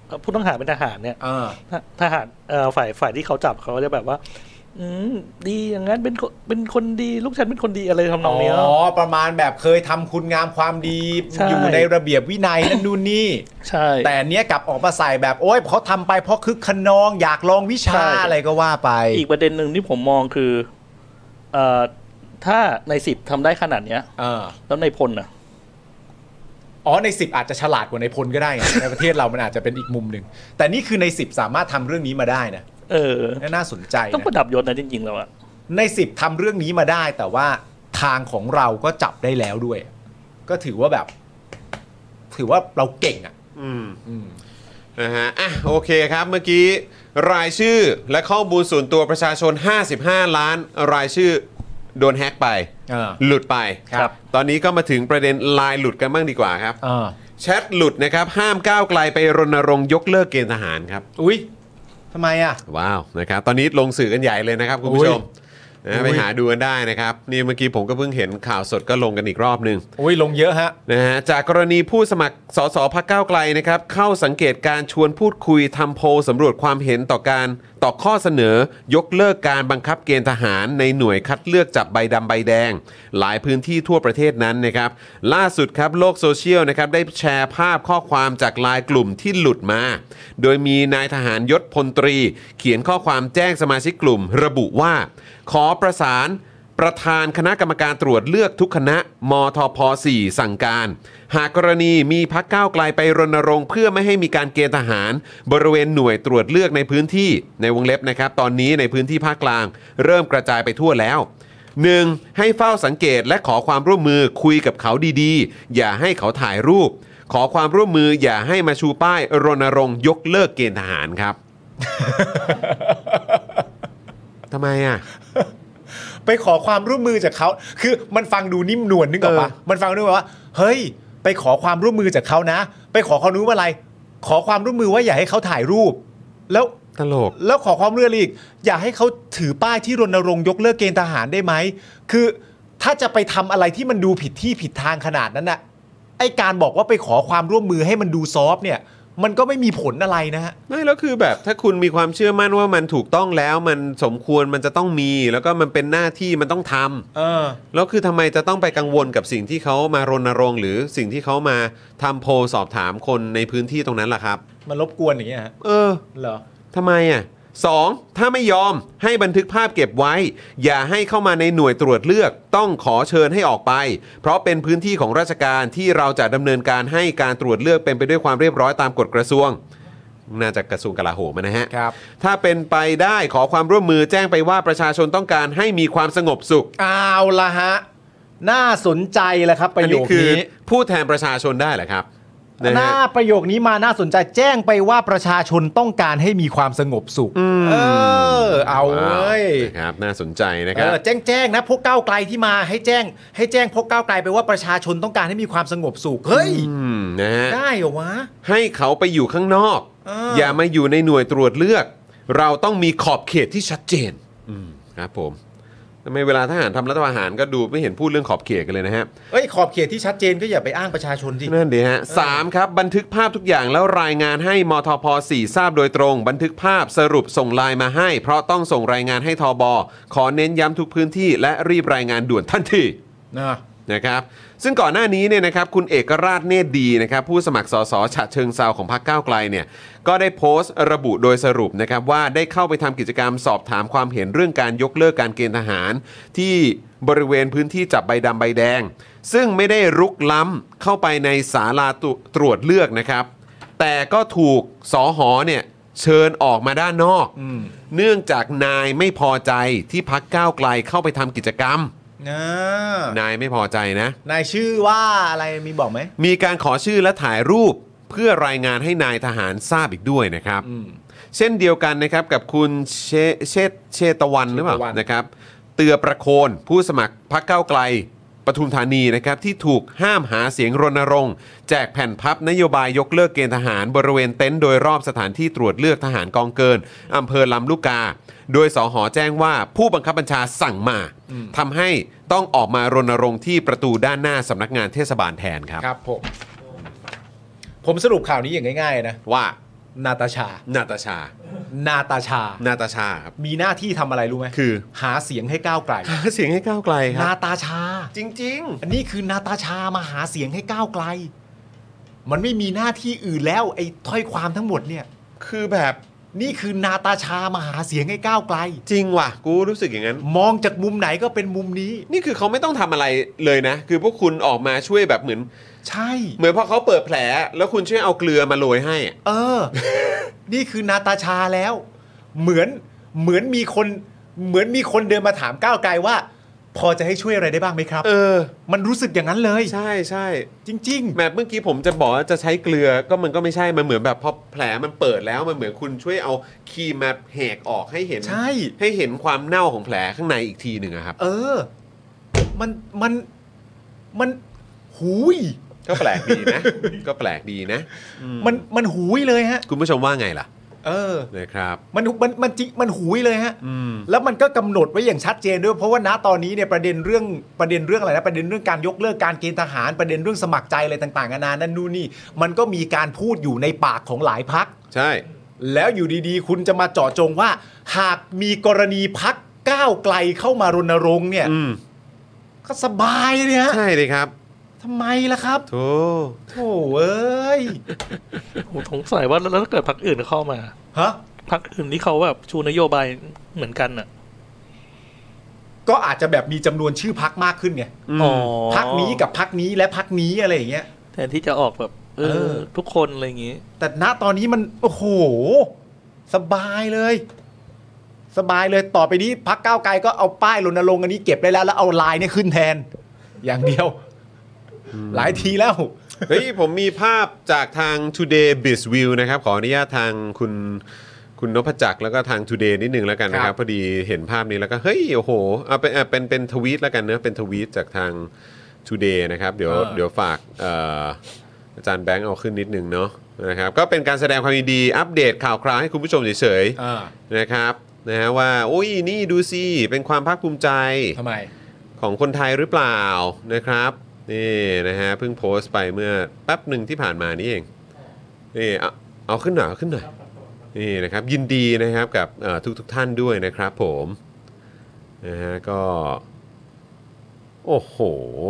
Speaker 6: ผู้ต้องหาเป็นทหารเนี่ย
Speaker 5: เออ
Speaker 6: ทหารเอ่อฝ่ายฝ่ายที่เขาจับเขาจะแบบว่าอืมดีอย่างนั้นเป็นคนเป็นคนดีลูกฉันเป็นคนดีอะไรทำนองเนี้ย
Speaker 5: อ๋อประมาณแบบเคยทำคุณงามความดี
Speaker 6: ใช่
Speaker 5: อยู่ในระเบียบวินัยนั่นนู่นนี่
Speaker 6: ใช่
Speaker 5: แต่เนี้ยกลับออกมาใส่แบบโอ๊ยเขาทำไปเพราะคึกขนองอยากลองวิชา
Speaker 6: ใช่
Speaker 5: อะไรก็ว่าไป
Speaker 6: อีกประเด็นหนึ่งที่ผมมองคือเอ่อถ้าในสิบทำได้ขนาดเนี้ย
Speaker 5: เออ
Speaker 6: แล้วในพลน่ะ
Speaker 5: อ๋อในสิบอาจจะฉลาดกว่าในพลก็ได้ไง ในประเทศเรามันอาจจะเป็นอีกมุมหนึ่งแต่นี่คือในสิบสามารถทำเรื่องนี้มาได้นะ
Speaker 6: เออ
Speaker 5: น่าสนใจ
Speaker 6: ต้องประ
Speaker 5: นะ
Speaker 6: ดับยศนะจริงๆแล้วอะ
Speaker 5: ในสิบทำเรื่องนี้มาได้ แต่ว่าทางของเราก็จับได้แล้วด้วย ก็ถือว่าแบบ ถือว่าเราเก่งอ่ะ
Speaker 2: อืม
Speaker 5: อืม
Speaker 2: นะฮะอ่ะโอเคครับเมื่อกี้รายชื่อและข้อมูลส่วนตัวประชาชนห้าสิบห้าล้านรายชื่อโดนแฮ็กไป
Speaker 5: เออ
Speaker 2: หลุดไป
Speaker 5: ครับ
Speaker 2: ตอนนี้ก็มาถึงประเด็นไลน์หลุดกันบ้างดีกว่าครับ
Speaker 5: เออ
Speaker 2: แชทหลุดนะครับห้ามก้าวไกลไปรณรงค์ยกเลิกเกณฑ์ทหารครับ
Speaker 5: อุ้ยทำไมอ่ะ
Speaker 2: ว้าวนะครับตอนนี้ลงสื่อกันใหญ่เลยนะครับคุณผู้ชมนะ
Speaker 5: อุ้
Speaker 2: ไป
Speaker 5: ย
Speaker 2: หาดูกันได้นะครับนี่เมื่อกี้ผมก็เพิ่งเห็นข่าวสดก็ลงกันอีกรอบหนึ่ง
Speaker 5: อุ้ยลงเยอะฮะ
Speaker 2: นะฮะจากกรณีผู้สมัครสสพักก้าวไกลนะครับเข้าสังเกตการชวนพูดคุยทำโพลสำรวจความเห็นต่อการต่อข้อเสนอยกเลิกการบังคับเกณฑ์ทหารในหน่วยคัดเลือกจับใบดำใบแดง หลายพื้นที่ทั่วประเทศนั้นนะครับล่าสุดครับโลกโซเชียลนะครับได้แชร์ภาพข้อความจากไลน์กลุ่มที่หลุดมา โดยมีนายทหารยศพลตรี เขียนข้อความแจ้งสมาชิกกลุ่ม ระบุว่าขอประสานประธานคณะกรรมการตรวจเลือกทุกคณะมทพ สี่ สั่งการ หากกรณีมีพรรคก้าวไกลไปรณรงค์เพื่อไม่ให้มีการเกณฑ์ทหารบริเวณหน่วยตรวจเลือกในพื้นที่ในวงเล็บนะครับตอนนี้ในพื้นที่ภาคกลางเริ่มกระจายไปทั่วแล้ว หนึ่ง ให้เฝ้าสังเกตและขอความร่วมมือคุยกับเขาดีๆอย่าให้เขาถ่ายรูปขอความร่วมมืออย่าให้มาชูป้ายรณรงค์ยกเลิกเกณฑ์ทหารครับ ทำไมอ่ะ
Speaker 5: ไปขอความร่วมมือจากเขาคือมันฟังดูนิ่มนวลนึกออกปะ
Speaker 2: เออ
Speaker 5: มันฟังดูแบบว่าเฮ้ยไปขอความร่วมมือจากเขานะ ไปขอความรู้ว่าอะไร ขอความร่วมมือว่าอย่าให้เขาถ่ายรูป แล้ว
Speaker 2: ตลก
Speaker 5: แล้วขอความร่วมมืออีกอย่าให้เขาถือป้ายที่รณรงค์ยกเลิกเกณฑ์ทหารได้ไหมคือถ้าจะไปทำอะไรที่มันดูผิดที่ผิดทางขนาดนั้นน่ะไอการบอกว่าไปขอความร่วมมือให้มันดูซอฟต์เนี่ยมันก็ไม่มีผลอะไรนะฮะ
Speaker 2: ไม่แล้วคือแบบถ้าคุณมีความเชื่อมั่นว่ามันถูกต้องแล้วมันสมควรมันจะต้องมีแล้วก็มันเป็นหน้าที่มันต้องทำ
Speaker 5: เออ
Speaker 2: แล้วคือทำไมจะต้องไปกังวลกับสิ่งที่เขามารณรงค์หรือสิ่งที่เขามาทำโพลสอบถามคนในพื้นที่ตรงนั้นล่ะครับ
Speaker 5: มันรบกวนอย่างเงี้ยฮะ
Speaker 2: เออ
Speaker 5: เหรอ
Speaker 2: ทำไมอ่ะสองถ้าไม่ยอมให้บันทึกภาพเก็บไว้ อย่าให้เข้ามาในหน่วยตรวจเลือกต้องขอเชิญให้ออกไป เพราะเป็นพื้นที่ของราชการที่เราจะดำเนินการให้การตรวจเลือกเป็นไปด้วยความเรียบร้อยตามกฎกระทรวงน่าจะกระทรวงกลาโหมนะฮะ
Speaker 5: ครับ
Speaker 2: ถ้าเป็นไปได้ขอความร่วมมือแจ้งไปว่าประชาชนต้องการให้มีความสงบสุข
Speaker 5: เอาละฮะน่าสนใจแล้วครับ ประ
Speaker 2: อัน
Speaker 5: โย
Speaker 2: นี้
Speaker 5: ค
Speaker 2: คือ
Speaker 5: นี้
Speaker 2: ผู้แทนประชาชนได้เหรอครับนะ
Speaker 5: หน้า
Speaker 2: ฮะ
Speaker 5: ประโยคนี้มาน่าสนใจแจ้งไปว่าประชาชนต้องการให้มีความสงบสุขเออเอาเว้ย
Speaker 2: นะครับน่าสนใจนะค
Speaker 5: เอ
Speaker 2: รับ
Speaker 5: อแจ้งแจ้งนะพวกก้าวไกลที่มาให้แจ้ง ให้แจ้งพวกก้าวไกลไปว่าประชาชนต้องการให้มีความสงบสุขเฮ้ย
Speaker 2: อืมนะฮะ
Speaker 5: ได้เหรอวะ
Speaker 2: ให้เขาไปอยู่ข้างนอก
Speaker 5: เออ
Speaker 2: อ
Speaker 5: อ
Speaker 2: ย่ามาอยู่ในหน่วยตรวจเลือก เราต้องมีขอบเขตที่ชัดเจนอืมครับผมทำไมเวลาทหารทำรัฐประหารก็ดูไม่เห็นพูดเรื่องขอบเขตกันเลยนะฮะ
Speaker 5: เอ้ยขอบเขตที่ชัดเจนก็อย่าไปอ้างประชาชนสิ
Speaker 2: นั่นดีฮะสามครับบันทึกภาพทุกอย่างแล้วรายงานให้มทพ สี่ ทราบโดยตรง บันทึกภาพสรุปส่งไลน์มาให้ เพราะต้องส่งรายงานให้ทบขอเน้นย้ำทุกพื้นที่และรีบรายงานด่วนทันที
Speaker 5: นะ
Speaker 2: นะครับซึ่งก่อนหน้านี้เนี่ยนะครับคุณเอกราชเนตรดีนะครับผู้สมัครสสฉะเชิงเซาของพรรคก้าวไกลเนี่ยก็ได้โพสต์ระบุโดยสรุปนะครับว่าได้เข้าไปทำกิจกรรมสอบถามความเห็นเรื่องการยกเลิกการเกณฑ์ทหาร ที่บริเวณพื้นที่จับใบดำใบแดง ซึ่งไม่ได้รุกล้ำเข้าไปในศาลาตรวจเลือกนะครับแต่ก็ถูกสหเนี่ยเชิญออกมาด้านนอก
Speaker 5: อืม
Speaker 2: เนื่องจากนายไม่พอใจที่พรรคก้าวไกลเข้าไปทำกิจกรรม
Speaker 5: นะ
Speaker 2: นายไม่พอใจนะ
Speaker 5: นายชื่อว่าอะไรมีบอกไหม
Speaker 2: มีการขอชื่อและถ่ายรูปเพื่อรายงานให้นายทหารทราบอีกด้วยนะครับ เช่นเดียวกันนะครับกับคุณเชเชษเชตวันหรือเปล่า
Speaker 5: เชตวัน
Speaker 2: นะครับเตือประโคนผู้สมัครพรรคก้าวไกลปทุมธานีนะครับที่ถูกห้ามหาเสียงรณรงค์แจกแผ่นพับนโยบายยกเลิกเกณฑ์ทหารบริเวณเต็นท์โดยรอบสถานที่ตรวจเลือกทหารกองเกินอำเภอลำลูกกา โดยสหแจ้งว่าผู้บังคับบัญชาสั่งมาทำให้ต้องออกมารณรงค์ที่ประตูด้านหน้าสำนักงานเทศบาลแทนครับ
Speaker 5: ครับผม ผมสรุปข่าวนี้อย่างง่ายๆนะ
Speaker 2: ว่า
Speaker 5: นาตาชา
Speaker 2: นาตาชา
Speaker 5: นาตาชา
Speaker 2: นาตาชาครับ
Speaker 5: มีหน้าที่ทำอะไรรู้ไหม
Speaker 2: คือ
Speaker 5: หาเสียงให้ก้าวไกล
Speaker 2: หาเสียงให้ก้าวไกลครับ
Speaker 5: นาตาชา
Speaker 2: จริง
Speaker 5: ๆอันนี้คือนาตาชามาหาเสียงให้ก้าวไกลมันไม่มีหน้าที่อื่นแล้วไอ้ถ้อยความทั้งหมดเนี่ย
Speaker 2: คือแบบ
Speaker 5: นี่คือนาตาชามาหาเสียงให้ก้าวไกล
Speaker 2: จริงว่ะกูรู้สึกอย่างนั้น
Speaker 5: มองจากมุมไหนก็เป็นมุมนี้
Speaker 2: นี่คือเขาไม่ต้องทำอะไรเลยนะคือพวกคุณออกมาช่วยแบบเหมือน
Speaker 5: ใช่
Speaker 2: เหมือนพอเขาเปิดแผลแล้วคุณช่วยเอาเกลือมาโรยให้
Speaker 5: เออ นี่คือนาตาชาแล้วเหมือนเหมือนมีคนเหมือนมีคนเดินมาถามก้าวไกลว่าพอจะให้ช่วยอะไรได้บ้างไหมครับ
Speaker 2: เออ
Speaker 5: มันรู้สึกอย่างนั้นเลย
Speaker 2: ใช่ใช่
Speaker 5: จริงๆ
Speaker 2: แบบเมื่อกี้ผมจะบอกว่าจะใช้เกลือก็มันก็ไม่ใช่มันเหมือนแบบพอแผลมันเปิดแล้วมันเหมือนคุณช่วยเอาครีมมาแหกออกให้เห็น
Speaker 5: ใช่
Speaker 2: ให้เห็นความเน่าของแผลข้างในอีกทีหนึ่งครับ
Speaker 5: เออมันมันมันหูย
Speaker 2: ก็แปลกดีนะ ก็แปลกดีนะ
Speaker 5: มันมันหูยเลยฮะ
Speaker 2: คุณผู้ชมว่าไงล่ะ
Speaker 5: เออ
Speaker 2: นะครับ
Speaker 5: มันมันมันจิมันหูยเลยฮะแล้วมันก็กำหนดไว้อย่างชัดเจนด้วยเพราะว่าณตอนนี้เนี่ยประเด็นเรื่องประเด็นเรื่องอะไรนะประเด็นเรื่องการยกเลิกการเกณฑ์ทหารประเด็นเรื่องสมัครใจอะไรต่างๆนานานั่นนู่นนี่มันก็มีการพูดอยู่ในปากของหลายพรรค
Speaker 2: ใช่
Speaker 5: แล้วอยู่ดีๆคุณจะมาเจาะจงว่าหากมีกรณีพรรคก้าวไกลเข้ามารณรงค์เนี่ยก็สบายเลยฮะ
Speaker 2: ใช่เลยครับ
Speaker 5: ทำไมล่ะครับ
Speaker 2: โธ่
Speaker 5: โธ่เอ้ย
Speaker 6: ผมสงสัยว่าแล้วถ้าเกิดพรรคอื่นเข้ามา
Speaker 5: ฮะ
Speaker 6: พรรคอื่นที่เขาแบบชูนโยบายเหมือนกันน่ะ
Speaker 5: ก็อาจจะแบบมีจำนวนชื่อพรรคมากขึ้นไง
Speaker 6: อ๋อ
Speaker 5: พรรคนี้กับพรรคนี้และพรรคนี้อะไรอย่างเงี้ย
Speaker 6: แทนที่จะออกแบบเออทุกคนอะไรอย่างงี้
Speaker 5: แต่ณตอนนี้มันโอ้โหสบายเลยสบายเลยต่อไปนี้พรรคก้าวไกลก็เอาป้ายรณรงค์อันนี้เก็บได้แล้วแล้วเอาลายเนี่ยขึ้นแทนอย่างเดียวหลายทีแล้ว
Speaker 2: เฮ้ยผมมีภาพจากทาง Today Bizview นะครับขออนุญาตทางคุณคุณนพจักรแล้วก็ทาง Today นิดนึงแล้วกันนะครับพอดีเห็นภาพนี้แล้วก็เฮ้ยโอ้โหเอาเป็นเป็นเป็นทวีตแล้วกันเนอะเป็นทวีตจากทาง Today นะครับเดี๋ยวเดี๋ยวฝากอาจารย์แบงค์เอาขึ้นนิดนึงเนาะนะครับก็เป็นการแสดงความยินดีอัปเดตข่าวคราวให้คุณผู้ชมเฉยๆนะครับนะฮะว่าโอ้ยนี่ดูสิเป็นความภาคภูมิใจ
Speaker 5: ทำไม
Speaker 2: ของคนไทยหรือเปล่านะครับนี่นะฮะเพิ่งโพสต์ไปเมื่อแป๊บหนึ่งที่ผ่านมานี่เองนี่เอาเอาขึ้นหน่อยขึ้นหน่อยนี่นะครับยินดีนะครับกับทุกทุกท่านด้วยนะครับผมนะฮะก็โอ้โห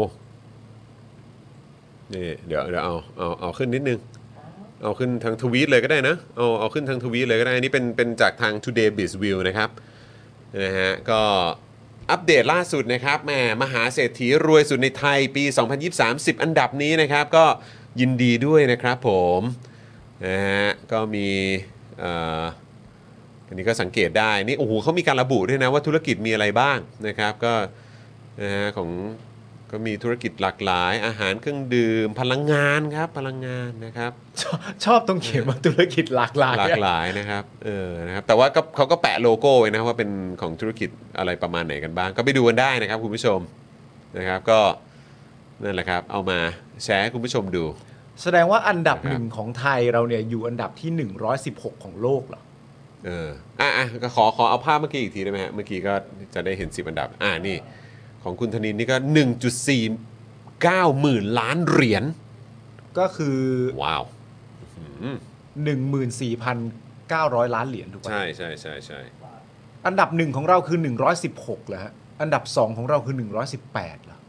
Speaker 2: นี่เดี๋ยวเดี๋ยวเอาเอาเอาขึ้นนิดนึงเอาขึ้นทางทวีตเลยก็ได้นะเอาเอาขึ้นทางทวีตเลยก็ได้นี่เป็นเป็นจากทาง Today Bizview นะครับนะฮะก็อัปเดตล่าสุดนะครับแหมมหาเศรษฐีรวยสุดในไทยปีสองพันยี่สิบสาม สิบอันดับนี้นะครับก็ยินดีด้วยนะครับผมนะฮะก็มีอ่าอันนี้ก็สังเกตได้นี่โอ้โหเขามีการระบุด้วยนะว่าธุรกิจมีอะไรบ้างนะครับก็นะฮะของก็มีธุรกิจหลากหลายอาหารเครื่องดื่มพลังงานครับพลังงานนะครับ
Speaker 5: ชอบชอบตรงเขียนว่าธุรกิจหลากหลาย
Speaker 2: หลากหลายนะครับเออนะครับแต่ว่าก็เขาก็แปะโลโก้ไว้นะว่าเป็นของธุรกิจอะไรประมาณไหนกันบ้างก็ไปดูกันได้นะครับคุณผู้ชมนะครับก็นั่นแหละครับเอามาแชร์ให้คุณผู้ชมดู
Speaker 5: แสดงว่าอันดับหนึ่งของไทยเราเนี่ยอยู่อันดับที่หนึ่งร้อยสิบหกของโลกเหรอ
Speaker 2: เอออ่ะอ่ะก็ขอขอเอาภาพเมื่อกี้อีกทีได้ไหมฮะเมื่อกี้ก็จะได้เห็นสิบอันดับอ่านี่ของคุณธนินนี่ก็ หนึ่งจุดสี่เก้า หมื่นล้านเหรียญ
Speaker 5: ก็คือ
Speaker 2: ว้าว
Speaker 5: หนึ่งหมื่นสี่พันเก้าร้อย ล้านเหรียญถูกป่ะ
Speaker 2: ใช่ใช่ใช่ใช่
Speaker 5: อันดับหนึ่งของเราคือหนึ่งร้อยสิบหกเหรอฮะอันดับสองของเราคือหนึ่งร้อยสิบแปดเหรอ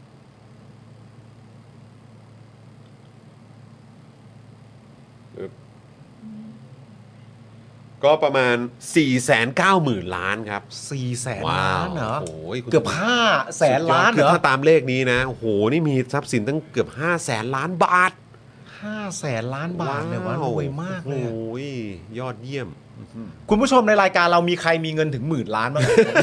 Speaker 2: ก็ประมาณ สี่แสนเก้าหมื่น ล้านครับ
Speaker 5: สี่แสน ล้านเหรอ
Speaker 2: โอ้ย
Speaker 5: เกือบห้าแสนล้านเหรอ
Speaker 2: ถ้าตามเลขนี้นะโอ้โหนี่มีทรัพย์สินตั้งเกือบห้าแสนล้านบาท
Speaker 5: ห้าแสนล้านบาทเนี่ยว่ารวยมากเลย
Speaker 2: โอ้ยยอดเยี่ยม
Speaker 5: คุณผู้ชมในรายการเรามีใครมีเงินถึงหมื่นล้านบ้าง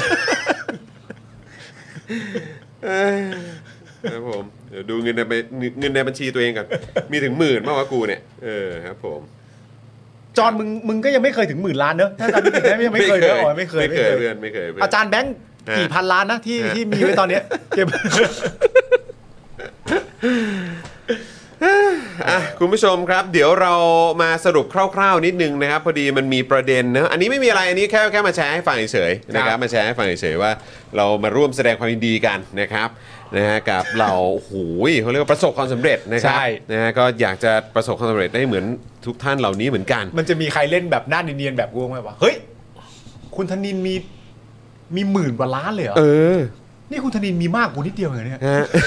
Speaker 2: ครับผมเดี๋ยวดูเงินในเงินในบัญชีตัวเองก่อนมีถึงหมื่นมากกว่ากูเนี่ยเออครับผม
Speaker 5: จอนมึงมึงก็ยังไม่เคยถึงหมื่นล้านเนอะถ้าจำไม่ผิดได้ไม่เคยเนอะอ๋อไม่เคย
Speaker 2: ไม่เคยเพื่อนไม่เคย
Speaker 5: อาจารย์แบงค์กี่พันล้านนะที่ที่มีไว้ตอนนี้เก็บ
Speaker 2: อ่ะคุณผู้ชมครับเดี๋ยวเรามาสรุปคร่าวๆนิดนึงนะครับพอดีมันมีประเด็นนะอันนี้ไม่มีอะไรอันนี้แค่แค่มาแชร์ให้ฟังเฉยๆนะครับมาแชร์ให้ฟังเฉยๆว่าเรามาร่วมแสดงความยินดีกันนะครับนะฮะกับเราโอ้โหเขาเรียกว่าประสบความสำเร็จนะครับนะฮะก็อยากจะประสบความสำเร็จได้เหมือนทุกท่านเหล่านี้เหมือนกัน
Speaker 5: มันจะมีใครเล่นแบบหน้าเนียนๆแบบกูไหมวะเฮ้ยคุณธนินมีมีหมื่นกว่าล้านเลยเหรอ
Speaker 2: เออ
Speaker 5: นี่คุณธนินมีมากกว่านิดเดียวเลยเนี่ย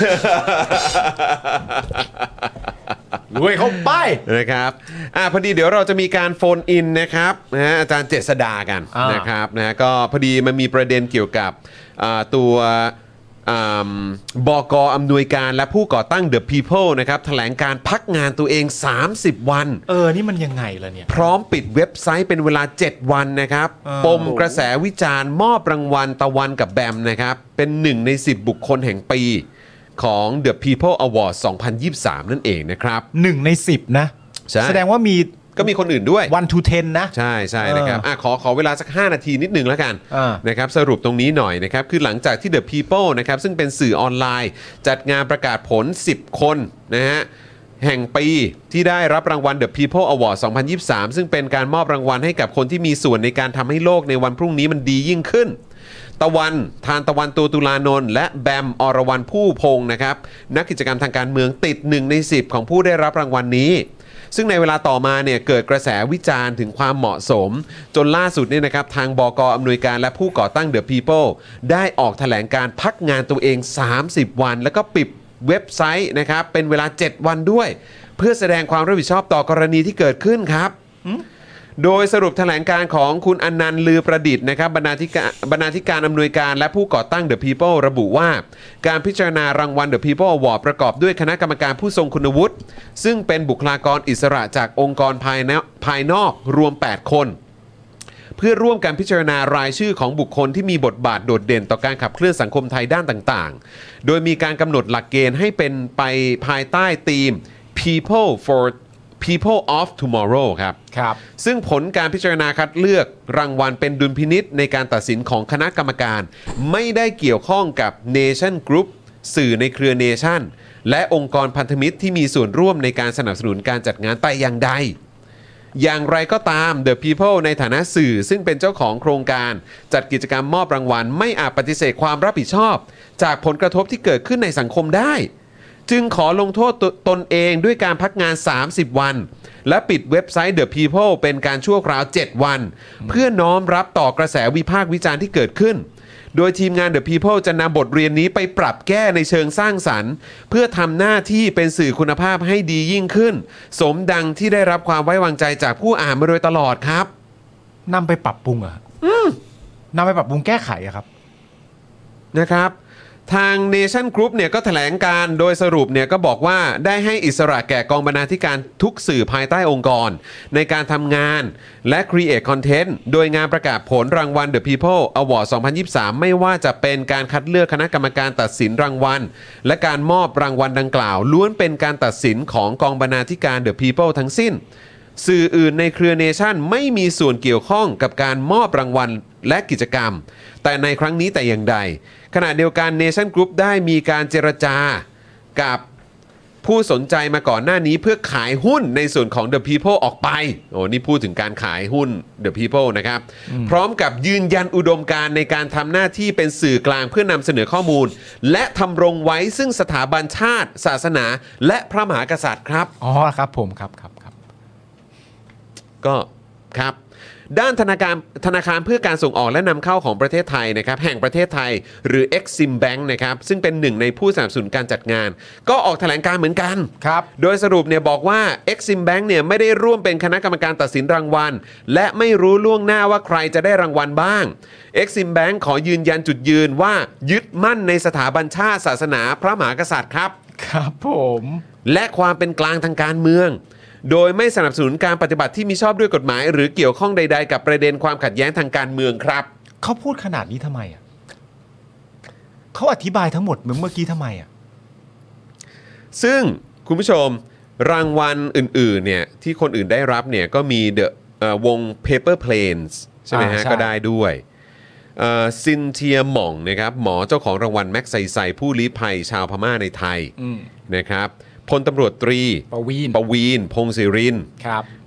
Speaker 5: รวยเข้าไป
Speaker 2: นะครับอ่ะพอดีเดี๋ยวเราจะมีการโฟนอินนะครับนะฮะอาจารย์เจษฎากันนะครับนะก็พอดีมันมีประเด็นเกี่ยวกับตัวบก.อำนวยการและผู้ก่อตั้ง The People นะครับแถลงการพักงานตัวเองสามสิบวัน
Speaker 5: เออนี่มันยังไงล่ะเนี่ย
Speaker 2: พร้อมปิดเว็บไซต์เป็นเวลาเจ็ดวันนะครับปมกระแสวิจารณ์มอบรางวัลตะวันกับแบมนะครับเป็นหนึ่งในสิบบุคคลแห่งปีของ The People Award สองพันยี่สิบสามนั่นเองนะครับ
Speaker 5: หนึ่งในสิบนะแสดงว่ามี
Speaker 2: ก็มีคนอื่นด้วย
Speaker 5: วันทูเทนนะ
Speaker 2: ใช่ใช่นะครับอ่ะขอขอเวลาสักห้านาทีนิดนึงแล้วกันนะครับสรุปตรงนี้หน่อยนะครับคือหลังจากที่ The People นะครับซึ่งเป็นสื่อออนไลน์จัดงานประกาศผลสิบคนนะฮะแห่งปีที่ได้รับรางวัล The People Award สองพันยี่สิบสามซึ่งเป็นการมอบรางวัลให้กับคนที่มีส่วนในการทำให้โลกในวันพรุ่งนี้มันดียิ่งขึ้นตะวันทานตะวันตูตุลานนท์และแบมอรวรรณผู้พงศ์นะครับนักกิจกรรมทางการเมืองติดหนึ่งในสิบของผู้ได้รับรางวัลนี้ซึ่งในเวลาต่อมาเนี่ยเกิดกระแสวิจารณ์ถึงความเหมาะสมจนล่าสุดเนี่ยนะครับทางบก.อำนวยการและผู้ก่อตั้ง The People ได้ออกแถลงการพักงานตัวเองสามสิบวันแล้วก็ปิดเว็บไซต์นะครับเป็นเวลาเจ็ดวันด้วยเพื่อแสดงความรับผิดชอบต่อกรณีที่เกิดขึ้นครับโดยสรุปแถลงการของคุณอนันต์ลือประดิษฐ์นะครับบรรณาธิการบรรณาธิการอำนวยการและผู้ก่อตั้ง The People ระบุว่าการพิจารณารางวัล The People Award ประกอบด้วยคณะกรรมการผู้ทรงคุณวุฒิซึ่งเป็นบุคลากรอิสระจากองค์กรภายในภายนอกรวมแปดคนเพื่อร่วมกันพิจารณารายชื่อของบุคคลที่มีบทบาทโดดเด่นต่อการขับเคลื่อนสังคมไทยด้านต่างๆโดยมีการกำหนดหลักเกณฑ์ให้เป็นไปภายใต้ธีม People for People of Tomorrow ครับ
Speaker 5: ครับ
Speaker 2: ซึ่งผลการพิจารณาคัดเลือกรางวัลเป็นดุลพินิษในการตัดสินของคณะกรรมการไม่ได้เกี่ยวข้องกับ Nation Group สื่อในเครือ Nation และองค์กรพันธมิตรที่มีส่วนร่วมในการสนับสนุนการจัดงานแต่อย่างใดอย่างไรก็ตาม The People ในฐานะสื่อซึ่งเป็นเจ้าของโครงการจัดกิจกรรมมอบรางวัลไม่อาจปฏิเสธความรับผิดชอบจากผลกระทบที่เกิดขึ้นในสังคมได้จึงขอลงโทษตนเองด้วยการพักงานสามสิบวันและปิดเว็บไซต์ The People เป็นการชั่วคราวเจ็ดวันเพื่อน้อมรับต่อกระแสวิพากษ์วิจารณ์ที่เกิดขึ้นโดยทีมงาน The People จะนำบทเรียนนี้ไปปรับแก้ในเชิงสร้างสรรค์เพื่อทำหน้าที่เป็นสื่อคุณภาพให้ดียิ่งขึ้นสมดังที่ได้รับความไว้วางใจจากผู้อ่านมาโดยตลอดครับ
Speaker 5: นำไปปรับปรุงเหรอนำไปปรับปรุงแก้ไขอะครับ
Speaker 2: นะครับทาง Nation Group เนี่ยก็แถลงการโดยสรุปเนี่ยก็บอกว่าได้ให้อิสระแก่กองบรรณาธิการทุกสื่อภายใต้องค์กรในการทำงานและ create content โดยงานประกาศผลรางวัล The People Award สองพันยี่สิบสามไม่ว่าจะเป็นการคัดเลือกคณะกรรมการตัดสินรางวัลและการมอบรางวัลดังกล่าวล้วนเป็นการตัดสินของกองบรรณาธิการ The People ทั้งสิ้นสื่ออื่นในเครือ Nation ไม่มีส่วนเกี่ยวข้องกับการมอบรางวัลและกิจกรรมแต่ในครั้งนี้แต่อย่างใดขณะเดียวกัน Nation Group ได้มีการเจรจากับผู้สนใจมาก่อนหน้านี้เพื่อขายหุ้นในส่วนของ The People ออกไปโอ้นี่พูดถึงการขายหุ้น The People นะครับพร้อมกับยืนยันอุดมการณ์ในการทำหน้าที่เป็นสื่อกลางเพื่อนำเสนอข้อมูลและทำรงไว้ซึ่งสถาบันชาติศาสนาและพระมหากษัตริย์ครับ
Speaker 5: อ๋อครับผมครับครับครับ
Speaker 2: ก็ครับด้านธนาคารธนาคารเพื่อการส่งออกและนำเข้าของประเทศไทยนะครับแห่งประเทศไทยหรือ Exim Bank นะครับซึ่งเป็นหนึ่งในผู้สนับสนุนการจัดงานก็ออกแถลงการเหมือนกัน
Speaker 5: ครับ
Speaker 2: โดยสรุปเนี่ยบอกว่า Exim Bank เนี่ยไม่ได้ร่วมเป็นคณะกรรมการตัดสินรางวัลและไม่รู้ล่วงหน้าว่าใครจะได้รางวัลบ้าง Exim Bank ขอยืนยันจุดยืนว่ายึดมั่นในสถาบันชาติศาสนาพระมหากษัตริย์ครับ
Speaker 5: ครับผม
Speaker 2: และความเป็นกลางทางการเมืองโดยไม่สนับสนุนการปฏิบัติที่มิชอบด้วยกฎหมายหรือเกี่ยวข้องใดๆกับประเด็นความขัดแย้งทางการเมืองครับ
Speaker 5: เขาพูดขนาดนี้ทำไมอ่ะเขาอธิบายทั้งหมดเหมือนเมื่อกี้ทำไมอ่ะ
Speaker 2: ซึ่งคุณผู้ชมรางวัลอื่นๆเนี่ยที่คนอื่นได้รับเนี่ยก็มีเดอะวง Paper Planes ใช่ไหมฮะก็ได้ด้วยซินเทียหม่องนะครับหมอเจ้าของรางวัลแม็กไซไซผู้ลี้ภัยชาวพม่าในไทยนะครับพลตำรวจตรี
Speaker 5: ปวีณ
Speaker 2: ปวีณพงศิรินทร์
Speaker 5: ครับ
Speaker 2: คุ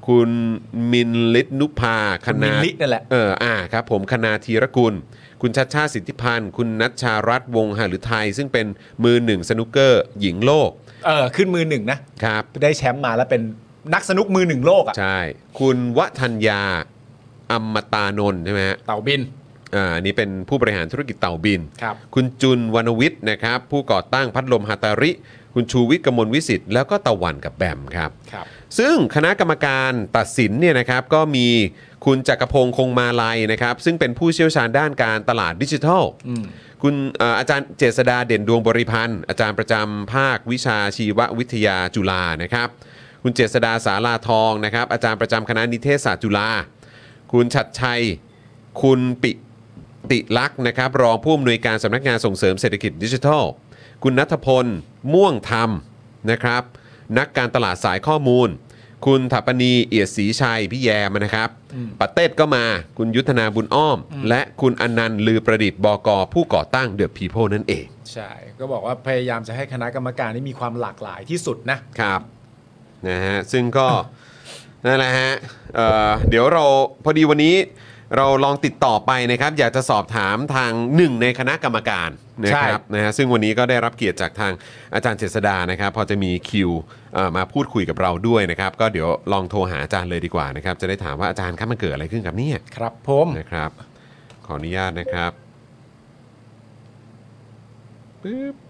Speaker 2: คุณมินลิศนุภาค
Speaker 5: คุณมิ
Speaker 2: ณาน
Speaker 5: ลิศนั่นแหละ
Speaker 2: เอออ่าครับผมคณาธีรกุลคุณชัชชาติสิทธิพันธ์คุณนัชชารัตน์วงศ์หฤทัยซึ่งเป็นมือหนึ่งสนุกเกอร์หญิงโลก
Speaker 5: เออขึ้นมือหนึ่งนะครับได้แชมป์มาแล้วเป็นนักสนุกมือหนึ่งโลกอ่ะ
Speaker 2: ใช่คุณวทัญญาอมตานนท์ใช่ไหมฮะ
Speaker 5: เต่าบิน
Speaker 2: อ่าอันนี้เป็นผู้บริหารธุรกิจเต่าบิน
Speaker 5: ครับ
Speaker 2: คุณจุนวรรณวิทย์นะครับผู้ก่อตั้งพัดลมฮาตาริ คุณชูวิทย์กมลวิสิทธิ์แล้วก็ตะวันกับแบมครับ
Speaker 5: ครับ
Speaker 2: ซึ่งคณะกรรมการตัดสินเนี่ยนะครับก็มีคุณจักรพงศ์คงมาลัยนะครับซึ่งเป็นผู้เชี่ยวชาญด้านการตลาดดิจิทัล
Speaker 5: อืม
Speaker 2: คุณเอ่ออาจารย์เจษดาเด่นดวงบริพันธ์อาจารย์ประจำภาควิชาชีววิทยาจุฬานะครับคุณเจษดาสาลาทองนะครับอาจารย์ประจำคณะนิเทศศาสตร์จุฬาคุณชัดชัยคุณปิติลักษณ์นะครับรองผู้อำนวยการสำนักงานส่งเสริมเศรษฐกิจดิจิทัลคุณณัฐพลม่วงธรรมนะครับนักการตลาดสายข้อมูลคุณถปนีเอียดศรีชัยพี่แยมนะครับปะเต้ก็มาคุณยุทธนาบุญอ้อม และคุณอนันต์ลือประดิษฐ์บก.ผู้ก่อตั้ง The People นั่นเอง
Speaker 5: ใช่ก็บอกว่าพยายามจะให้คณะกรรมการที่มีความหลากหลายที่สุดนะครับ
Speaker 2: นะฮะซึ่งก็ นั่นแหละฮะเอ่อเดี๋ยวเราพอดีวันนี้เราลองติดต่อไปนะครับอยากจะสอบถามทางหนึ่งในคณะกรรมการนะครับนะฮะซึ่งวันนี้ก็ได้รับเกียรติจากทางอาจารย์เจษดานะครับพอจะมีคิวเอ่อมาพูดคุยกับเราด้วยนะครับก็เดี๋ยวลองโทรหาอาจารย์เลยดีกว่านะครับจะได้ถามว่าอาจารย์ครับมันเกิดอะไรขึ้นกับเนี่ย
Speaker 5: ครับผม
Speaker 2: นะครับขออนุญาตนะครับปึ๊บ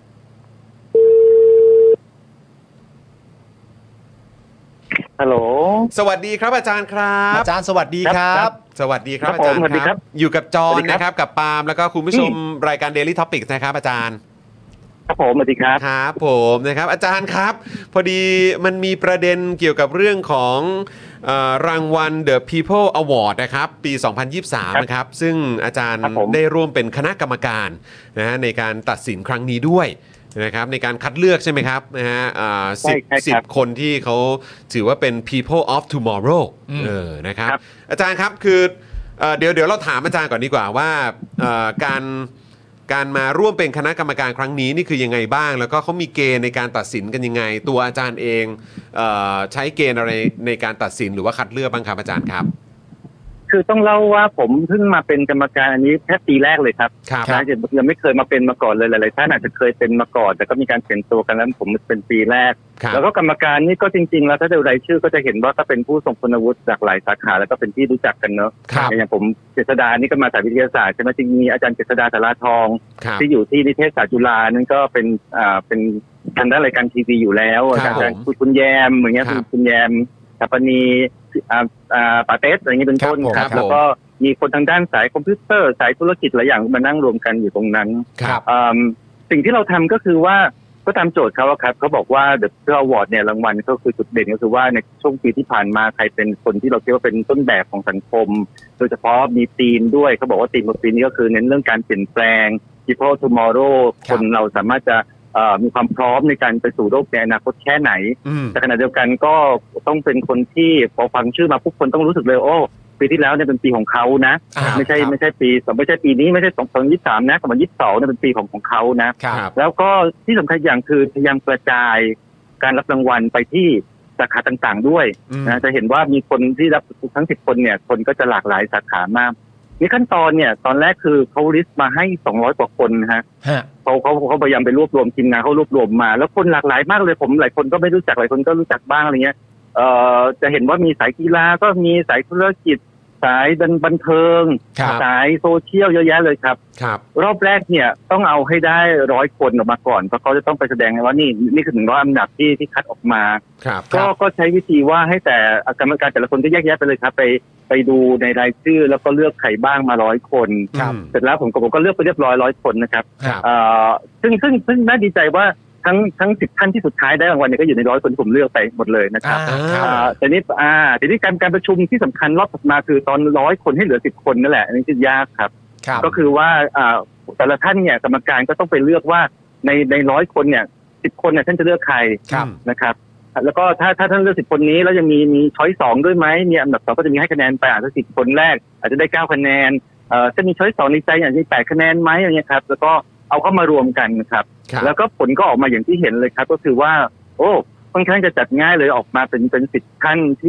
Speaker 7: ฮัลโหล
Speaker 2: สวัสดีครับอาจารย์ครับ
Speaker 5: อาจารย์สวัสดีครับ
Speaker 2: สวัสดีครับ
Speaker 7: ครับ
Speaker 2: อาจารย์
Speaker 7: ผมสวัสดีครับ
Speaker 2: อยู่กับจอ
Speaker 7: ส
Speaker 2: ห์
Speaker 7: วัน สดีครับ
Speaker 2: นะครับกับปาล์มแล้วก็คุณผู้ชมรายการ Daily Topics นะครับอาจารย์
Speaker 7: ครับผมสวัสดีครับ
Speaker 2: ครับผมนะครับอาจารย์ครับ พอดีมันมีประเด็นเกี่ยวกับเรื่องของเอ่อรางวัล The People Award นะครับปี สองพันยี่สิบสาม
Speaker 7: ครับ
Speaker 2: นะครับซึ่งอาจารย์
Speaker 7: ครับผม
Speaker 2: ได้ร่วมเป็นคณะกรรมการนะฮะในการตัดสินครั้งนี้ด้วยนะครับในการคัดเลือกใช่ไหมครับนะฮะอ่าสิบ
Speaker 7: ใช่
Speaker 2: สิ
Speaker 7: ครับ บ
Speaker 2: คนที่เขาถือว่าเป็น People of Tomorrow เออนะครับ
Speaker 7: ครับ
Speaker 2: อาจารย์ครับคือเอ่อเดี๋ยวเดี๋ยวเราถามอาจารย์ก่อนดีกว่าว่าเอ่อการการมาร่วมเป็นคณะกรรมการครั้งนี้นี่คือยังไงบ้าง แล้วก็เขามีเกณฑ์ในการตัดสินกันยังไง ตัวอาจารย์เองเออใช้เกณฑ์อะไรในการตัดสินหรือว่าคัดเลือกบ้างครับอาจารย์ครับ
Speaker 7: คือต้องเล่าว่าผมเพิ่งมาเป็นกรรมการอันนี้แค่ปีแรกเลยครับ
Speaker 2: ครับ
Speaker 7: นะยังไม่เคยมาเป็นมาก่อนเลยหลายๆท่านอาจจะเคยเป็นมาก่อนแต่ก็มีการเปลี่ยนตัวกันแล้วผมเป็นปีแรก
Speaker 2: ครับ
Speaker 7: แล้วก็กรรมการนี่ก็จริงๆแล้วถ้าดูรายชื่อก็จะเห็นว่าก็เป็นผู้ทรงคุณวุฒิจากหลายสาขาแล้วก็เป็นที่รู้จักกันเนอะ
Speaker 2: ครับ
Speaker 7: อย่างผมเจษดานี่ก็มาสายวิทยาศาสตร์ใช่ไหมจริงมีอาจารย์เจษดาสาราทอง
Speaker 2: ครับ
Speaker 7: ที่อยู่ที่นิเทศศาสตร์จุฬานั่นก็เป็นอ่าเป็นทางด้านรายการทีวีอยู่แล้ว
Speaker 2: ครั
Speaker 7: อา
Speaker 2: บ
Speaker 7: จารย์
Speaker 2: ผม
Speaker 7: คุณคุณแยมอย่างเงี้ย
Speaker 2: ครั
Speaker 7: คุ
Speaker 2: บ
Speaker 7: ณคุณแยมถัปนีอ่าอ่าปาเตสอะไรเงี้ยเป็นต้น
Speaker 2: ครับผม
Speaker 7: ครับ
Speaker 2: ครับ
Speaker 7: แล้วก็มีคนทางด้านสายคอมพิวเตอร์สายธุรกิจหลายอย่างมานั่งรวมกันอยู่ตรงนั้น
Speaker 2: ครับ
Speaker 7: อืมสิ่งที่เราทำก็คือว่าก็ตามโจทย์เขาอะครับเขาบอกว่า The People Award เนี่ยรางวัลก็คือจุดเด่นก็คือว่าในช่วงปีที่ผ่านมาใครเป็นคนที่เราคิดว่าเป็นต้นแบบของสังคม โดยเฉพาะมีธีมด้วยเขาบอกว่าธีมของปีนี้ก็คือเน้นเรื่องการเปลี่ยนแปลง People Tomorrow คนเราสามารถจะเอ่อมีความพร้อมในการไปสู่โลกในอนาคตแค่ไหน
Speaker 2: อืม
Speaker 7: แต่ขณะเดียวกันก็ต้องเป็นคนที่พอฟังชื่อมาปุ๊บคนต้องรู้สึกเลยโอ้ปีที่แล้วเนี่ยเป็นปีของเขานะ
Speaker 2: อ่า
Speaker 7: ไม่ใช่
Speaker 2: ครับ
Speaker 7: ไม่ใช่ปีไม่ใช่ปีนี้ไม่ใช่สองพันยี่สิบสามนะสองพันยี่สิบสองเนี่ยเป็นปีของของเขานะ
Speaker 5: ครับ
Speaker 7: แล้วก็ที่สำคัญอย่างคือพยายามกระจายการรับรางวัลไปที่สาขาต่างๆด้วย
Speaker 2: อืม
Speaker 7: นะจะเห็นว่ามีคนที่รับทั้งสิบคนเนี่ยคนก็จะหลากหลายสาขามากในขั้นตอนเนี่ยตอนแรกคือเขาลิสต์มาให้สองร้อยกว่าคนนะฮะ
Speaker 5: ฮะ
Speaker 7: เขาเขาเขาพยายามไปรวบรวมทีมงานเขารวบรวมมา แล้วคนหลากหลายมากเลยผมหลายคนก็ไม่รู้จักหลายคนก็รู้จักบ้างอะไรเงี้ยเอ่อจะเห็นว่ามีสายกีฬาก็มีสายธุรกิจสายบันเทิง
Speaker 2: ครับ
Speaker 7: สายโซเชียลเยอะแยะเลยครับ
Speaker 2: ครับ
Speaker 7: รอบแรกเนี่ยต้องเอาให้ได้ร้อยคนออกมาก่อนเพราะเขาจะต้องไปแสดงว่านี่นี่คือหนึ่งร้อยอันดับที่ที่คัดออกมา
Speaker 2: ครับ
Speaker 7: ก็ก็ใช้วิธีว่าให้แต่กรรมการแต่ละคนก็แยกแยะไปเลยครับไปไปดูในรายชื่อแล้วก็เลือกใครบ้างมาร้อยคน
Speaker 2: ครับ
Speaker 7: เสร็จแล้วผมก็ผมก็เลือกไปเรียบร้อยร้อยคนนะครับ
Speaker 2: ครับ
Speaker 7: เอ่อซึ่งซึ่งซึ่งน่าดีใจว่าทั้งทั้งสิบท่านที่สุดท้ายได้รางวัลเนี่ยก็อยู่ในร้อยคนที่ผมเลือกไปหมดเลยนะครับ
Speaker 5: อ่าครับ
Speaker 7: อ่าแต่นี้อ่าแต่นี้การการประชุมที่สำคัญรอบถัดมาคือตอนร้อยคนให้เหลือสิบคนนั่นแหละอันนี้คือยากครับ
Speaker 5: ครับ
Speaker 7: ก็คือว่าอ่าแต่ละท่านเนี่ยกรรมการก็ต้องไปเลือกว่าในในร้อยคนเนี่ยสิบคนเนี่ยท่านจะเลือกใคร
Speaker 5: ครับ
Speaker 7: นะครับ แล้วก็ถ้าถ้าท่านเลือกสิบคนนี้แล้วยังมีมีช้อยสองด้วยไหมเนี่ยอันดับสองก็จะมีให้คะแนนไปอาจจะสิบคนแรกอาจจะได้เก้าคะแนนเอ่อจะมีช้อยสองในใจอย่างที่แปดคะแนนไหมอย่างเงี้ยครับแล้วก็เอาเข้ามารวมกันนะครับ
Speaker 2: ครับ
Speaker 7: แล้วก็ผลก็ออกมาอย่างที่เห็นเลยครับ ก็คือว่า โอ้ค่อนข้างจะจัดง่ายเลยออกมาเป็นเป็นสิบท่านที่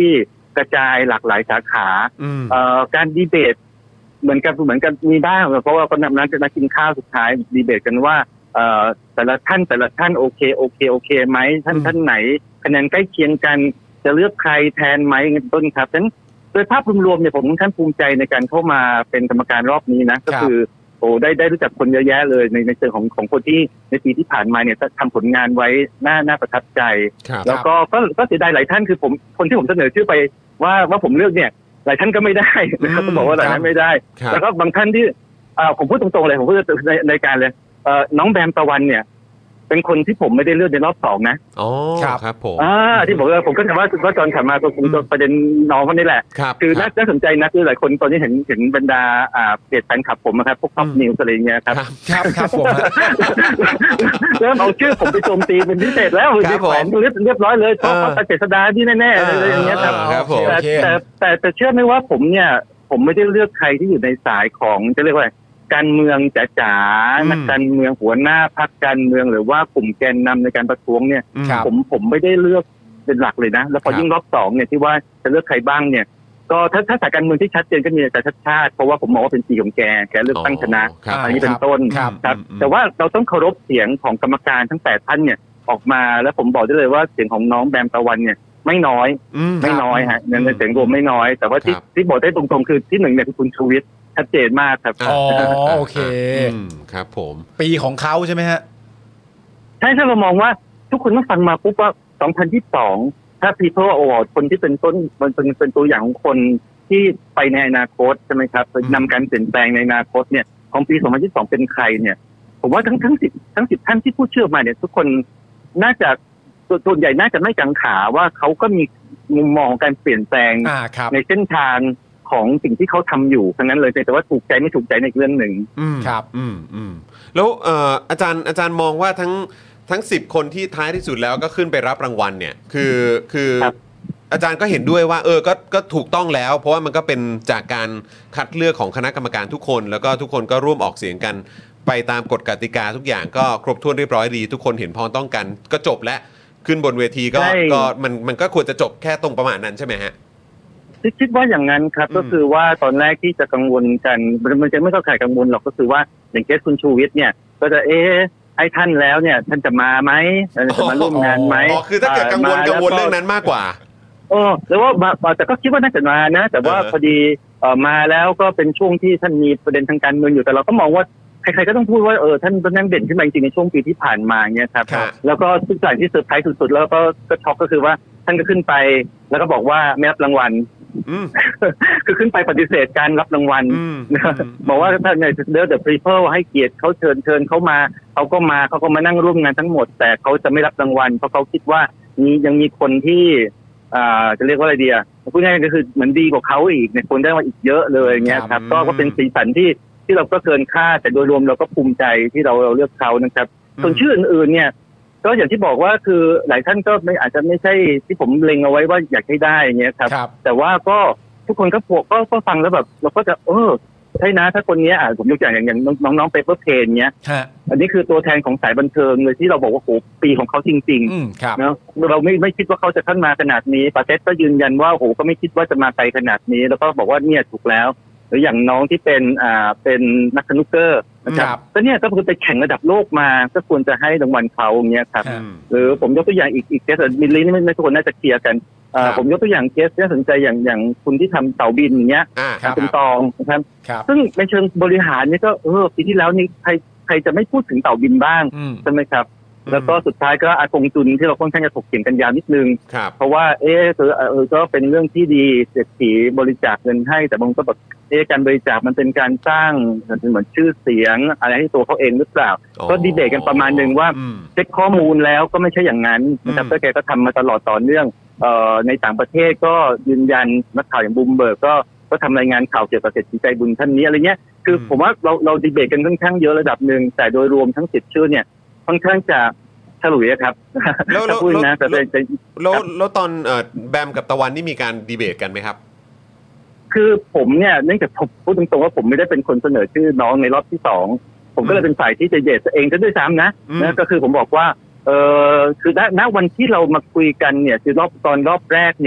Speaker 7: กระจายหลากหลายสาขาเอ่อการดีเบตเหมือนกันเหมือนกันมีบ้างเพราะว่าก็นัดจะนัดกินข้าวสุดท้ายดีเบตกันว่าเอ่อแต่ละท่านแต่ละท่านโอเคโอเคโอเคไหมท่านท่านไหนคะแนนใกล้เคียงกันจะเลือกใครแทนไหมต้นครับฉะนั้นโดยภาพรวมๆเนี่ยผมค่อนข้างภูมิใจในการเข้ามาเป็นกรรมการรอบนี้นะก็คือโอ้ได้ได้รู้จักคนเยอะแยะเลยในในเชิงของของคนที่ในปีที่ผ่านมาเนี่ยทำผลงานไว้น่าน่าประทับใจแล้วก็ก็ก็เสียดายหลายท่านคือผมคนที่ผมเสนอชื่อไปว่าว่าผมเลือกเนี่ยหลายท่านก็ไม่ได้นะครับต้องบอกว่าหลายท่านไม่ได้แล้วก็บางท่านที่อ่าผมพูดตรงๆเลยผมพูดในในการเลยเอ่อน้องแบมตะวันเนี่ยเป็นคนที่ผมไม่ได้เลือกในรอบสองนะ
Speaker 2: อ๋อครับผม
Speaker 7: อ่าที่บอกว่าผมก็ถามว่าว่าจอนขับมาก็คงประเด็นน้องคนนี้แหละคือน่าสนใจนะคือหลายคนตอนนี้เห็นเห็นบรรดาอ่าเพจแฟนคลับผมนะครับพวกท็อปนิวส์อะไรเงี้ยครับ
Speaker 5: ครับครับผม
Speaker 7: เริ่มเอาชื่อผมไปโจมตีเป็นพิเศษแล้วมีแขวนเรียบเรียบร้อยเลยเพราะเขาตัดเจษฎาที่แน่ๆอะไรอย่างเงี้ยครับแต่แต่แต่แต่เชื่อไหมว่าผมเนี่ยผมไม่ได้เลือกใครที่อยู่ในสายของจะเรียกว่าการเมืองจ๋าๆนักการเมืองหัวหน้าพรรคการเมืองหรือว่ากลุ่มแกนนำในการประท้วงเนี่ยผมผมไม่ได้เลือกเป็นหลักเลยนะแล้วพอยิ่งรอบสองเนี่ยที่ว่าจะเลือกใครบ้างเนี่ยก็ถ้าถ้าสายการเมืองที่ชัดเจนก็มีอาจารย์ชัดชาติเพราะว่าผมมองว่าเป็นปีของแกแกเลือกตั้งชนะอันนี้เป็นต้นครับแต่ว่าเราต้องเคารพเสียงของกรรมการทั้งแปดท่านเนี่ยออกมาแล้วผมบอกได้เลยว่าเสียงของน้องแบมตะวันเนี่ยไม่น้อยไม่น้อยฮะในเสียงรวมไม่น้อยแต่ว่าที่ที่บอกได้ตรงๆคือที่หนึ่งเนี่ยคือคุณชูวิทย์ชัดเจนมากครับ
Speaker 5: อ๋อโอเค
Speaker 2: ครับผม
Speaker 5: ปีของเขาใช่ไหมฮะ
Speaker 7: ใช่ถ้าเรามองว่าทุกคนต้องฟังมาปุ๊บว่าสองพันยี่สิบสองถ้า People Award คนที่เป็นต้นมันเป็นเป็นตัวอย่างของคนที่ไปในอนาคตใช่ไหมครับนำการเปลี่ยนแปลงในอนาคตเนี่ยของปีสองพันยี่สิบสองเป็นใครเนี่ยผมว่าทั้งทั้งสิบทั้งสิบท่านที่พูดเชื่อมาเนี่ยทุกคนน่าจะส่วนใหญ่น่าจะไม่กังขาว่าเขาก็มีมุมมองการเปลี่ยนแปลงในเส้นทางของสิ่งที่เขาทำอยู่ทั้งนั้นเลยแต่ว่าถูกใจไม่ถูกใจในเรื่องหนึ่ง
Speaker 2: ครับอืมอืมแล้วเอ่ออาจารย์อาจารย์มองว่าทั้งทั้งสิบคนที่ท้ายที่สุดแล้วก็ขึ้นไปรับรางวัลเนี่ยคือคืออาจารย์ก็เห็นด้วยว่าเออก็ก็ถูกต้องแล้วเพราะว่ามันก็เป็นจากการคัดเลือกของคณะกรรมการทุกคนแล้วก็ทุกคนก็ร่วมออกเสียงกันไปตามกฎกติกาทุกอย่างก็ครบถ้วนเรียบร้อยดีทุกคนเห็นพ้องต้องกันก็จบแล้วขึ้นบนเวทีก็ก็มันมันก็ควรจะจบแค่ตรงประมาณนั้นใช่ไหมฮะ
Speaker 7: คิดว่าอย่างนั้นครับก็คือว่าตอนแรกที่จะกังวลกันมันจะไม่เข้าข่ายกังวลหรอกก็คือว่าอย่างเคสคุณชูวิทย์เนี่ยก็จะเอ๊ะให้ท่านแล้วเนี่ยท่านจะมาไหมจะมาร่วมงานไหม
Speaker 2: อ๋อคือถ้าเกิดกังวลกังวลเรื่องนั้นมากกว่า
Speaker 7: เออแล้วว่าแต่ก็คิดว่าน่าจะมานะแต่ว่าพอดีเออมาแล้วก็เป็นช่วงที่ท่านมีประเด็นทางการเมืองอยู่แต่เราก็มองว่าใครๆก็ต้องพูดว่าเออท่านท่านเด่นขึ้นมาจริงๆในช่วงปีที่ผ่านมาเนี่ยครับแล้วก็ทุกอย่างที่เซอร์ไพรส์สุดๆแล้วก็ก็ช็อกก็คือว่าท่านก็ขึ้นไปแล้วก็บอกว่าไม่รับรางวัลคือขึ้นไปปฏิเสธการรับรางวัลบอกว่าถ้าในเดอร์เดอะพรีเพลให้เกียรติเขาเชิญเชิญเขามาเขาก็มาเขาก็มานั่งร่วมงานทั้งหมดแต่เขาจะไม่รับรางวัลเพราะเขาคิดว่ามียังมีคนที่อ่าจะเรียกว่าอะไรดีอ่ะพูดง่ายๆก็คือเหมือนดีกว่าเขาอีกในคนได้มาอีกเยอะเลยเงี้ยครับก็ก็เป็นสีสันที่ที่เราก็เกินคาดแต่โดยรวมเราก็ภูมิใจที่เราเราเลือกเขานะครับส่วนชื่ออื่นๆเนี่ยก็อย่างที่บอกว่าคือหลายท่านก็ไม่อาจจะไม่ใช่ที่ผมเล็งเอาไว้ว่าอยากให้ได้เงี้ยครับแต่ว่าก็ทุกคนก็พวกก็ฟังแล้วแบบเราก็จะเออใช่นะถ้าคนนี้อ่ะผมยกอย่างอย่างน้องๆเปเปอร์เพนเนี้ยอันนี้คือตัวแทนของสายบันเทิงเลยที่เราบอกว่าโหปีของเขาจริงๆเนาะเราไม่ไม่คิดว่าเขาจะขึ้นมาขนาดนี้ปาเต้ก็ยืนยันว่าโหก็ไม่คิดว่าจะมาไกลขนาดนี้แล้วก็บอกว่าเนี่ยถูกแล้วหรืออย่างน้องที่เป็นอ่าเป็นนักสนุกเกอร์นะครับก็เนี่ยก็คือไปแข่งระดับโลกมาก็ควรจะให้รางวัลเขาอย่างเงี้ยครับหรือผมยกตัวอย่างอีกอีกเคสมิลลี่นี่ไม่ทุกคนน่าจะเคลียร์กันผมยกตัวอย่างเคสที่น่าสนใจอย่างอย่างคุณที่ทำเต่าบินอย่างเงี้ยคุณตองนะครับซึ่งในเชิงบริหารนี่ก็เออปีที่แล้วนี่ใครใครจะไม่พูดถึงเต่าบินบ้างใช่ไหมครับแล้วก็สุดท้ายก็อากงจุนที่เราค่อนข้างจะถกเถียงกันยาวนิดนึงเพราะว่าเออเออก็เป็นเรื่องที่ดีเศรษฐีบริจาคเงินให้แต่บางก็แบบเออการบริจาคมันเป็นการสร้างเหมือนชื่อเสียงอะไรให้ตัวเขาเองหรือเปล่าก็ดีเบตกันประมาณนึงว่าเช็คข้อมูลแล้วก็ไม่ใช่อย่างนั้นนะครับก็แกก็ทำมาตลอดต่อเนื่องเอ่อในต่างประเทศก็ยืนยันนักข่าวอย่างบูมเบิร์กก็ก็ทำรายงานข่าวเกี่ยวกับเศรษฐีใจบุญท่านนี้อะไรเงี้ยคือผมว่าเราเราดีเบตกันค่อนข้างเยอะระดับนึงแต่โดยรวมทั้งสิบชื่อเนี่ยค่อนข้างจะฉลุยครับ
Speaker 2: แล้วแล้วแล้วแล้วตอนแบมกับตะวันนี่มีการดีเบตกันไหมครับ
Speaker 7: คือผมเนี่ยเนื่องจากผมพูดตรงๆว่าผมไม่ได้เป็นคนเสนอชื่อน้องในรอบที่สองผมก็เลยเป็นฝ่ายที่จะเดทเองซะด้วยซ้ำนะนะก็คือผมบอกว่าเออคือณณวันที่เรามาคุยกันเนี่ยคือรอบตอนรอบแรกเนี่ย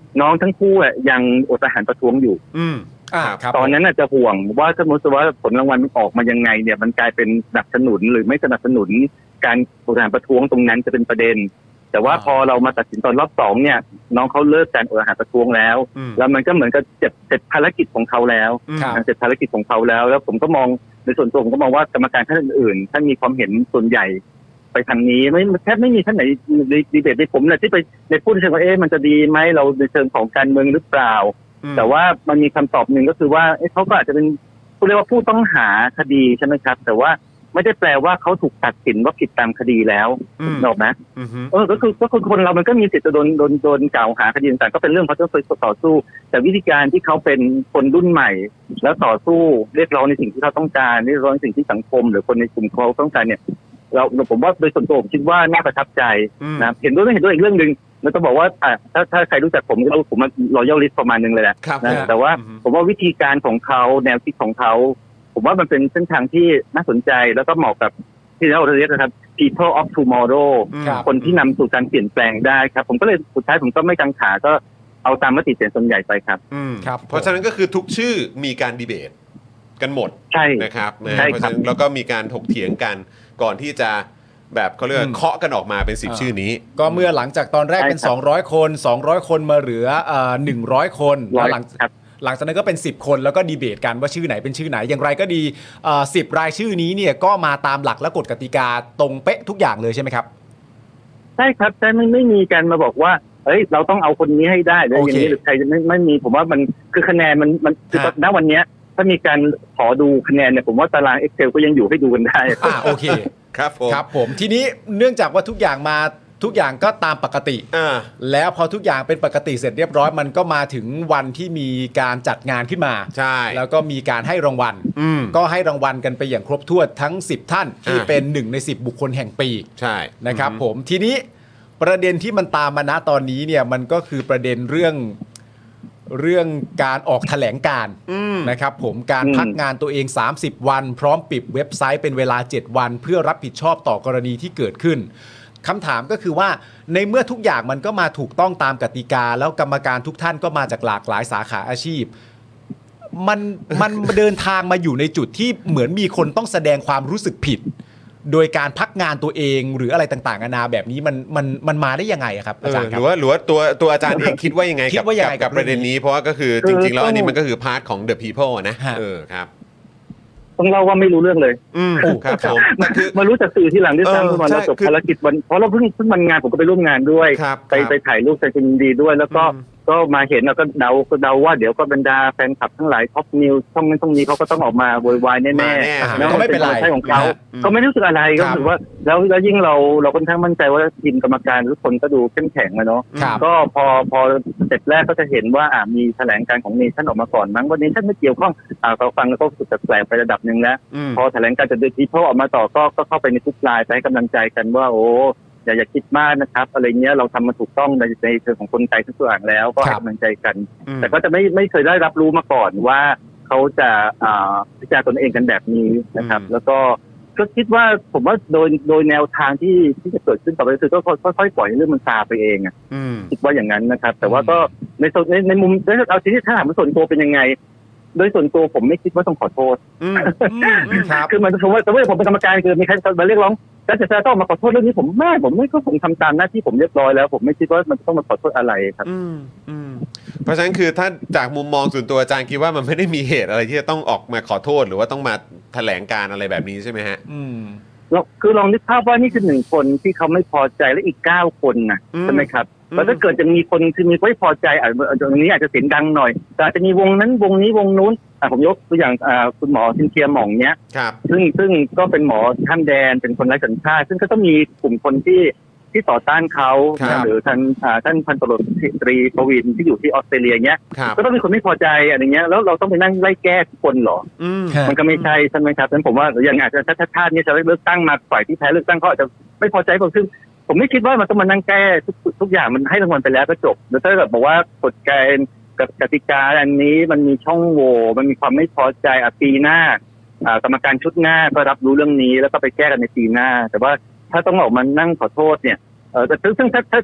Speaker 7: น้องทั้งคู่อ่ะยังอดอาหารประท้วงอยู่
Speaker 2: อืม
Speaker 5: อ่าครับ
Speaker 7: ตอนนั้นอาจจะห่วงว่าถ้าสมมติว่าผลรางวัลมันออกมายังไงเนี่ยมันกลายเป็นสนับสนุนหรือไม่สนับสนุนการอดอาหารประท้วงตรงนั้นจะเป็นประเด็นแต่ว่าพอเรามาตัดสินตอนรอบสองเนี่ยน้องเขาเลิกการอดอาหารประท้วงแล้วแล้วมันก็เหมือนกับเสร็จเสร็จภารกิจของเขาแล้วเสร็จภารกิจของเขาแล้วแล้วผมก็มองในส่วนตัวผมก็มองว่ากรรมการท่านอื่นๆท่านมีความเห็นส่วนใหญ่ไปทางนี้ไม่แทบไม่มีท่านไหนดีเบตในผมเลยที่ไปในพูดในเชิงว่าเอ๊ะมันจะดีไหมเราในเชิงของการเมืองหรือเปล่าแต่ว่ามันมีคำตอบหนึ่งก็คือว่าเอ๊ะเขาก็อาจจะเป็นผู้เรียกว่าผู้ต้องหาคดีใช่ไหมครับแต่ว่าไม่ได้แปลว่าเขาถูกตัดสินว่าผิดตามคดีแล้วนอกนะเออก็คือก็คือคนเรามันก็มีสิทธิ์จะโดนโดนโดนกล่าวหาคดีต่างๆก็เป็นเรื่องเขาต้องต่อสู้แต่วิธีการที่เขาเป็นคนรุ่นใหม่แล้วต่อสู้เรียกร้องในสิ่งที่เขาต้องการเรียกร้องในสิ่งที่สังคมหรือคนในกลุ่มเขาต้องการเนี่ยเราผมว่าโดยส่วนตัวผมคิดว่าน่าประทับใจนะเห็นด้วยไม่เห็นด้วยอีกเรื่องนึงแล้วต้องบอกว่าอ่าถ้าถ้าใครรู้จักผมก็รู้ผมมันรอยัลลิสต์ประมาณนึงเลยแหละนะแต่ว่าผมว่าวิธีการของเขาแนวคิดของเขาผมว่ามันเป็นเส้นทางที่น่าสนใจแล้วก็เหมาะกับที่เราเรียกนะครับ people of tomorrow คนที่นำสู่การเปลี่ยนแปลงได้ครับผมก็เลยสุดท้ายผมก็ไม่กังขาก็เอาตามมติเสียงส่วนใหญ่ไปครับ
Speaker 2: ครับเพราะฉะนั้นก็คือทุกชื่อมีการดีเบตกันหมด
Speaker 7: ใช่
Speaker 2: นะครับนะเพราะฉะนั้นแล้วก็มีการถกเถียงกันก่อนที่จะแบบเขาเรียกเคาะกันออกมาเป็นสิบชื่อนี้
Speaker 5: ก็เมื่อหลังจากตอนแรกเป็นสองร้อยคนสองร้อยคนมาเหลือเอ่อหนึ่งร้อยคนแล้วหลังหลังจากนั้นก็เป็นสิบคนแล้วก็ดีเบตกันว่าชื่อไหนเป็นชื่อไหนอย่างไรก็ดีเอ่อสิบรายชื่อนี้เนี่ยก็มาตามหลักและกฎกติกาตรงเป๊ะทุกอย่างเลยใช่ไหมครับ
Speaker 7: ใช่ครับแต่ไม่ไม่มีการมาบอกว่าเฮ้ยเราต้องเอาคนนี้ให้ได้หรืออย่างนี้หรือใครไม่ไม่มีผมว่ามันคือคะแนนมันมันคือณวันนี้ถ้ามีการขอดูคะแนนเนี่ยผมว่าตาราง Excel ก็ยังอยู่ให้ดูกันได้
Speaker 5: อ่าโอเค
Speaker 2: ครับผม
Speaker 5: ครับผมทีนี้เนื่องจากว่าทุกอย่างมาทุกอย่างก็ตามปกติแล้วพอทุกอย่างเป็นปกติเสร็จเรียบร้อยมันก็มาถึงวันที่มีการจัดงานขึ้นมา
Speaker 2: ใช่
Speaker 5: แล้วก็มีการให้รางวัลก็ให้รางวัลกันไปอย่างครบถ้วนทั้งสิบท่านที่เป็นหนึ่งในสิบบุคคลแห่งปี
Speaker 2: ใช่
Speaker 5: นะครับผมทีนี้ประเด็นที่มันตามมาณตอนนี้เนี่ยมันก็คือประเด็นเรื่องเรื่องการออกแถลงการนะครับผมการพักงานตัวเองสามสิบวันพร้อมปิดเว็บไซต์เป็นเวลาเจ็ดวันเพื่อรับผิดชอบต่อกรณีที่เกิดขึ้นคำถามก็คือว่าในเมื่อทุกอย่างมันก็มาถูกต้องตามกติกาแล้วกรรมการทุกท่านก็มาจากหลากหลายสาขาอาชีพมันมันเดินทางมาอยู่ในจุดที่เหมือนมีคนต้องแสดงความรู้สึกผิดโดยการพักงานตัวเองหรืออะไรต่างๆนานาแบบนี้มันมันมันมาได้ยังไงครับอาจารย์ครับ
Speaker 2: หรือว่าหรือว่าตัวตัวอาจารย์เองคิดว่ายังไงกับกับประเด็นนี้เพราะว่าก็คือจริงๆแล้วอันนี้มันก็คือพาร์ทของ the people นะเออครับ
Speaker 7: ต้องเล่าว่าไม่รู้เรื่องเลย
Speaker 2: อืมครับผม
Speaker 7: มารู้จากสื่อที่หลังด้วยซ้ำวันเราจบภารกิจวันเพราะเราเพิ่งเพิ่งมันงานผมก็ไปร่วมงานด้วยไปไปถ่ายรูปแสดงดีด้วยแล้วก็ก็มาเห็นแล้วก็เดาก็เดาว่าเดี๋ยวก็บรรดาแฟนคลับทั้งหลายท็อปนิวช่องนั้นช่องนี้เขาก็ต้องออกมาโวยวายแน่ๆ
Speaker 5: แล้วไม่เป็นไร
Speaker 7: ของเขาเขาไม่รู้สึกอะไรก็ถือว่าแล้วแล้วยิ่งเราเราค่อนข้างมั่นใจว่าทีมกรรมการทุกคนก็ดูเข้มแข็งนะเนาะก็พอพอเสร็จแรกก็จะเห็นว่าอ่ามีแถลงการของเนชั่นออกมาก่อนมั้งวันนี้ท่านไม่เกี่ยวข้องอ่าเราฟังแล้วก็รู้สึกแปลกไประดับนึงแล้วพอแถลงการจากเดอะพีเพิลออกมาต่อก็ก็เข้าไปในทุกไลน์ไปให้กำลังใจกันว่าโอ้อย่าอย่าคิดมากนะครับอะไรเงี้ยเราทำมาถูกต้องในในเชิงของคนไทยทุกอย่างแล้วก็ให้กำลังใจกันแต่ก็จะไม่ไม่เคยได้รับรู้มาก่อนว่าเขาจะอ่าพิจารณาตนเองกันแบบนี้นะครับแล้วก็ก็คิดว่าผมว่าโดยโดยแนวทางที่ที่จะเกิดขึ้นต่อไปคือก็ค่อยๆปล่อยเรื่องมันซาไปเองอ่ะคิดว่าอย่างนั้นนะครับแต่ว่าก็ในในในมุมเอาทีนี้ถ้าถามว่าส่วนตัวเป็นยังไงโดยส่วนตัวผมไม่คิดว่าต้องขอโทษคือมันผมว่าแต่ว่าผมเป็นกรรมการคือมีใครมาเรียกร้องก็จะต้องมาขอโทษเรื่องนี้ผมไม่ผมไม่ก็ผมทำตามหน้าที่ผมเรียบร้อยแล้วผมไม่คิดว่ามันต้องมาขอโทษอะไรครับ
Speaker 2: เพราะฉะนั้นคือถ้าจากมุมมองส่วนตัวอาจารย์คิดว่ามันไม่ได้มีเหตุอะไรที่จะต้องออกมาขอโทษหรือว่าต้องมาแถลงการอะไรแบบนี้ใช่ไหมฮะ
Speaker 7: เราคือลองนึกภาพว่านี่คือหนึ่งคนที่เขาไม่พอใจและอีกเก้าคนนะใช่ไหมครับแล้วถ้าเกิดจะมีคนที่มีไม่พอใจอาจจะตรงนี้อาจจะเสียงดังหน่อยแต่อาจจะมีวงนั้นวงนี้วงนู้นอ่ะผมยกตัวอย่างอ่าคุณหมอซินเทียหม่องเนี้ยซึ่งซึ่งก็เป็นหมอท่านแดนเป็นคนไร้สัญชาติซึ่งก็ต้องมีกลุ่มคนที่ที่ต่อต้านเขาหรือท่านอ่าท่านพันตำรวจตรีประวินที่อยู่ที่ออสเตรเลียเนี้ยก็ต้องมีคนไม่พอใจอะไรเงี้ยแล้วเราต้องไปนั่งไล่แก้ทุกคนหรอมันก็ไม่ใช่ใช่ไหมครับฉะนั้นผมว่าอย่างอาจจะถ้าชาตินี้จะเลือกตั้งมาฝ่ายที่แพ้เลือกตั้งเขาอาจจะไม่พอใจผมซึ่งผมไม่คิดว่ามันต้องมานั่งแก้ทุกทุกอย่างมันให้รางวัลไปแล้วก็จบแล้วถ้าแบบบอกว่ากฎเกณฑ์กติกาอันนี้มันมีช่องโหว่มันมีความไม่พอใจอ่ะปีหน้ากรรมการชุดหน้าก็รับรู้เรื่องนี้แล้วก็ไปแก้กันในปีหน้าแต่ว่าถ้าต้องออกมานั่งขอโทษเนี่ยเออแต่ซึ่งถ้าถ้าท่าน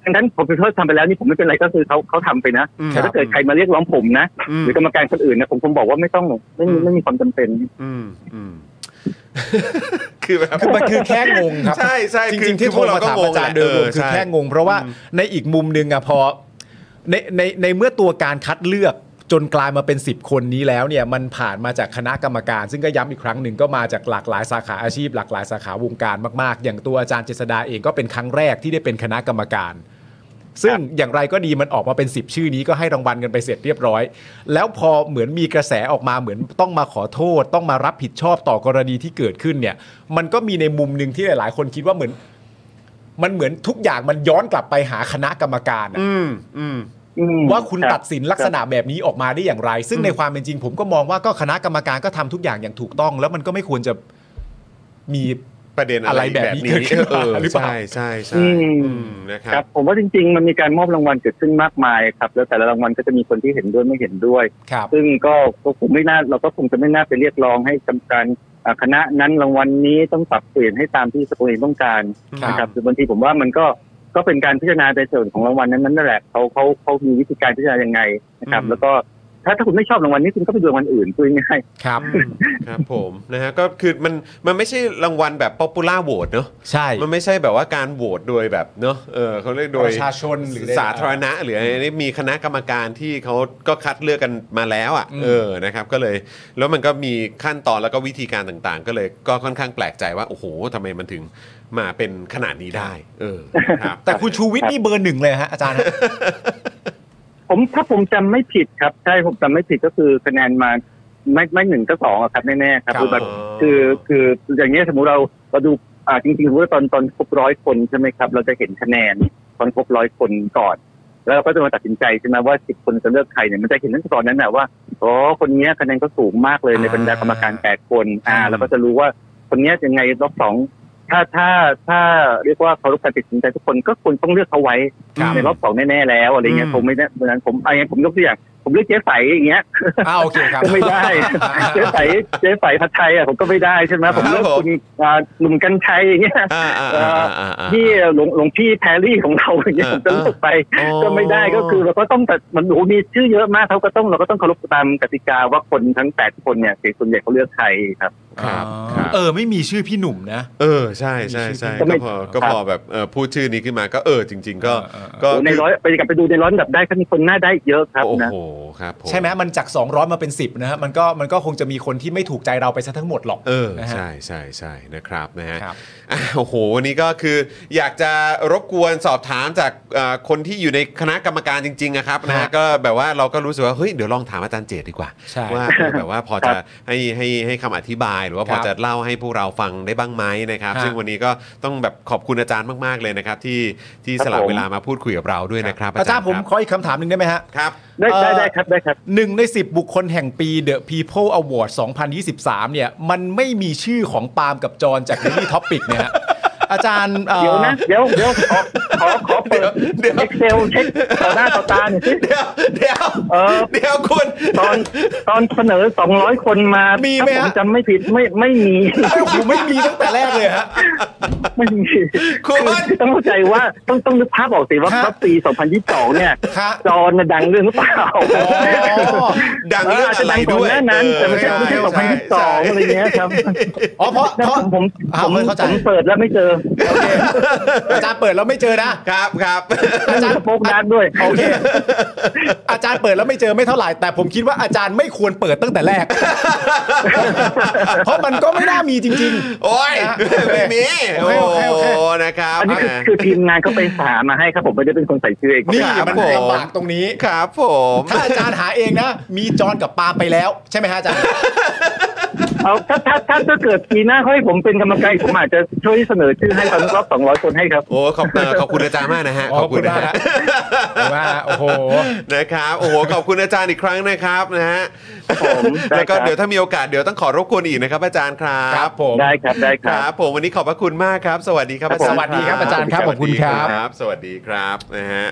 Speaker 7: ดังนั้นผมเป็นโทษทำไปแล้วนี่ผมไม่เป็นไรก็คือเขาเขาทำไปนะแต่ถ้าเกิดใครมาเรียกร้องผมนะหรือกรรมการคนอื่นนะผมผมบอกว่าไม่ต้องไม่ไม่มีความจำเป็น
Speaker 2: อืมอืมคือแบบ
Speaker 5: คือมันคือแค่งงครับ
Speaker 2: ใช่ใช่
Speaker 5: จริงๆที่โทรมาถามอาจารย์โดยรวมคือแค่งงเพราะว่าในอีกมุมนึงอะพอในในในเมื่อตัวการคัดเลือกจนกลายมาเป็นสิบคนนี้แล้วเนี่ยมันผ่านมาจากคณะกรรมการซึ่งก็ย้ำอีกครั้งหนึ่งก็มาจากหลากหลายสาขาอาชีพหลากหลายสาขาวงการมากๆอย่างตัวอาจารย์เจษฎาเองก็เป็นครั้งแรกที่ได้เป็นคณะกรรมการซึ่งอย่างไรก็ดีมันออกมาเป็นสิบชื่อนี้ก็ให้รางวัลกันไปเสร็จเรียบร้อยแล้วพอเหมือนมีกระแสออกมาเหมือนต้องมาขอโทษต้องมารับผิดชอบต่อกรณีที่เกิดขึ้นเนี่ยมันก็มีในมุมนึงที่หลายๆคนคิดว่าเหมือนมันเหมือนทุกอย่างมันย้อนกลับไปหาคณะกรรมการอ่ะว่าคุณตัดสินลักษณะแบบนี้ออกมาได้อย่างไรซึ่งในความเป็นจริงผมก็มองว่าก็คณะกรรมการก็ทำทุกอย่างอย่างถูกต้องแล้วมันก็ไม่ควรจะมี
Speaker 2: ประเด็นอะไรแบบนี้เกิดขึ้นหรือเปล่าใช่ใช่ใช่
Speaker 7: นะครับผมว่าจริงๆมันมีการมอบรางวัลเกิดขึ้นมากมายครับแล้วแต่ละรางวัลก็จะมีคนที่เห็นด้วยไม่เห็นด้วยซึ่งก็คงไม่น่าเราก็คงจะไม่น่าไปเรียกร้องให้กรรมการคณะนั้นรางวัลนี้ต้องปรับเปลี่ยนให้ตามที่ตัวเองต้องการนะครับคือบางทีผมว่ามันก็ก็เป็นการพิจารณาในส่วนของรางวัลนั้นนั่นแหละเขาเขาเขามีวิธีการพิจารณายังไงนะครับแล้วก็ถ้าถ้าคุณไม่ชอบรางวัลนี้คุณก็ไปดูรางวัลอื่นคุยง่าย
Speaker 2: ครับครับผมนะฮะก็คือมันมันไม่ใช่รางวัลแบบ popular vote เนอะ
Speaker 5: ใช่
Speaker 2: มันไม่ใช่แบบว่าการโหวตโดยแบบเนอะเออเขาเรียกโดย
Speaker 5: ประชาชนหรือ
Speaker 2: สาธารณะหรืออะไรนี่มีคณะกรรมการที่เขาก็คัดเลือกกันมาแล้วอ่ะเออนะครับก็เลยแล้วมันก็มีขั้นตอนแล้วก็วิธีการต่างๆก็เลยก็ค่อนข้างแปลกใจว่าโอ้โหทำไมมันถึงมาเป็นขนาดนี้ได้เออครับ
Speaker 5: แต่คุณชูวิทย์นี่เบอร์หนึ่งเลยฮะอาจารย์
Speaker 7: ผมถ้าผมจำไม่ผิดครับใช่ผมจำไม่ผิดก็คือคะแนนมาไม่ไม่หนึ่งก็สองครับแน่ๆครับคือแบบคือคืออย่างเงี้ยสมมุติเราเราดูอ่าจริงๆสมมติว่าตอนตอนครบร้อยคนใช่ไหมครับเราจะเห็นคะแนนตอนครบร้อยคนก่อนแล้วเราก็จะมาตัดสินใจใช่ไหมว่าสิบคนจะเลือกใครเนี่ยมันจะเห็นตั้งแต่ตอนนั้นแหละว่าอ๋อคนนี้คะแนนก็สูงมากเลยในบรรดากรรมการแปดคนอ่าเราก็จะรู้ว่าคนนี้ยังไงรอบสองถ้าถ้าถ้าเรียกว่าเคารพการตัดสินใจทุกคนก็ควรต้องเลือกเขาไว้ในรอบสองแน่ๆแล้วอะไรเงี้ยผมไม่ได้เพราะฉะนั้นผมอะไรเงี้ยผมยกตัวอย่างผมเลือกเจ๊ไฝอย่างเงี้ย
Speaker 5: อ้าโอเคครับ
Speaker 7: ก็ไม่ได้เจ๊ไฝเจ๊ไฝผัดไทยอ่ะผมก็ไม่ได้ใช่ไหมผมเลือกคุณหนุ่มกัญชัยอย่างเงี้ยที่หลวงหลวงพี่แพรรี่ของเราอย่างเงี้ยผมจะรู้สึกไปก็ไม่ได้ก็คือเราก็ต้องแต่มันโอ้มีชื่อเยอะมากเขาก็ต้องเราก็ต้องเคารพตามกติกาว่าคนทั้งแปดคนเนี่ยส่วนใหญ่เขาเลือกใครครับ
Speaker 2: ครับ
Speaker 5: เออไม่มีชื่อพี่หนุ่มนะ
Speaker 2: เออใช่ใช่ใช่ก็พอก็พอแบบเออพูดชื่อนี้ขึ้นมาก็เออจริงๆก็
Speaker 7: ก็ในร้อยไปกลับไปดูในร้อยแบบได้ก็มีคนหน้าได้เยอะครับนะ
Speaker 2: โอ้โหครับ
Speaker 5: ใช่ไหมมันจากสองร้อยมาเป็นสิบนะฮะมันก็มันก็คงจะมีคนที่ไม่ถูกใจเราไปซะทั้งหมดหรอก
Speaker 2: เออใช่ใช่ใช่นะครับนะฮะโอ้โหวันนี้ก็คืออยากจะรบกวนสอบถามจากคนที่อยู่ในคณะกรรมการจริงๆนะครับนะก็แบบว่าเราก็รู้สึกว่าเฮ้ยเดี๋ยวลองถามอาจารย์เจตดีกว่าว่าแบบว่าพอจะให้ให้ให้คำอธิบายหรือว่าพอจะเล่าให้พวกเราฟังได้บ้างไหมนะครับซึ่งวันนี้ก็ต้องแบบขอบคุณอาจารย์มากๆเลยนะครับที่ที่สละเวลามาพูดคุยกับเราด้วยนะครับ
Speaker 5: อาจารย์ผมขออีกคำถามหนึ่งได้ไหมฮะ
Speaker 2: ครับ
Speaker 7: ได้ได้ได้ครับได้ครับ
Speaker 5: หนึ่งในสิบบุคคลแห่งปี The People Award สองพันยี่สิบสามเนี่ยมันไม่มีชื่อของปาล์มกับจอนจาก Daily Topic เนี่ยฮะอาจารย์
Speaker 7: เดี๋ยวนะเดี๋ยวเดี๋ยวขอขอขอเปิด Excel เช็คต่อหน้าต่อตาหน่อยสิ
Speaker 2: เดี๋ยวเดี๋ยวเออเดี๋ยวคุณ
Speaker 7: ตอนตอนเสนอสองร้อยคนมา
Speaker 5: มีไหมฮะ
Speaker 7: ผมจำไม่ผิดไม่ไม่มี
Speaker 5: ผมไม่มีตั้งแต่แรกเลยฮะ
Speaker 7: ไม่มีคือต้องเข้าใจว่าต้องต้องนึกภาพออกสิว่าปีสองพันยี่สิบสองเนี่ยจอนดังเรื่องหรือเปล่า
Speaker 2: ดังเรื่องอะไรด้วย
Speaker 7: นั้นแต่ไม่ใช่ไม่ใช่สองพันยี่สิบสองอะไรเงี้ยครับ
Speaker 5: อ๋อเพราะเพราะ
Speaker 7: ผมผมผมเปิดแล้วไม่เจอ
Speaker 5: โอเคอาจารย์เปิดแล้วไม่เจอนะครับ
Speaker 2: ครับ
Speaker 7: อาจารย์โป๊กดักด้วย
Speaker 5: โอเคอาจารย์เปิดแล้วไม่เจอไม่เท่าไหร่แต่ผมคิดว่าอาจารย์ไม่ควรเปิดตั้งแต่แรกเพราะมันก็ไม่น่ามีจริง
Speaker 2: ๆโอ้ยไม่มีโอ้นะครับ
Speaker 7: อันนี้คือคือทีมงานเขาไปหามาให้ครับผมไม่ได้เป็นคนใส่ชื่อเอง
Speaker 5: นี่มันลำบากตรงนี้
Speaker 2: ครับผม
Speaker 5: ถ้าอาจารย์หาเองนะมีจอนกับปาล์มไปแล้วใช่ไหมฮะอาจารย์
Speaker 7: เอาถ้าถ้าถ้าถ้าเกิดปีหน้าเขาให้ผมเป็นกรรมการผมอาจจะช่วยเสนอชื่อให้ตอนรอบสองร้อยคนให้ครับ
Speaker 2: โอ้ขอบขอบคุณอาจารย์มากนะฮะ
Speaker 5: ขอบคุณนะฮะว่าโอ้โห
Speaker 2: นะครับโอ้โหขอบคุณอาจารย์อีกครั้งนะครับนะฮะ
Speaker 7: ผม
Speaker 2: แล้วก็เดี๋ยวถ้ามีโอกาสเดี๋ยวต้องขอรบกวนอีกนะครับอาจารย์ครับ
Speaker 5: ครับผม
Speaker 7: ได้ครับได้ค
Speaker 2: รับผมวันนี้ขอบพระคุณมากครับสวัสดีครับ
Speaker 5: สวัสดีครับอาจารย์ครับขอบคุณครับ
Speaker 2: สวัสดีครับนะฮะ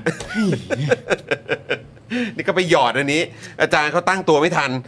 Speaker 2: นี่ก็ไปหยอดอันนี้อาจารย์เขาตั้งตัวไม่ทัน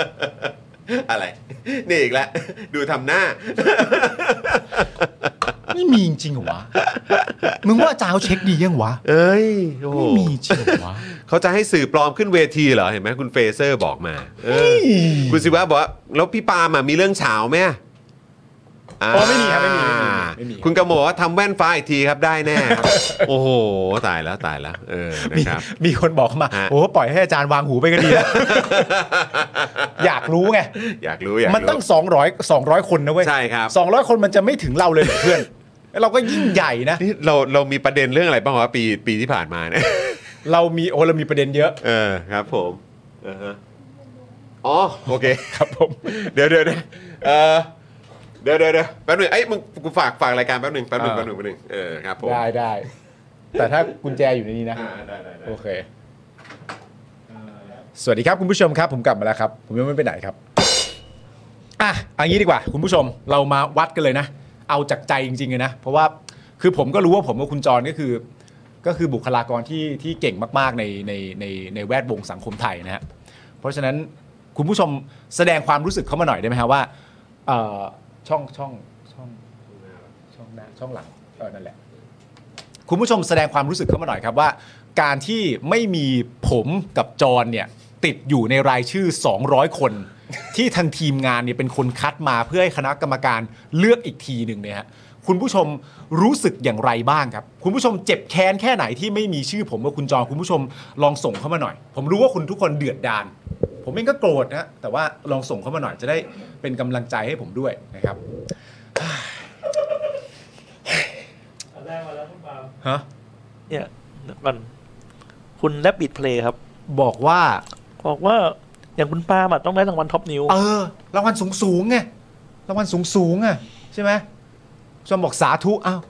Speaker 2: อะไรนี่อีกแล้วดูทำหน้า
Speaker 5: ไม่มีจริงเหรอวะมึงว่าอาจารย์เขาเช็คดียังวะ
Speaker 2: เอ้ยโอ้โห
Speaker 5: ไม่มีจริงเหรอวะ
Speaker 2: เขาจะให้สื่อปลอมขึ้นเวทีเหรอเห็นไหมคุณเฟเซอร์บอกมาเออคุณศิวะบอกว่าแล้วพี่ปาล์มอะมีเรื่องเฉาไหม
Speaker 5: อ๋อไม่มีครับไม่มีไม่มีไม่มี
Speaker 2: คุณกระหมอว่าทำแว่นฟ้าอีกทีครับได้แน่ครับ โอ้โหตายแล้วตายแล้วเออ
Speaker 5: มี
Speaker 2: นะครับ
Speaker 5: มีคนบอกเข้ามา
Speaker 2: ฮะ
Speaker 5: โอ้ปล่อยให้อาจารย์วางหูไปก็ดีแล้ว อยากรู้ไง
Speaker 2: อยากรู้อยากรู้
Speaker 5: มันตั้งสองร้อย สองร้อยคนนะเว้ย
Speaker 2: ใช่ครับ
Speaker 5: สองร้อยคนมันจะไม่ถึงเราเลยเหรอเพื่อน เราก็ยิ่งใหญ่นะ
Speaker 2: นี่เราเรามีประเด็นเรื่องอะไรบ้างวะปีปีที่ผ่านมาเนี่ย
Speaker 5: เรามีโอ้เรามีประเด็นเยอะ
Speaker 2: เออครับผมอ่าฮะอ๋อโอเค
Speaker 5: ครับผม
Speaker 2: เดี๋ยวเดี๋ยวเดี๋ยวเออเดี๋ยวเดี๋ยวเดี๋ยวแป๊บหนึงเอ้ยมึงกูฝากฝากรายการแป๊บหนึงแป๊บหนึงแป๊บหนึงแป๊บหนึงเออครับผม
Speaker 5: ได้ได้แต่ถ้ากุญแจอยู่ในนี้นะ
Speaker 2: อ่าได้ได้ได้
Speaker 5: โอเคสวัสดีครับคุณผู้ชมครับผมกลับมาแล้วครับ ผมยังไม่ไปไหนครับอ่ะเอันนี้ดีกว่าคุณผู้ชมเรามาวัดกันเลยนะ เอาจากใจจริงๆเลยนะ เพราะว่าคือผมก็รู้ว่าผมกับคุณจรก็คือ ก็คือบุคลากรที่ที่เก่งมากๆในในในในแวดวงสังคมไทยนะฮะเพราะฉะนั้นคุณผู้ชมแสดงความรู้สึกเข้ามาหน่อยได้ไหมครับว่าเอ่อช่องช่องช่องช่องหน้าช่องหลังเออนั่นแหละ คุณผู้ชมแสดงความรู้สึกเข้ามาหน่อยครับว่า การที่ไม่มีผมกับจรเนี่ยติดอยู่ในรายชื่อสองร้อยคน ที่ทางทีมงานเนี่ยเป็นคนคัดมาเพื่อให้คณะกรรมการเลือกอีกทีหนึ่งเนี่ยฮะคุณผู้ชมรู้สึกอย่างไรบ้างครับคุณผู้ชมเจ็บแค้นแค่ไหนที่ไม่มีชื่อผมกับคุณจรคุณผู้ชมลองส่งเข้ามาหน่อย ผมรู้ว่าคุณทุกคนเดือดดาลผมเองก็โกรธนะแต่ว่าลองส่งเข้ามาหน่อยจะได้เป็นกำลังใจให้ผมด้วยนะครับ
Speaker 6: ได้มาแล้วคุณปาล์ม
Speaker 5: ฮะ
Speaker 6: เนี่ยเดี๋ยวก่อนคุณแลบบิดเพลย์ครับ
Speaker 5: บอกว่า
Speaker 6: บอกว่าอย่างคุณปาล์มอะต้องได้รางวัลท็อปนิว
Speaker 5: เออรางวัลสูงสูงๆไงรางวัลสูงสูงๆอ่ะใช่ไหมชมบอกสาธุอ้าว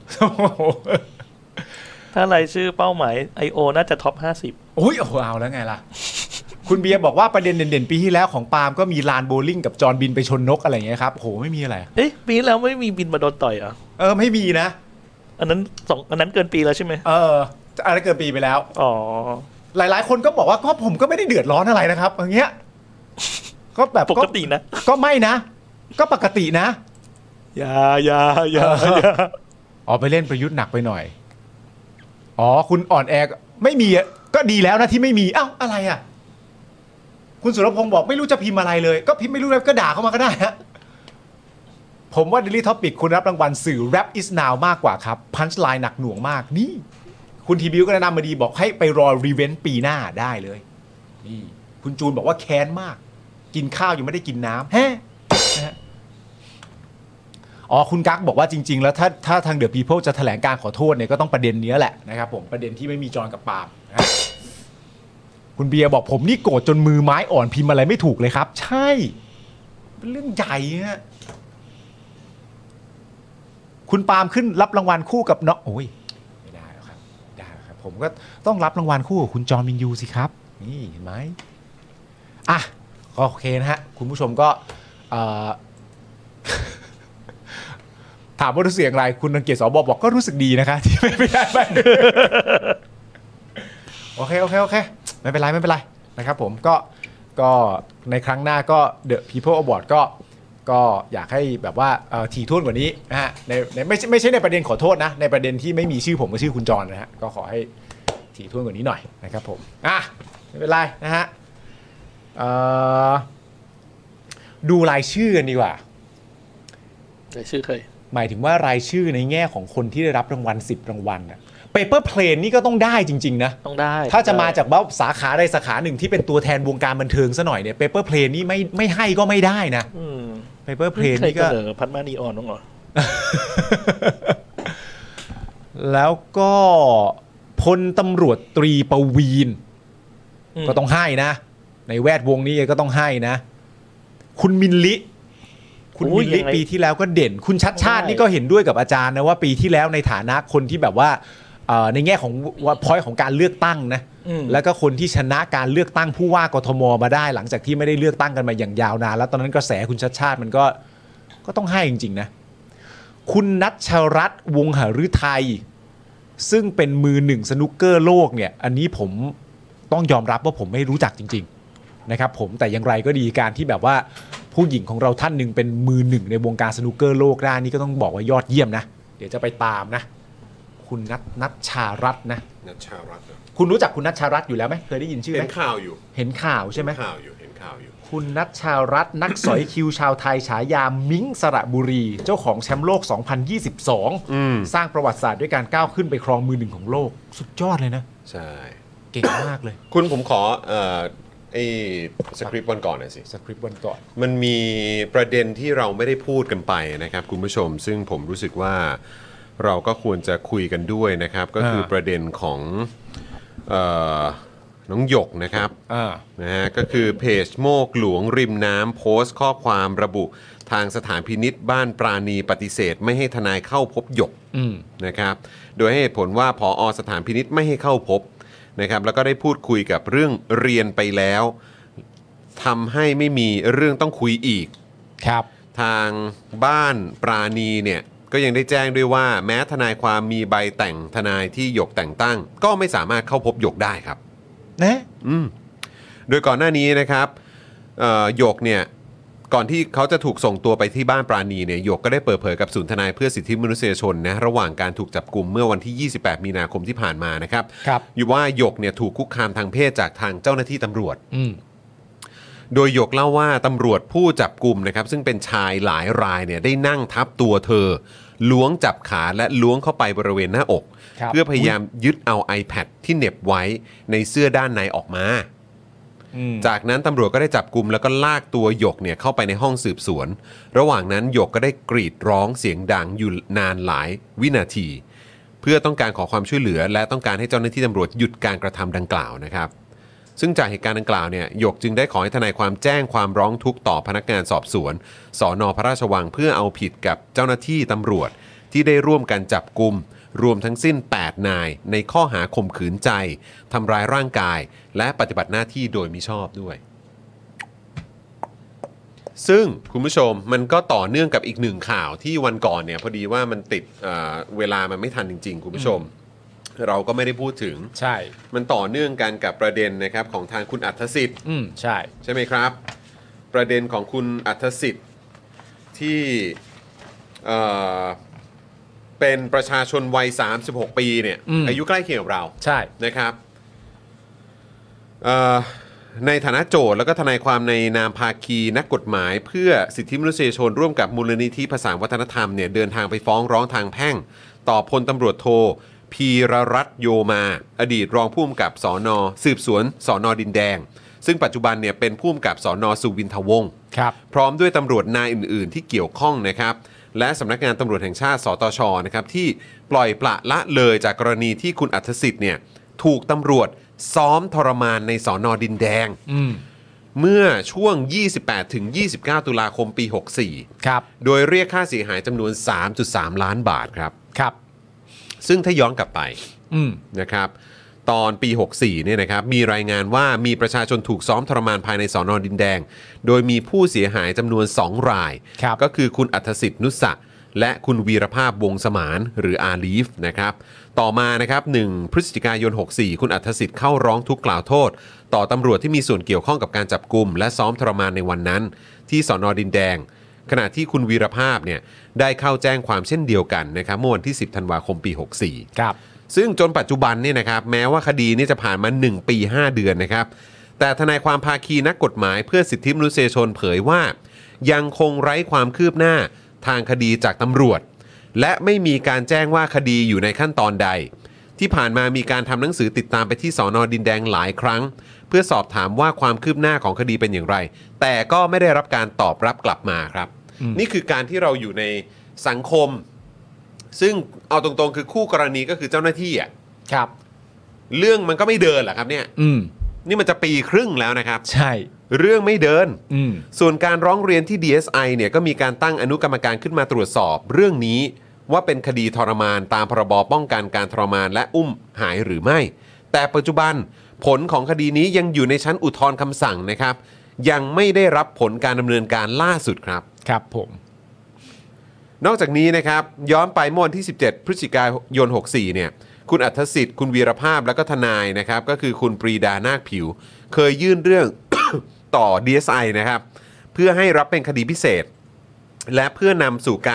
Speaker 6: ถ้ารายชื่อเป้าหมาย ไอ โอ น่าจะท็อปห้าสิบ
Speaker 5: โอ้ยโอ้โหเอาแล้วไงล่ะ คุณเบียร์บอกว่าประเด็นเด่นๆปีที่แล้วของปาล์มก็มีลานโบว์ลิ่งกับจอห์นบินไปชนนกอะไรอย่างเงี้ยครับโอ้โหไม่มีอะไร
Speaker 6: เอ๊ะปีแล้วไม่มีบินมาโดนต่อยเหรอ่ะ
Speaker 5: เออไม่มีนะ
Speaker 6: อันนั้นสองอันนั้นเกินปีแล้วใช่ไหม
Speaker 5: เอออะไรเกินปีไปแล้ว
Speaker 6: อ๋อ
Speaker 5: หลายๆ คนก็บอกว่าก็ผมก็ไม่ได้เดือดร้อนอะไรนะครับอย่างเงี้ยก็แบบ
Speaker 6: ปกตินะ
Speaker 5: ก็ไม่นะ ก็ปกตินะ
Speaker 6: อย่าอย่าอย่าอย่า
Speaker 5: อ๋อไปเล่นประยุทธ์หนักไปหน่อยอ๋อคุณอ่อนแอไม่มีอ่ะก็ดีแล้วนะที่ไม่มีอ้าวอะไรอ่ะคุณสุรพงศ์บอกไม่รู้จะพิมพ์อะไรเลยก็พิมพ์ไม่รู้แล้วก็ด่าเข้ามาก็ได้ฮะผมว่า Daily Topic คุณรับรางวัลสื่อ Rap is now มากกว่าครับพันช์ไลน์หนักหน่วงมากนี่คุณทีบิวก็แนะนำมาดีบอกให้ไปรอรีเวนต์ปีหน้าได้เลยนี่คุณจูนบอกว่าแค้นมากกินข้าวยังไม่ได้กินน้ำแฮะนะฮะอ๋อคุณกั๊กบอกว่าจริงๆแล้วถ้าถ้าทางเดอะพีเพิลจะแถลงการขอโทษเนี่ยก็ต้องประเด็นนี้แหละนะครับผมประเด็นที่ไม่มีจอนกับปาล์มนะฮะคุณเบียร์บอกผมนี่โกรธจนมือไม้อ่อนพิมพ์อะไรไม่ถูกเลยครับใช่เป็นเรื่องใหญ่ฮะคุณปาล์มขึ้นรับรางวัลคู่กับน้องโอ้ยไม่ได้หรอกครับไม่ได้หรอกครับผมก็ต้องรับรางวัลคู่กับคุณจอห์นวินยูสิครับนี่เห็นไหมอ่ะก็โอเคนะฮะคุณผู้ชมก็เอ่อ ถามว่ารู้สึกอย่างไรคุณรังเกียจสบบอกก็รู้สึกดีนะคะที่ไม่ไม่ได้ไป โอเคโอเคโอเคไม่เป็นไรไม่เป็นไรนะครับผมก็ก็ในครั้งหน้าก็ The People Award ก็ก็อยากให้แบบว่าเอ่อถี่ถ้วนกว่านี้นะฮะในในไม่ใช่ไม่ใช่ในประเด็นขอโทษนะในประเด็นที่ไม่มีชื่อผมกับชื่อคุณจรนะฮะก็ขอให้ถี่ถ้วนกว่านี้หน่อยนะครับผมอ่ะไม่เป็นไรนะฮะเอ่อดูรายชื่อกันดีกว่า
Speaker 6: รายชื่อใคร
Speaker 5: หมายถึงว่ารายชื่อในแง่ของคนที่ได้รับรางวัลสิบรางวัลน่ะ Paper Plane นี่ก็ต้องได้จริงๆนะ
Speaker 6: ต้องได้
Speaker 5: ถ้าจะมาจากว่าสาขาใดสาขาหนึ่งที่เป็นตัวแทนวงการบันเทิงซะหน่อยเนี่ย Paper Plane นี่ไม่ไม่ให้ก็ไม่ได้นะ
Speaker 6: อืม
Speaker 5: Paper Plane
Speaker 6: ใคร
Speaker 5: นี่
Speaker 6: เส
Speaker 5: ก็
Speaker 6: นอพัดมานีออนบ้างเหรอ
Speaker 5: แล้วก็พลตำรวจตรีประวีน
Speaker 6: อืม
Speaker 5: ก็ต้องให้นะ ในแวดวงนี้ก็ต้องให้นะ คุณมินลิ คุณมินลิปีที่แล้วก็เด่น คุณชัดชาตินี่ก็เห็นด้วยกับอาจารย์นะว่าปีที่แล้วในฐานะคนที่แบบว่าเอ่อในแง่ของพอยต์ของการเลือกตั้งนะ
Speaker 6: อืม
Speaker 5: แล้วก็คนที่ชนะการเลือกตั้งผู้ว่ากทมมาได้หลังจากที่ไม่ได้เลือกตั้งกันมาอย่างยาวนานแล้วตอนนั้นกระแสคุณชัดชาติมันก็ก็ต้องให้จริงๆนะคุณนัชรัตน์วงหฤทัยซึ่งเป็นมือหนึ่งสนุกเกอร์โลกเนี่ยอันนี้ผมต้องยอมรับว่าผมไม่รู้จักจริงๆนะครับผมแต่อย่างไรก็ดีการที่แบบว่าผู้หญิงของเราท่านหนึ่งเป็นมือหนึ่งในวงการสนุกเกอร์โลกได้นี่ก็ต้องบอกว่ายอดเยี่ยมนะเดี๋ยวดี๋ยวจะไปตามนะคุณนัทนัชชารัตน์นะ
Speaker 2: นัชชารัตน์
Speaker 5: คุณรู้จักคุณนัชชารัตน์อยู่แล้วไหมเคยได้ยินชื่อไหม
Speaker 2: เห็นข่าวอยู่
Speaker 5: เห็นข่าวใช่ไหม
Speaker 2: เห็นข่าวอยู่เห็นข่าวอยู่
Speaker 5: คุณนัชชารัตน์นักสอยคิวชาวไทยฉายามิ้งสระบุรีเจ้าของแชมป์โลกสองพันยี่สิบสอง
Speaker 2: อืม
Speaker 5: สร้างประวัติศาสตร์ด้วยการก้าวขึ้นไปครองมือหนึ่งของโลกสุดยอดเลยนะ
Speaker 2: ใช่
Speaker 5: เก่งมากเลย
Speaker 2: คุณผมขอเอ่อไอ้สคริปต์วันก่อนหน่อยสิ
Speaker 5: สคริปต์วันก่อน
Speaker 2: มันมีประเด็นที่เราไม่ได้พูดกันไปนะครับคุณผู้ชมซึ่งผมรู้สึกว่าเราก็ควรจะคุยกันด้วยนะครับก็คือประเด็นของเอ่อน้องหยกนะครับ
Speaker 5: อ่า
Speaker 2: นะฮะก็คือเพจโมกหลวงริมน้ำโพสต์ข้อความระบุทางสถานพินิษบ้านปราณีปฏิเสธไม่ให้ทนายเข้าพบหยก
Speaker 5: อืม
Speaker 2: นะครับโดยให้เหตุผลว่าผอสถานพินิษไม่ให้เข้าพบนะครับแล้วก็ได้พูดคุยกับเรื่องเรียนไปแล้วทำให้ไม่มีเรื่องต้องคุยอีก
Speaker 5: ครับ
Speaker 2: ทางบ้านปราณีเนี่ยก็ยังได้แจ้งด้วยว่าแม้ทนายความมีใบแต่งทนายที่หยกแต่งตั้ง ก็ไม่สามารถเข้าพบหยกได้ครับ
Speaker 5: นะ
Speaker 2: อืมโดยก่อนหน้านี้นะครับเอ่อหยกเนี่ยก่อนที่เขาจะถูกส่งตัวไปที่บ้านปราณีเนี่ยหยกก็ได้เปิดเผยกับศูนย์ทนายเพื่อสิทธิมนุษยชนนะระหว่างการถูกจับกลุ่มเมื่อวันที่ยี่สิบแปดมีนาคมที่ผ่านมานะครับ
Speaker 5: ครับ
Speaker 2: อยู่ว่าหยกเนี่ยถูกคุกคามทางเพศจากทางเจ้าหน้าที่ตำรวจ
Speaker 5: อืม
Speaker 2: โดยหยกเล่าว่าตำรวจผู้จับกลุ่มนะครับซึ่งเป็นชายหลายรายเนี่ยได้นั่งทับตัวเธอล้วงจับขาและล้วงเข้าไปบริเวณหน้าอก
Speaker 5: ครับ
Speaker 2: เพื่อพยายามยึดเอา iPad ที่เหน็บไว้ในเสื้อด้านในออกมา
Speaker 5: อืม
Speaker 2: จากนั้นตำรวจก็ได้จับกลุ่มแล้วก็ลากตัวหยกเนี่ยเข้าไปในห้องสืบสวน ระหว่างนั้นหยกก็ได้กรีดร้องเสียงดังอยู่นานหลายวินาที เพื่อต้องการขอความช่วยเหลือและต้องการให้เจ้าหน้าที่ตำรวจหยุดการกระทำดังกล่าวนะครับซึ่งจากเหตุการณ์ดังกล่าวเนี่ยหยกจึงได้ขอให้ทนายความแจ้งความร้องทุกข์ต่อพนักงานสอบสวนสน.พระราชวังเพื่อเอาผิดกับเจ้าหน้าที่ตำรวจที่ได้ร่วมกันจับกุมรวมทั้งสิ้นแปดนายในข้อหาข่มขืนใจทำร้ายร่างกายและปฏิบัติหน้าที่โดยมิชอบด้วยซึ่งคุณผู้ชมมันก็ต่อเนื่องกับอีกหนึ่งข่าวที่วันก่อนเนี่ยพอดีว่ามันติดเอ่อเวลามันไม่ทันจริงๆคุณผู้ชม เราก็ไม่ได้พูดถึง
Speaker 5: ใช่
Speaker 2: มันต่อเนื่องกันกับประเด็นนะครับของทางคุณอัธสิทธิ์
Speaker 5: อืมใช่
Speaker 2: ใช่ไหมครับ ประเด็นของคุณอัธสิทธิ์ที่เอ่อเป็นประชาชนวัยสามสิบหกปีเนี่ยอายุใกล้เคียงกับเรา
Speaker 5: ใช่
Speaker 2: นะครับเอ่อในฐานะโจทย์แล้วก็ทนายความในนามภาคีนักกฎหมายเพื่อสิทธิมนุษยชนร่วมกับมูลนิธิภาษาวัฒนธรรมเนี่ยเดินทางไปฟ้องร้องทางแพ่งต่อพลตำรวจโทพีรรัตน์โยมาอดีตรองผู้กำกับสนสืบสวนสนดินแดงซึ่งปัจจุบันเนี่ยเป็นผู้กำกับสนสุวินทวงศ์
Speaker 5: ครับ
Speaker 2: พร้อมด้วยตำรวจนายอื่น ๆ ที่เกี่ยวข้องนะครับและสำนักงานตำรวจแห่งชาติสตชนะครับที่ปล่อยปละละเลยจากกรณีที่คุณอัธสิทธิ์เนี่ยถูกตำรวจซ้อมทรมานในสนดินแดง
Speaker 5: อืม
Speaker 2: เมื่อช่วง ยี่สิบแปดถึงยี่สิบเก้า ตุลาคมปี หกสี่
Speaker 5: ครับ
Speaker 2: โดยเรียกค่าเสียหายจำนวน สามจุดสาม ล้านบาทครับ
Speaker 5: ครับ
Speaker 2: ซึ่งถ้าย้อนกลับไป
Speaker 5: อืม
Speaker 2: นะครับตอนปี หกสี่เนี่ยนะครับมีรายงานว่ามีประชาชนถูกซ้อมทรมานภายในสอนอดินแดงโดยมีผู้เสียหายจำนวนสองราย
Speaker 5: ครับ
Speaker 2: ก็คือคุณอัธสิทธิ์นุสะและคุณวีรภาพวงศ์สมานหรืออาลีฟนะครับต่อมานะครับหนึ่งพฤศจิกายน หกสี่ คุณอัธสิทธิ์เข้าร้องทุกข์กล่าวโทษ ต่อตำรวจที่มีส่วนเกี่ยวข้องกับการจับกุมและซ้อมทรมานในวันนั้น ที่สอนอดินแดง ขณะที่คุณวีรภาพเนี่ยได้เข้าแจ้งความเช่นเดียวกันนะครับเมื่อวันที่สิบธันวาคมปี หกสี่
Speaker 5: ครับ
Speaker 2: ซึ่งจนปัจจุบันเนี่ยนะครับแม้ว่าคดีนี้จะผ่านมาหนึ่งปีห้าเดือนนะครับแต่ทนายความภาคีนักกฎหมายเพื่อสิทธิมนุษยชนเผยว่ายังคงไร้ความคืบหน้าทางคดีจากตำรวจและไม่มีการแจ้งว่าคดีอยู่ในขั้นตอนใดที่ผ่านมามีการทำหนังสือติดตามไปที่สน.ดินแดงหลายครั้งเพื่อสอบถามว่าความคืบหน้าของคดีเป็นอย่างไรแต่ก็ไม่ได้รับการตอบรับกลับมาครับนี่คือการที่เราอยู่ในสังคมซึ่งเอาตรงๆคือคู่กรณีก็คือเจ้าหน้าที่อ่ะ
Speaker 5: ครับ
Speaker 2: เรื่องมันก็ไม่เดินหรอครับเนี่ย
Speaker 5: อืม
Speaker 2: นี่มันจะปีครึ่งแล้วนะครับ
Speaker 5: ใช่
Speaker 2: เรื่องไม่เดิน
Speaker 5: อืม
Speaker 2: ส่วนการร้องเรียนที่ ดี เอส ไอ เนี่ยก็มีการตั้งอนุกรรมการขึ้นมาตรวจสอบเรื่องนี้ว่าเป็นคดีทรมานตามพรบป้องกันการทรมานและอุ้มหายหรือไม่ แต่ปัจจุบันผลของคดีนี้ยังอยู่ในชั้นอุทธรณ์คำสั่งนะครับยังไม่ได้รับผลการดำเนินการล่าสุดครับ
Speaker 5: ครับผม
Speaker 2: นอกจากนี้นะครับย้อนไปเมื่อวันที่ สิบเจ็ด พฤศจิกายน หกสี่ เนี่ยคุณอัธสิทธิ์คุณวีรภาพและก็ทนายนะครับก็คือคุณปรีดานาคผิว เคยยื่นเรื่อง ต่อ ดี เอส ไอ นะครับเพื่อให้รับเป็นคดีพิเศษ และเพื่อนำสู่การ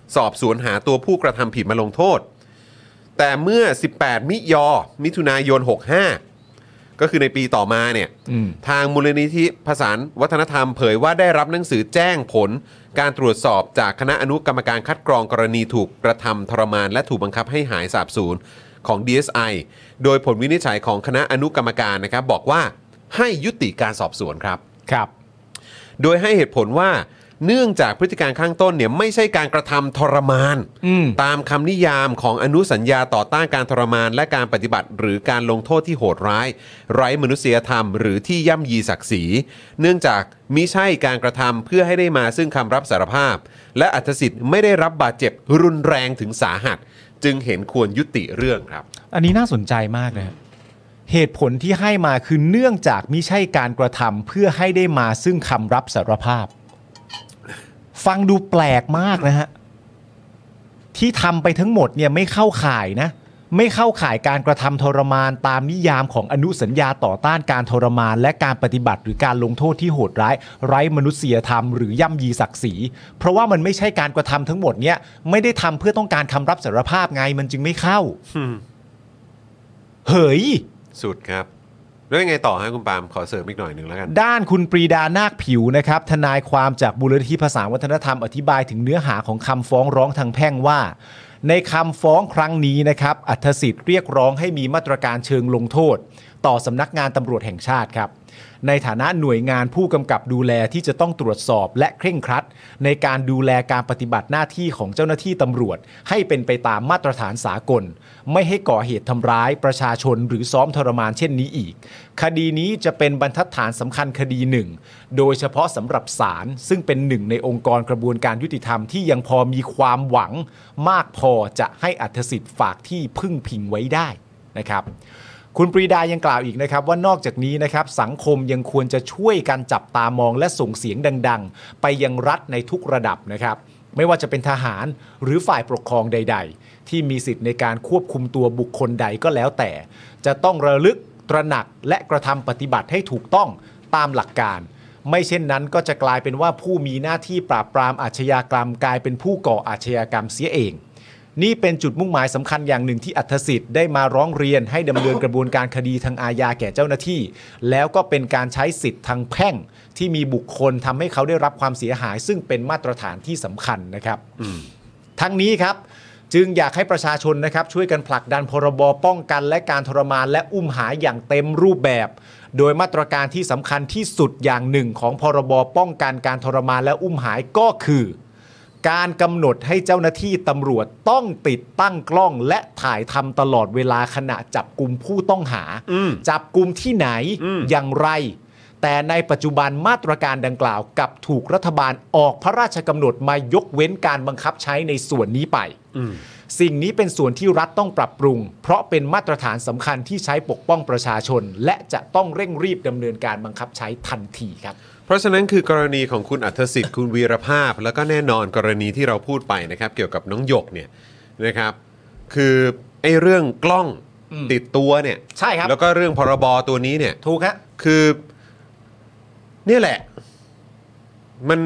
Speaker 2: สอบสวนหาตัวผู้กระทำผิดมาลงโทษแต่เมื่อสิบแปดมิยอมิถุนายนหกสิบห้าก็คือในปีต่อมาเนี่ยทางมูลนิธิผสานวัฒนธรรมเผยว่าได้รับหนังสือแจ้งผลการตรวจสอบจากคณะอนุกรรมการคัดกรองกรณีถูกกระทำทรมานและถูกบังคับให้หายสาบสูญของ ดี เอส ไอ โดยผลวินิจฉัยของคณะอนุกรรมการนะครับบอกว่าให้ยุติการสอบสวนครับ
Speaker 5: ครับ
Speaker 2: โดยให้เหตุผลว่าเนื่องจากพฤติการข้างต้นเนี่ยไม่ใช่การกระทำทรมานตามคำนิยามของอนุสัญญาต่อต้านการทรมานและการปฏิบัติหรือการลงโทษที่โหดร้ายไร้มนุษยธรรมหรือที่ย่ำยีศักดิ์ศรีเนื่องจากมิใช่การกระทำเพื่อให้ได้มาซึ่งคำรับสารภาพและอัตสิทธิ์ไม่ได้รับบาดเจ็บรุนแรงถึงสาหัสจึงเห็นควรยุติเรื่องครับ
Speaker 5: อันนี้น่าสนใจมากนะเหตุผลที่ให้มาคือเนื่องจากมิใช่การกระทำเพื่อให้ได้มาซึ่งคำรับสารภาพฟังดูแปลกมากนะฮะที่ทำไปทั้งหมดเนี่ยไม่เข้าข่ายนะไม่เข้าข่ายการกระทำทรมานตามนิยามของอนุสัญญาต่อต้านการทรมานและการปฏิบัติหรือการลงโทษที่โหดร้ายไร้มนุษยธรรมหรือย่ำยีศักดิ์ศรีเพราะว่ามันไม่ใช่การกระทำทั้งหมดเนี่ยไม่ได้ทำเพื่อต้องการคำรับสารภาพไงมันจึงไม่เข้าเฮ้ย
Speaker 2: สุดครับแล้วยังไงต่อให้คุณปาล์มขอเสริมอีกหน่อยหนึ่งแล้วกัน
Speaker 5: ด้านคุณปรีดานาคผิวนะครับทนายความจากมูลนิธิภาษาวัฒนธรรมอธิบายถึงเนื้อหาของคำฟ้องร้องทางแพ่งว่าในคำฟ้องครั้งนี้นะครับอัธสิทธิ์เรียกร้องให้มีมาตรการเชิงลงโทษต่อสำนักงานตำรวจแห่งชาติครับในฐานะหน่วยงานผู้กำกับดูแลที่จะต้องตรวจสอบและเคร่งครัดในการดูแลการปฏิบัติหน้าที่ของเจ้าหน้าที่ตำรวจให้เป็นไปตามมาตรฐานสากลไม่ให้ก่อเหตุทำร้ายประชาชนหรือซ้อมทรมานเช่นนี้อีกคดีนี้จะเป็นบรรทัดฐานสำคัญคดีหนึ่งโดยเฉพาะสำหรับศาลซึ่งเป็นหนึ่งในองค์กรกระบวนการยุติธรรมที่ยังพอมีความหวังมากพอจะให้อัธสิทธิ์ฝากที่พึ่งพิงไว้ได้นะครับคุณปรีดายังกล่าวอีกนะครับว่านอกจากนี้นะครับสังคมยังควรจะช่วยกันจับตามองและส่งเสียงดังๆไปยังรัฐในทุกระดับนะครับไม่ว่าจะเป็นทหารหรือฝ่ายปกครองใดๆที่มีสิทธิ์ในการควบคุมตัวบุคคลใดก็แล้วแต่จะต้องระลึกตระหนักและกระทำปฏิบัติให้ถูกต้องตามหลักการไม่เช่นนั้นก็จะกลายเป็นว่าผู้มีหน้าที่ปราบปรามอาชญากรรมกลายเป็นผู้ก่ออาชญากรรมเสียเองนี่เป็นจุดมุ่งหมายสำคัญอย่างหนึ่งที่อัธสิทธิ์ได้มาร้องเรียนให้ดำเนินกระบวนการคดีทางอาญาแก่เจ้าหน้าที่แล้วก็เป็นการใช้สิทธิ์ทางแพ่งที่มีบุคคลทำให้เขาได้รับความเสียหายซึ่งเป็นมาตรฐานที่สำคัญนะครับทั้งนี้ครับจึงอยากให้ประชาชนนะครับช่วยกันผลักดันพรบป้องกันและการทรมานและอุ้มหายอย่างเต็มรูปแบบโดยมาตรการที่สำคัญที่สุดอย่างหนึ่งของพรบป้องกันการทรมานและอุ้มหายก็คือการกำหนดให้เจ้าหน้าที่ตำรวจต้องติดตั้งกล้องและถ่ายทำตลอดเวลาขณะจับกุมผู้ต้องหาจับกุมที่ไหนอย่างไรแต่ในปัจจุบันมาตรการดังกล่าวกับถูกรัฐบาลออกพระราชกำหนดมายกเว้นการบังคับใช้ในส่วนนี้ไปสิ่งนี้เป็นส่วนที่รัฐต้องปรับปรุงเพราะเป็นมาตรฐานสำคัญที่ใช้ปกป้องประชาชนและจะต้องเร่งรีบดำเนินการบังคับใช้ทันทีครับ
Speaker 2: เพราะฉะนั้นคือกรณีของคุณอัธสิทธิ์คุณวีรภาพแล้วก็แน่นอนกรณีที่เราพูดไปนะครับเกี่ยวกับน้องหยกเนี่ยนะครับคือไอ้เรื่องกล้องติดตัวเนี่ย
Speaker 5: ใช่ครับ
Speaker 2: แล้วก็เรื่องพรบตัวนี้เนี่ย
Speaker 5: ถูกฮะ
Speaker 2: คือเนี่ยแหละมัน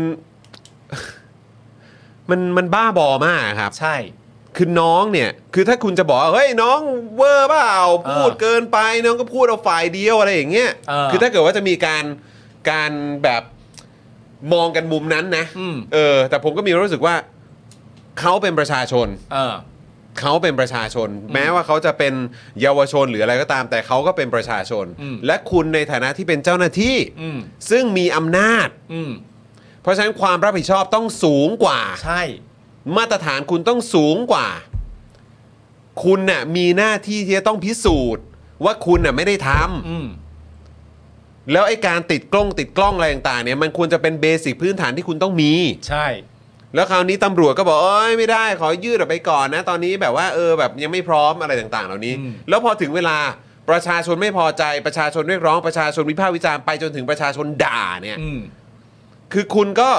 Speaker 2: มันมันบ้าบอมากครับ
Speaker 5: ใช่
Speaker 2: คือน้องเนี่ยคือถ้าคุณจะบอกเฮ้ยน้องเวอร์เปล่าพูดเกินไปน้องก็พูดเอาฝ่ายเดียวอะไรอย่างเงี้ยคือถ้าเกิดว่าจะมีการการแบบมองกันมุมนั้นนะเออแต่ผมก็มีรู้สึกว่าเขาเป็นประชาชนเออเขาเป็นประชาชนแม้ว่าเขาจะเป็นเยาวชนหรืออะไรก็ตามแต่เขาก็เป็นประชาชนและคุณในฐานะที่เป็นเจ้าหน้าที่ซึ่งมีอำนาจเพราะฉะนั้นความรับผิดชอบต้องสูงกว่า
Speaker 5: ใช่
Speaker 2: มาตรฐานคุณต้องสูงกว่าคุณน่ะมีหน้าที่ที่จะต้องพิสูจน์ว่าคุณน่ะไม่ได้ทำแล้วไอ้การติดกล้องติดกล้องอะไรต่างๆเนี่ยมันควรจะเป็นเบสิกพื้นฐานที่คุณต้องมี
Speaker 5: ใช่
Speaker 2: แล้วคราวนี้ตำรวจก็บอกเอ้ยไม่ได้ขอยืดออกไปก่อนนะตอนนี้แบบว่าเออแบบยังไม่พร้อมอะไรต่างๆเหล่านี้แล้วพอถึงเวลาประชาชนไม่พอใจประชาชนเรียกร้องประชาชนวิพากษ์วิจารณ์ไปจนถึงประชาชนด่าเนี่ยคือคุณก็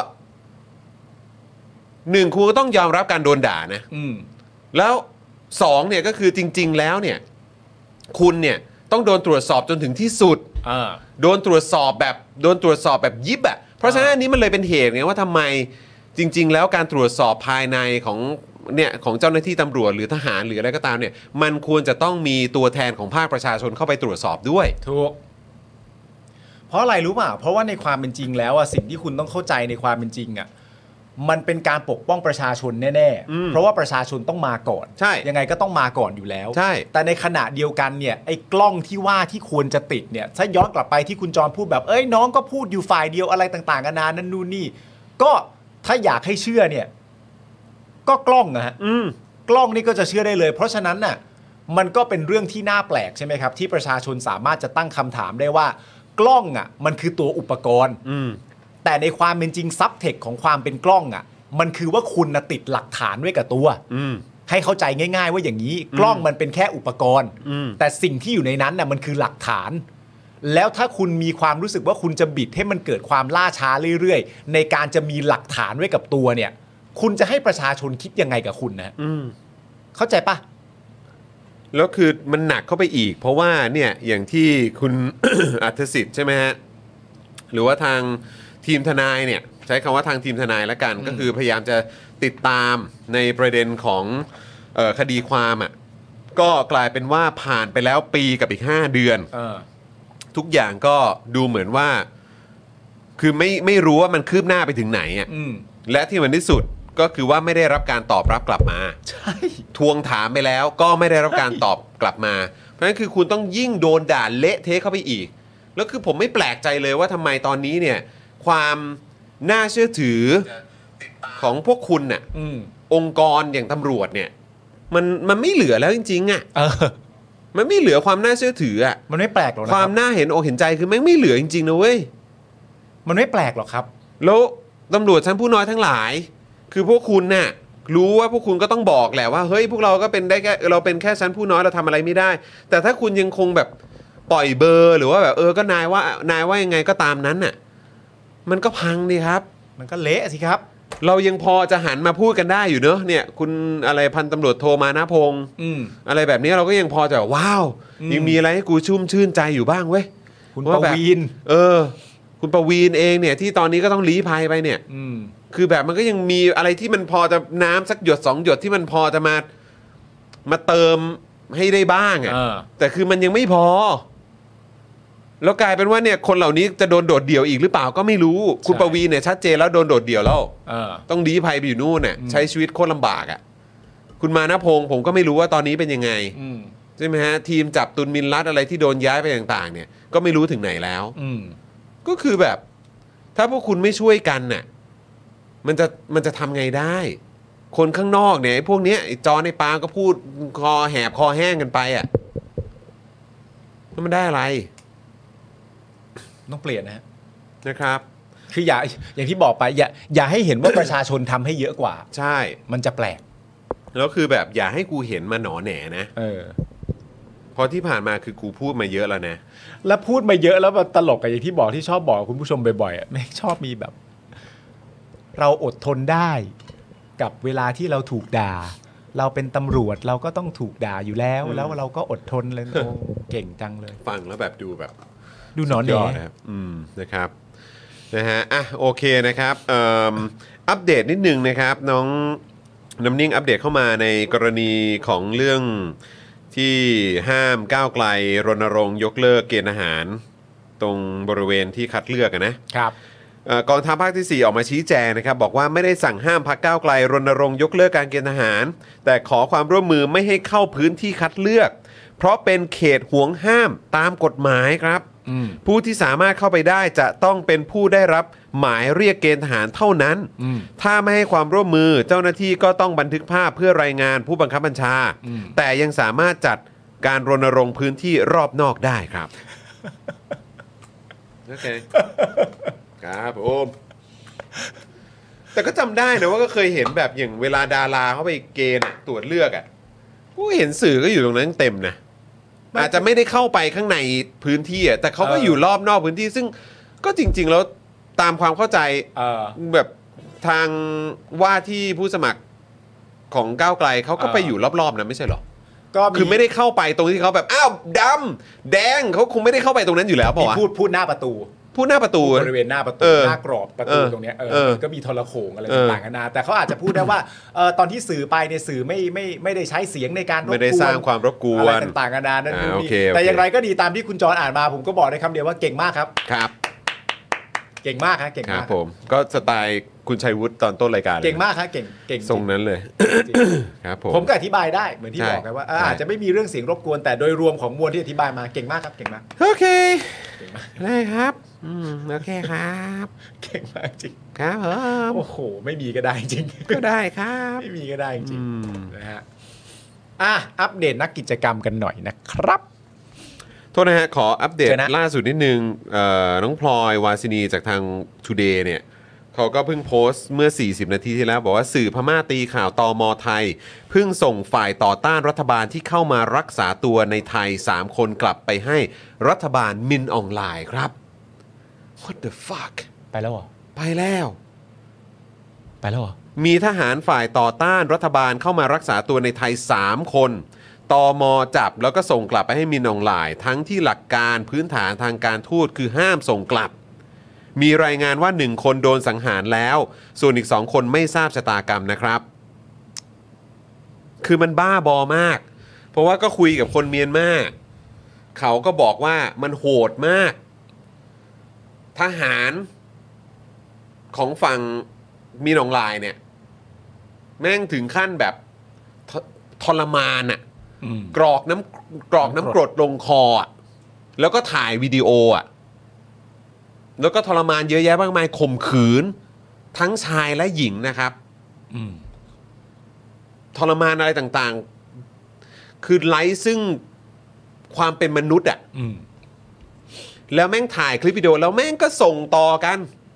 Speaker 2: หนึ่งคุณก็ต้องยอมรับการโดนด่านะแล้วสองเนี่ยก็คือจริงๆแล้วเนี่ยคุณเนี่ยต้องโดนตรวจสอบจนถึงที่สุดโดนตรวจสอบแบบโดนตรวจสอบแบบยิบอ่ะเพราะฉะนั้นอันนี้มันเลยเป็นเหตุไงว่าทำไมจจริงๆแล้วการตรวจสอบภายในของเนี่ยของเจ้าหน้าที่ตำรวจหรือทหารหรืออะไรก็ตามเนี่ยมันควรจะต้องมีตัวแทนของภาคประชาชนเข้าไปตรวจสอบด้วย
Speaker 5: ถูกเพราะอะไรรู้ป่ะเพราะว่าในความเป็นจริงแล้วอ่ะสิ่งที่คุณต้องเข้าใจในความเป็นจริงอ่ะมันเป็นการปกป้องประชาชนแน่ๆเพราะว่าประชาชนต้องมาก่อน
Speaker 2: ใช่
Speaker 5: ยังไงก็ต้องมาก่อนอยู่แล้ว
Speaker 2: ใช่
Speaker 5: แต่ในขณะเดียวกันเนี่ยไอ้กล้องที่ว่าที่ควรจะติดเนี่ยถ้าย้อนกลับไปที่คุณจรพูดแบบเอ้ยน้องก็พูดอยู่ฝ่ายเดียวอะไรต่างๆกันานานั่นนู่นนี่ก็ถ้าอยากให้เชื่อเนี่ยก็กล้องนะฮะกล้องนี่ก็จะเชื่อได้เลยเพราะฉะนั้นน่ะมันก็เป็นเรื่องที่น่าแปลกใช่ไหมครับที่ประชาชนสามารถจะตั้งคำถามได้ว่ากล้องอ่ะมันคือตัวอุปกรณ์แต่ในความเป็นจริงซับเทคของความเป็นกล้องอ่ะมันคือว่าคุณนะติดหลักฐานไว้กับตัวให้เข้าใจง่ายๆว่าอย่างนี้กล้องมันเป็นแค่อุปกรณ์แต่สิ่งที่อยู่ในนั้นน่ะมันคือหลักฐานแล้วถ้าคุณมีความรู้สึกว่าคุณจะบิดให้มันเกิดความล่าช้าเรื่อยๆในการจะมีหลักฐานไว้กับตัวเนี่ยคุณจะให้ประชาชนคิดยังไงกับคุณนะเข้าใจปะ
Speaker 2: แล้วคือมันหนักเข้าไปอีกเพราะว่าเนี่ยอย่างที่คุณ อัธสิทธิ์ใช่ไหมฮะหรือว่าทางทีมทนายเนี่ยใช้คำว่าทางทีมทนายแล้วกันก็คือพยายามจะติดตามในประเด็นของเอ่อคดีความอ่ะก็กลายเป็นว่าผ่านไปแล้วปีกับอีกห้าเดือนทุกอย่างก็ดูเหมือนว่าคือไม่ไม่รู้ว่ามันคืบหน้าไปถึงไหนอ่ะและที่มันที่สุดก็คือว่าไม่ได้รับการตอบรับกลับมาใช่ทวงถามไปแล้วก็ไม่ได้รับการตอบกลับมาเพราะฉะนั้นคือคุณต้องยิ่งโดนด่าเละเทะเข้าไปอีกแล้วคือผมไม่แปลกใจเลยว่าทำไมตอนนี้เนี่ยความน่าเชื่อถือของพวกคุณน่ะองค์กรอย่างตำรวจเนี่ยมันมันไม่เหลือแล้วจริงๆอ่ะมันไม่เหลือความน่าเชื่อถืออ่ะ
Speaker 5: มันไม่แปลกหรอกนะ
Speaker 2: ความน่าเห็นอกเห็นใจคือแม่งไม่เหลือจริงๆนะเว้ย
Speaker 5: มันไม่แปลกหรอกครับ
Speaker 2: แล้วตำรวจชั้นผู้น้อยทั้งหลายคือพวกคุณน่ะรู้ว่าพวกคุณก็ต้องบอกแหละว่าเฮ้ยพวกเราก็เป็นได้แค่เราเป็นแค่ชั้นผู้น้อยเราทำอะไรไม่ได้แต่ถ้าคุณยังคงแบบปล่อยเบอร์หรือว่าแบบเออก็นายว่านายว่ายังไงก็ตามนั้นน่ะมันก็พังดิครับ
Speaker 5: มันก็เละสิครับ
Speaker 2: เรายังพอจะหันมาพูดกันได้อยู่เนอะเนี่ยคุณอะไรพันตำรวจโทมานะพงศ์อะไรแบบนี้เราก็ยังพอจะว้าวยังมีอะไรให้กูชุ่มชื่นใจอยู่บ้างเว้ย
Speaker 5: คุณปวีณ
Speaker 2: เออคุณปวีณเองเนี่ยที่ตอนนี้ก็ต้องลี้ภัยไปเนี่ยคือแบบมันก็ยังมีอะไรที่มันพอจะน้ำสักหยดสองหยดที่มันพอจะมามาเติมให้ได้บ้างอ่ะแต่คือมันยังไม่พอแล้วกลายเป็นว่าเนี่ยคนเหล่านี้จะโดนโดดเดี่ยวอีกหรือเปล่าก็ไม่รู้คุณปวีณเนี่ยชัดเจนแล้วโดนโดดเดี่ยวแล้วต้องลี้ภัยไปอยู่นู่นเนี่ยใช้ชีวิตโคตรลำบากอ่ะคุณมานะพงศ์ผมก็ไม่รู้ว่าตอนนี้เป็นยังไงใช่ไหมฮะทีมจับตุลมินลัดอะไรที่โดนย้ายไปต่างๆเนี่ยก็ไม่รู้ถึงไหนแล้วก็คือแบบถ้าพวกคุณไม่ช่วยกันน่ะมันจะมันจะทำไงได้คนข้างนอกเนี่ยไอ้พวกเนี้ยไอ้จอในปาก็พูดคอแหบคอแห้งกันไปอ่ะแล้วมันได้อะไร
Speaker 5: ต้องเปลี่ยนนะ
Speaker 2: นะครับ
Speaker 5: คืออย่าอย่างที่บอกไปอย่าอย่าให้เห็นว่าประชาชนทำให้เยอะกว่า
Speaker 2: ใช่
Speaker 5: มันจะแปลก
Speaker 2: แล้วคือแบบอย่าให้กูเห็นมาหนอแหนนะ
Speaker 5: เออ
Speaker 2: พอที่ผ่านมาคือกูพูดมาเยอะแล้วนะ
Speaker 5: แล้วพูดมาเยอะแล้วตลกกับอย่างที่บอกที่ชอบบอกคุณผู้ชมบ่อยๆอ่ะไม่ชอบมีแบบเราอดทนได้กับเวลาที่เราถูกด่าเราเป็นตำรวจเราก็ต้องถูกด่าอยู่แล้วแล้วเราก็อดทนเลยโอ้เก่งจังเลย
Speaker 2: ฟังแล้วแบบดูแบบ
Speaker 5: ดูหนอนแหน
Speaker 2: ครับอืมนะครับนะฮะอ่ะโอเคนะครับเอ่ออัปเดตนิดนึงนะครับน้องน้ำนิ่งอัปเดตเข้ามาในกรณีของเรื่องที่ห้ามก้าวไกลรณรงค์ยกเลิกเกณฑ์ทหารตรงบริเวณที่คัดเลือกนะครับกองทัพภาคที่สี่ออกมาชี้แจงนะครับบอกว่าไม่ได้สั่งห้ามพรรคก้าวไกลรณรงค์ยกเลิกการเกณฑ์ทหารแต่ขอความร่วมมือไม่ให้เข้าพื้นที่คัดเลือกเพราะเป็นเขตห่วงห้ามตามกฎหมายครับผู้ที่สามารถเข้าไปได้จะต้องเป็นผู้ได้รับหมายเรียกเกณฑ์ทหารเท่านั้นถ้าไม่ให้ความร่วมมือเจ้าหน้าที่ก็ต้องบันทึกภาพเพื่อรายงานผู้บังคับบัญชาแต่ยังสามารถจัดการรณรงค์พื้นที่รอบนอกได้ครับโอเคครับผมแต่ก็จำได้นะว่าก็เคยเห็นแบบอย่างเวลาดาราเขาไปเกณฑ์ตรวจเลือกอ่ะกูเห็นสื่อก็อยู่ตรงนั้นเต็มนะอาจจะไม่ได้เข้าไปข้างในพื้นที่อ่ะแต่เขาก็อยู่รอบนอกพื้นที่ซึ่งก็จริงๆแล้วตามความเข้าใจแบบทางว่าที่ผู้สมัครของก้าวไกลเขาก็ไปอยู่รอบๆนะไม่ใช่หรอก็คือไม่ได้เข้าไปตรงที่เขาแบบอ้าวดำแดงเขาคงไม่ได้เข้าไปตรงนั้นอยู่แล้วป่ะวะ
Speaker 5: พูดพูดหน้าประตู
Speaker 2: พูดหน้าประตู
Speaker 5: บริเวณหน้าประตู
Speaker 2: เออ
Speaker 5: หน้ากรอบประตู
Speaker 2: เออ
Speaker 5: ตรงเนี้ยเออ
Speaker 2: เออ
Speaker 5: มันก็มีโทรโขงอะไร
Speaker 2: เออ
Speaker 5: ต่างๆกันานาแต่เขาอาจจะพูดได้ว่าเออตอนที่สื่อไปเนี่ยสื่อไม่ไม่ไม่ได้ใช้เสียงในการรบกวน
Speaker 2: ไม่ได้สร้างความรบกว
Speaker 5: อะไร
Speaker 2: น
Speaker 5: ต่างๆกันานานั่น
Speaker 2: อ่า
Speaker 5: นู่น
Speaker 2: โอ
Speaker 5: นี่
Speaker 2: เคโอเค
Speaker 5: แต่อย่างไรก็ดีตามที่คุณจรอ่านมาผมก็บอกได้คำเดียวว่าเก่งมากครับ
Speaker 2: ครับ
Speaker 5: เก่งมากฮะเก่ง
Speaker 2: ครั
Speaker 5: มา
Speaker 2: บ
Speaker 5: ก
Speaker 2: ผมก็สไตล์คุณชัยวุฒิตอนต้นรายการลย
Speaker 5: เก่งมากฮะเก่งเก่งจ
Speaker 2: ทร
Speaker 5: ริ
Speaker 2: ง
Speaker 5: ง
Speaker 2: นั้นเลย
Speaker 5: จริง
Speaker 2: ครับผม
Speaker 5: ผมก็อธิบายได้เหมือนที่
Speaker 2: ใช่
Speaker 5: บอกกันว่าเออ
Speaker 2: ใช่
Speaker 5: อาจจะไม่มีเรื่องเสียงรบกวนแต่โดยรวมของมวลที่อธิบายมาเก่งมากครับเก่งมาก
Speaker 2: โอเค
Speaker 5: เก่งมาก
Speaker 2: ได้ครับอืมโอเคครับ
Speaker 5: เก่งมากจริง
Speaker 2: ครับผม
Speaker 5: โอ้โหไม่มีก็ได้จริง
Speaker 2: ก็ได้ครับ
Speaker 5: ไม่มีก็ได้จริง
Speaker 2: อืม
Speaker 5: นะฮะอ่ะอัปเดตนักกิจกรรมกันหน่อยนะครับ
Speaker 2: โทษนะฮะขออัปเดต
Speaker 5: เชิญนะ
Speaker 2: ล่าสุดนิดนึงเอ่อน้องพลอยวาซินีจากทาง Today เนี่ยเขาก็เพิ่งโพสต์เมื่อ สี่สิบ นาทีที่แล้ว บอกว่าสื่อพม่าตีข่าวตมไทย เพิ่งส่งฝ่ายต่อต้านรัฐบาลที่เข้ามารักษาตัวในไทย สาม คนกลับไปให้รัฐบาลมินออนไลน์ครับ What the fuck
Speaker 5: ไปแล้วเหรอ
Speaker 2: ไปแล้ว
Speaker 5: ไปแล้วเหรอ
Speaker 2: มีทหารฝ่ายต่อต้านรัฐบาลเข้ามารักษาตัวในไทย สาม คนตมจับแล้วก็ส่งกลับไปให้มินออนไลน์ทั้งที่หลักการพื้นฐานทางการทูตคือห้ามส่งกลับ มีรายงานว่าหนึ่งคนโดนสังหารแล้ว ส่วนอีกสองคนไม่ทราบชะตากรรมนะครับ คือมันบ้าบอมาก เพราะว่าก็คุยกับคนเมียนมาเขาก็บอกว่ามันโหดมาก ทหารของฝั่งมินออนไลน์เนี่ยแม่งถึงขั้นแบบททรมานอะกรอกน้ำกรอกน้ำกรดลงคออะแล้วก็ถ่ายวิดีโออะแล้วก็ทรมานเยอะแยะมากมายข่มขืน ทั้งชายและหญิงนะครับทรมานอะไรต่างๆ คือไร้ซึ่งความเป็นมนุษย์อะแล้วแม่งถ่ายคลิปวิดีโอแล้วแม่งก็ส่งต่อกัน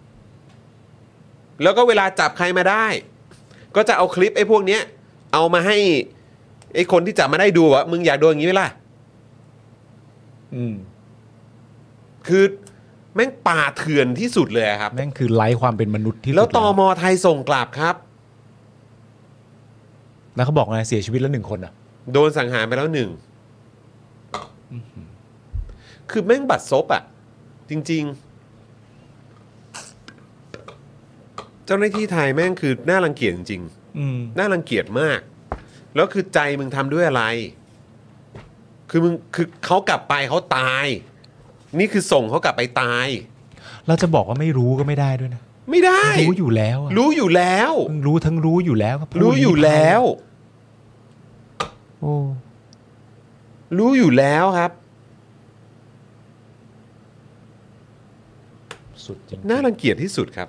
Speaker 2: แล้วก็เวลาจับใครมาได้ ก็จะเอาคลิปไอ้พวกเนี้ยเอามาให้ไอ้คนที่จับมาได้ดูว่ามึงอยากโดนอย่างนี้ไหมล่ะคือแม่งป่าเถื่อนที่สุดเลยครับ
Speaker 5: แม่งคือไร้ความเป็นมนุษย์ที่สุด
Speaker 2: แล้วตมไทยส่งกลับครับ
Speaker 5: แล้วเขาบอกไงเสียชีวิตแล้วหนึ่งคนอ่ะ
Speaker 2: โดนสังหารไปแล้วหนึ่งคือแม่งบัดซบอ่ะจริงๆ เจ้าหน้าที่ไทยแม่งคือน่ารังเกียจจริงๆน่ารังเกียจมาก แล้วคือใจมึงทำด้วยอะไร คือมึงคือเขากลับไปเขาตาย นี่คือส่งเขากลับไปตาย
Speaker 5: เราจะบอกว่าไม่รู้ก็ไม่ได้ด้วยนะ
Speaker 2: ไม่ได้
Speaker 5: รู้อยู่แล้วอะ
Speaker 2: รู้อยู่แล้ว
Speaker 5: รู้ทั้งรู้อยู่แล้วครับ
Speaker 2: รู้อยู่แล้ว
Speaker 5: โอ้
Speaker 2: รู้อยู่แล้วครับ
Speaker 5: สุดจริง
Speaker 2: น่ารังเกียจที่สุดครับ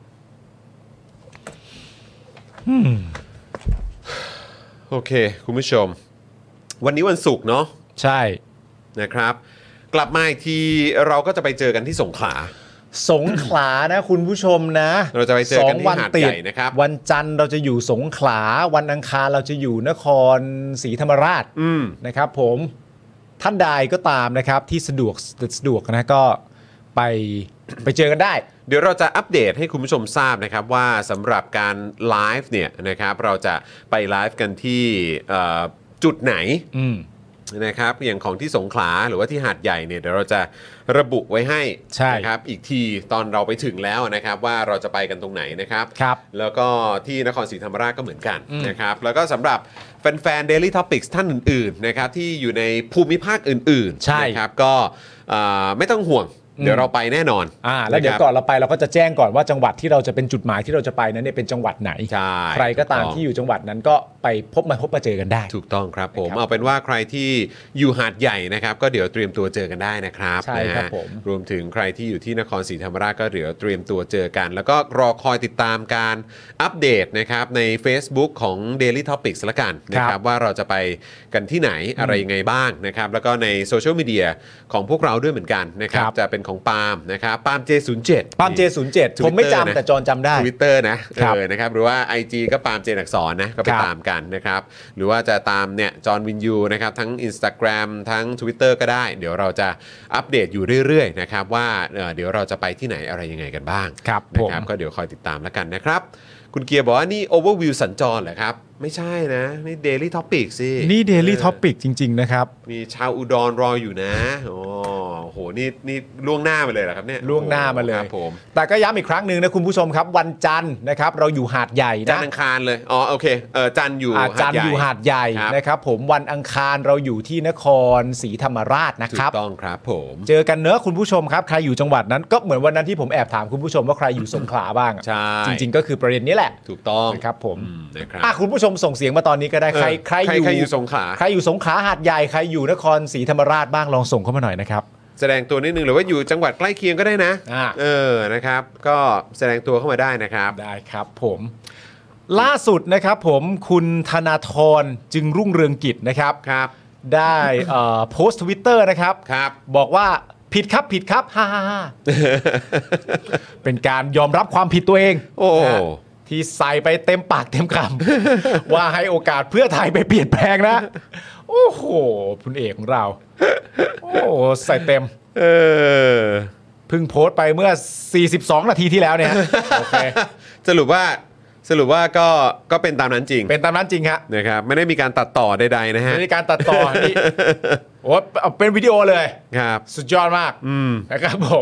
Speaker 5: อืม
Speaker 2: โอเค คุณผู้ชม วันนี้วันศุกร์เนาะ
Speaker 5: ใช่
Speaker 2: นะครับ กลับมาอีกทีเราก็จะไปเจอกันที่สงขลา
Speaker 5: สงขลานะคุณผู้ชมนะ
Speaker 2: เราจะไปเจอกันที่
Speaker 5: สงวั
Speaker 2: หาด
Speaker 5: ติ
Speaker 2: ใหญ่นะครับ
Speaker 5: วันจันทร์เราจะอยู่สงขลาวันอังคารเราจะอยู่นครศรีธรรมราช
Speaker 2: อืม
Speaker 5: นะครับ ผมท่านใดก็ตามนะครับ ที่สะดวกสะดวกนะก็ไปไปเจอกันได้
Speaker 2: เดี๋ยวเราจะอัปเดตให้คุณผู้ชมทราบนะครับว่าสำหรับการไลฟ์เนี่ยนะครับเราจะไปไลฟ์กันที่เอ่อจุดไหน
Speaker 5: อืม
Speaker 2: นะครับอย่างของที่สงขลาหรือว่าที่หาดใหญ่เนี่ยเดี๋ยวเราจะระบุไว้ให้
Speaker 5: ใช่
Speaker 2: นะครับอีกทีตอนเราไปถึงแล้วนะครับว่าเราจะไปกันตรงไหนนะครับ
Speaker 5: ครับ
Speaker 2: แล้วก็ที่นครศรีธรรมราชก็เหมือนกัน
Speaker 5: อืม
Speaker 2: นะครับแล้วก็สำหรับแฟนๆ Daily Topics ท่านอื่นๆนะครับที่อยู่ในภูมิภาคอื่น
Speaker 5: ใช่
Speaker 2: ๆนะครับก็เอ่อไม่ต้องห่วง เดี๋ยวเราไปแน่นอน
Speaker 5: อ่าแล้วเดี๋ยว
Speaker 2: ะครับ
Speaker 5: ก่อนเราไปเราก็จะแจ้งก่อนว่าจังหวัดที่เราจะเป็นจุดหมายที่เราจะไปนั้นเนี่ยเป็นจังหวัดไหน
Speaker 2: ใช่
Speaker 5: ใครก็ตาม
Speaker 2: ถูกต้อง
Speaker 5: ที่อยู่จังหวัดนั้นก็ไปพบมาพบมาเจอกันได้
Speaker 2: ถูกต้องครับผม
Speaker 5: นะครับ
Speaker 2: เอาเป็นว่าใครที่อยู่หาดใหญ่นะครับก็เดี๋ยวเตรียมตัวเจอกันได้นะครับ
Speaker 5: ใช่ครับ
Speaker 2: นะฮะ
Speaker 5: ผม
Speaker 2: รวมถึงใครที่อยู่ที่นครศรีธรรมราชก็เดี๋ยวเตรียมตัวเจอกัน แล้วก็รอคอยติดตามการอัปเดตนะครับใน Facebook ของ Daily Topics ละกันนะครับว่าเราจะไปกันที่ไหนอะไรยังไงบ้างนะครับแล้วก็ในโซเชียลมีเดียของพวกเราด้วยเหมือนกันนะครับ
Speaker 5: ครับ
Speaker 2: จะเป็นของปาล์มนะครับปาล์ม เจ ศูนย์เจ็ด
Speaker 5: ปาล์ม เจ ศูนย์เจ็ด ผมไม่
Speaker 2: Twitter นะ
Speaker 5: จำแต่จอนจำได้
Speaker 2: Twitter นะครับ เออนะครับหรือว่า ไอ จี ก็ปาล์มเจนอักษรนะก็ไป
Speaker 5: ครับ
Speaker 2: ตามกันนะครับหรือว่าจะตามเนี่ยจอห์นวินยูนะครับทั้ง Instagram ทั้ง Twitter ก็ได้ เดี๋ยวเราจะอัปเดตอยู่เรื่อยๆนะครับว่าเอ่อเดี๋ยวเราจะไปที่ไหนอะไรยังไงกันบ้าง
Speaker 5: ครับ
Speaker 2: นะ
Speaker 5: ผม
Speaker 2: ครับก็เดี๋ยวคอยติดตามแล้วกันนะครับ คุณเกียร์บอกว่านี่ Overview สัญจรเหรอครับ ไม่ใช่นะ นี่ Daily Topic สิ
Speaker 5: นี่ Daily
Speaker 2: เออ
Speaker 5: Topic จริง ๆ นะครับ
Speaker 2: มีชาวอุดรรออยู่นะโอ้โหโหนี่นี่ล่วงหน้ามาเลยเหรอครับเนี่ย
Speaker 5: ล่วงหน้ามาเลย
Speaker 2: ครับผม
Speaker 5: แต่ก็ย้ำอีกครั้งหนึ่งนะคุณผู้ชมครับวันจันทร์นะครับเราอยู่หาดใหญ่
Speaker 2: จัน
Speaker 5: นะ
Speaker 2: ทร์อังคารเลยอ๋อโอเคเออจันทร์อยู่
Speaker 5: อาจันทร์อยู่หาดใหญ่
Speaker 2: ครับ
Speaker 5: นะครับผมวันอังคารเราอยู่ที่นครศรีธรรมราชนะ
Speaker 2: ถู
Speaker 5: ครับ
Speaker 2: กต้องครับผม
Speaker 5: เจอกันเนอะคุณผู้ชมครับใครอยู่จังหวัดนั้นก็เหมือนวันนั้นที่ผมแอบถามคุณผู้ชมว่าใครอยู่สงขลาบ้างอะ
Speaker 2: ใช่
Speaker 5: จริงๆก็คือประเด็นนี้แหละ
Speaker 2: ถูกต้อง
Speaker 5: นะครับผม
Speaker 2: อืมนะครับ
Speaker 5: อ่ะคุณผู้ชมส่งเสียงมาตอนนี้ก็ได้ใคร
Speaker 2: เออ
Speaker 5: ใคร
Speaker 2: ใคร
Speaker 5: อยู่
Speaker 2: ใครอยู่สงขลา
Speaker 5: ใครอยู่สงขลาหาดใหญ่ใครอยู่นครศรีธรรมราชบ้างลองส่งเข้ามาหน่อยนะครับ
Speaker 2: แสดงตัวนิดนึงหรือว่าอยู่จังหวัดใกล้เคียงก็ได้นะ
Speaker 5: อ่า
Speaker 2: เออนะครับ ก็แสดงตัวเข้ามาได้นะครับ
Speaker 5: ได้ครับผมล่าสุดนะครับผมคุณธนาธรจึงรุ่งเรืองกิจนะครับ
Speaker 2: ครับ
Speaker 5: ได้เอ่อโพสต์ทวิตเตอร์นะครับ
Speaker 2: ครับ
Speaker 5: บอกว่าผิดครับผิดครับฮ่าฮ่าฮ่า เป็นการยอมรับความผิดตัวเอง
Speaker 2: โอ้
Speaker 5: นะฮะที่ใส่ไปเต็มปากเต็มคำ ว่าให้โอกาสเพื่อไทยไปเปลี่ยนแปลงนะ โอ้โหคุณเอกของเรา โอ้ใส่เต็ม
Speaker 2: เออ
Speaker 5: เพิ่งโพสต์ไปเมื่อสี่สิบสองนาทีที่แล้วเนี่ยโอเค
Speaker 2: สรุปว่าสรุปว่าก็ก็เป็นตามนั้นจริง
Speaker 5: เป็นตามนั้นจริงฮะ
Speaker 2: นะครับไม่ได้มีการตัดต่อใดๆนะฮะ
Speaker 5: ไม่ได้การตัดต่อนี่โอ้เอาเป็นวิดีโอเลย
Speaker 2: ครับ
Speaker 5: สุดยอดมาก
Speaker 2: อืม
Speaker 5: นะครับผม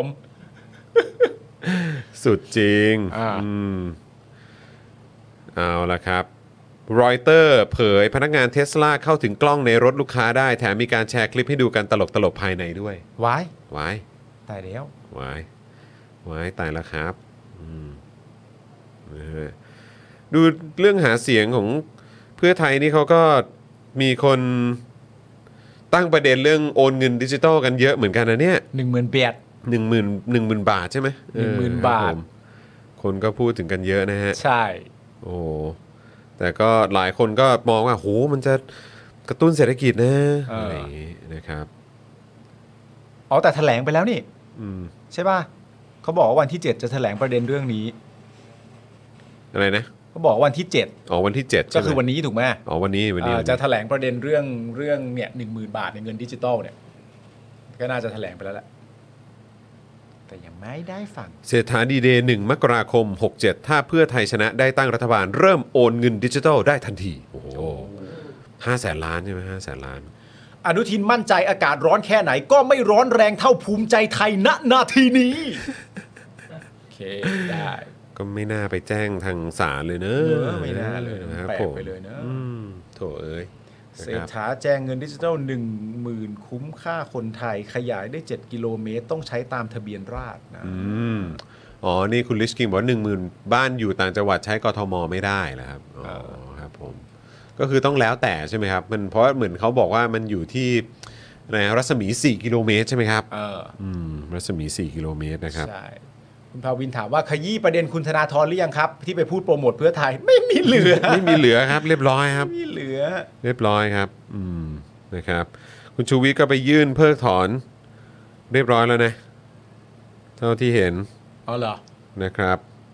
Speaker 2: สุดจริง
Speaker 5: อ่า
Speaker 2: อืมเอาละครับรอยเตอร์เผยพนักงานเทสลาเข้าถึงกล้องในรถลูกค้าได้แถมมีการแชร์คลิปให้ดูกันตลกๆภายในด้วย
Speaker 5: ไว้
Speaker 2: วาย
Speaker 5: ตายแล้ว
Speaker 2: วายวายตายแล้วครับอืมนะฮะดูเรื่องหาเสียงของเพื่อไทยนี่เขาก็มีคนตั้งประเด็นเรื่องโอนเงินดิจิทัลกันเยอะเหมือนกันนะเนี่ย
Speaker 5: หนึ่งหมื่นเปียด
Speaker 2: หนึ่งหมื่นหนึ่งหมื่นบาทใช่ไหม
Speaker 5: หนึ่งหมื่น
Speaker 2: เออครับ
Speaker 5: าท
Speaker 2: ผมคนก็พูดถึงกันเยอะนะฮะ
Speaker 5: ใช่
Speaker 2: โอ้แต่ก็หลายคนก็มองว่าโหมันจะกระตุ้นเศรษฐกิจนะอะไรอย่างงี้นะครับ
Speaker 5: อ๋อแต่แถลงไปแล้วนี่
Speaker 2: อืม
Speaker 5: ใช่ป่ะเขาบอกว่าวันที่เจ็ดจะแถลงประเด็นเรื่องนี้
Speaker 2: อะไรนะ
Speaker 5: เขาบอกว่าวันที่เจ็ด
Speaker 2: อ๋อวันที่เจ็ด
Speaker 5: ก็คือวันนี้ถูกไหม
Speaker 2: อ๋อวันนี้วันนี้
Speaker 5: เอ่อ
Speaker 2: วัน
Speaker 5: จะ
Speaker 2: นี้
Speaker 5: แถลงประเด็นเรื่องเรื่องเนี่ยหนึ่งหมื่นบาทในเงินดิจิตอลเนี่ยก็น่าจะแถลงไปแล้วแหละแต่ยังไม่ได้ฟัง
Speaker 2: เศรษฐาดีเดย์หนึ่งมกราคมหกเจ็ดถ้าเพื่อไทยชนะได้ตั้งรัฐบาลเริ่มโอนเงินดิจิทัลได้ทันทีโอ้โหห้าแสนล้านใช่ไหมห้าแสนล้าน
Speaker 5: อนุทินมั่นใจอากาศร้อนแค่ไหนก็ไม่ร้อนแรงเท่าภูมิใจไทยณนาทีนี้ โอเคได้
Speaker 2: ก็ไม่น่าไปแจ้งทางศาลเลยเนอะ
Speaker 5: เออไม่น่าเลย
Speaker 2: นะครับ
Speaker 5: แปลก
Speaker 2: ผม
Speaker 5: ไปเลยเนอะ
Speaker 2: อืมโถเอ้ย
Speaker 5: เศรษฐาแจงเงินดิจิทัลหนึ่งหมื่นคุ้มค่าคนไทยขยายได้เจ็ดกิโลเมตรต้องใช้ตามทะเบียนราษฎร์นะ
Speaker 2: อืมอ๋อนี่คุณลิชคิงบอกว่าหนึ่งหมื่นบ้านอยู่ต่างจังหวัดใช้กทมไม่ได้เหรอครับอ๋อครับผมก็คือต้องแล้วแต่ใช่ไหมครับมันเพราะเหมือนเขาบอกว่ามันอยู่ที่อะไรนะรัศมีสี่กิโลเมตรใช่ไหมครับ
Speaker 5: เออ
Speaker 2: อืมรัศมีสี่กิโลเมตรนะครับ
Speaker 5: ใช่คุณภาวินถามว่าขยี้ประเด็นคุณธนาธรหรือยังครับ ที่ไปพูดโปรโมทเพื่อไทยไม่มีเหลือ
Speaker 2: ไม่มีเหลือครับเรียบร้อยครับ
Speaker 5: ไม่มีเหลือ
Speaker 2: เรียบร้อยครับอืมนะครับ คุณชูวิทย์ก็ไปยื่นเพิกถอนเรียบร้อยแล้วนะเท่าที่เห็น
Speaker 5: อ๋อเหรอ
Speaker 2: นะครับ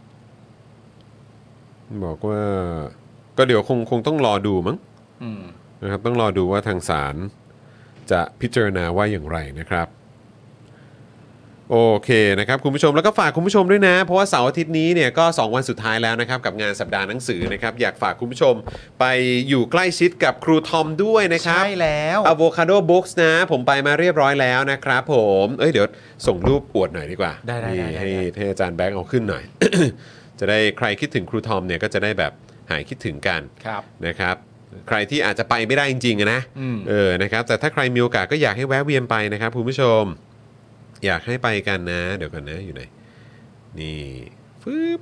Speaker 2: บอกว่าก็เดี๋ยวคงคงต้องรอดูมั้ง
Speaker 5: อืม
Speaker 2: นะครับต้องรอดูว่าทางศาลจะพิจารณาว่าอย่างไรนะครับโอเคนะครับคุณผู้ชมแล้วก็ฝากคุณผู้ชมด้วยนะเพราะว่าเสาร์อาทิตย์นี้เนี่ยก็สองวันสุดท้ายแล้วนะครับกับงานสัปดาห์หนังสือนะครับอยากฝากคุณผู้ชมไปอยู่ใกล้ชิดกับครูทอมด้วยนะครับ
Speaker 5: ใช่แล้ว
Speaker 2: Avocado Books นะผมไปมาเรียบร้อยแล้วนะครับผมเอ้ยเดี๋ยวส่งรูปอวดหน่อยดีกว่า
Speaker 5: ได้ได้
Speaker 2: นี่
Speaker 5: ได้ได้
Speaker 2: ให้ให้อาจารย์แบงค์เอาขึ้นหน่อย จะได้ใครคิดถึงครูทอมเนี่ยก็จะได้แบบหายคิดถึงกัน
Speaker 5: ครับ
Speaker 2: นะครับใครที่อาจจะไปไม่ได้จริงๆอะนะ
Speaker 5: อืม
Speaker 2: เออนะครับแต่ถ้าใครมีโอกาสก็อยากให้แวะเวียนไปนะครับคุณผู้ชมอยากให้ไปกันนะเดี๋ยวกันนะอยู่ไหนนี่ฟึบ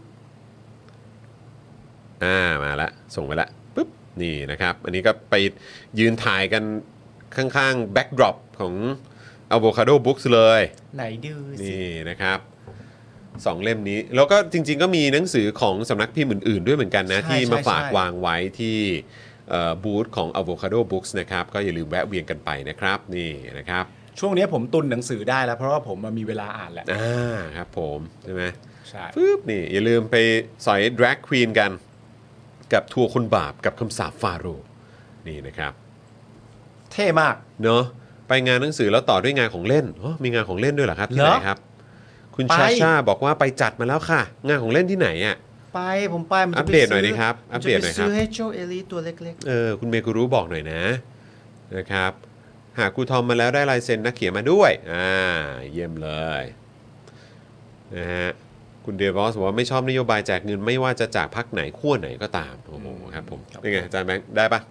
Speaker 2: อ่ามาละส่งไปละปุ๊บนี่นะครับอันนี้ก็ไปยืนถ่ายกันข้างๆแบ็กดรอปของ Avocado Books เลย
Speaker 5: ไหนดูสิ
Speaker 2: นี่นะครับสองเล่มนี้แล้วก็จริงๆก็มีหนังสือของสำนักพิมพ์อื่นๆด้วยเหมือนกันนะ
Speaker 5: ใช่
Speaker 2: ที่มาฝาก
Speaker 5: ใช่
Speaker 2: วางไว้ที่บูธของ Avocado Books นะครับก็อย่าลืมแวะเวียนกันไปนะครับนี่นะครับ
Speaker 5: ช่วงนี้ผมตุนหนังสือได้แล้วเพราะว่าผมมีเวลาอ่านแล้ว
Speaker 2: อ่าครับผมใช่ไหม
Speaker 5: ใช่
Speaker 2: ปึ๊บนี่อย่าลืมไปสอย Drag Queen กันกับทัวร์คนบาปกับคำสาปฟาโรห์นี่นะครับ
Speaker 5: เท่มาก
Speaker 2: เนาะไปงานหนังสือแล้วต่อด้วยงานของเล่นอ๋อมีงานของเล่นด้วยเหรอครับที่ไหน
Speaker 5: เหรอ
Speaker 2: ครับ คุณ
Speaker 5: ไป
Speaker 2: ชาชาบอกว่าไปจัดมาแล้วค่ะ งานของเล่นที่ไหนอ่ะ
Speaker 5: ไปผมไปมัน
Speaker 2: อั
Speaker 5: จะ
Speaker 2: ป
Speaker 5: ไป
Speaker 2: เดตหน่อย
Speaker 5: ซื้
Speaker 2: ดิครับอัปเดตหน่อยครับ
Speaker 5: จะไปซื้อให้โจเอลีตัวเล็ก
Speaker 2: เออคุณเมกุรู้บอกหน่อยนะนะครับหากครูทอมมาแล้วได้ลายเซ็นนักเขียนมาด้วยอ่าเยี่ยมเลยนะฮะคุณเดบอสบอกว่าไม่ชอบนโยบายแจกเงินไม่ว่าจะจากพรรคไหนขั้วไหนก็ตามโอ้โหครับผมเป็นไงอาจารย์แบงค์ได้ปะ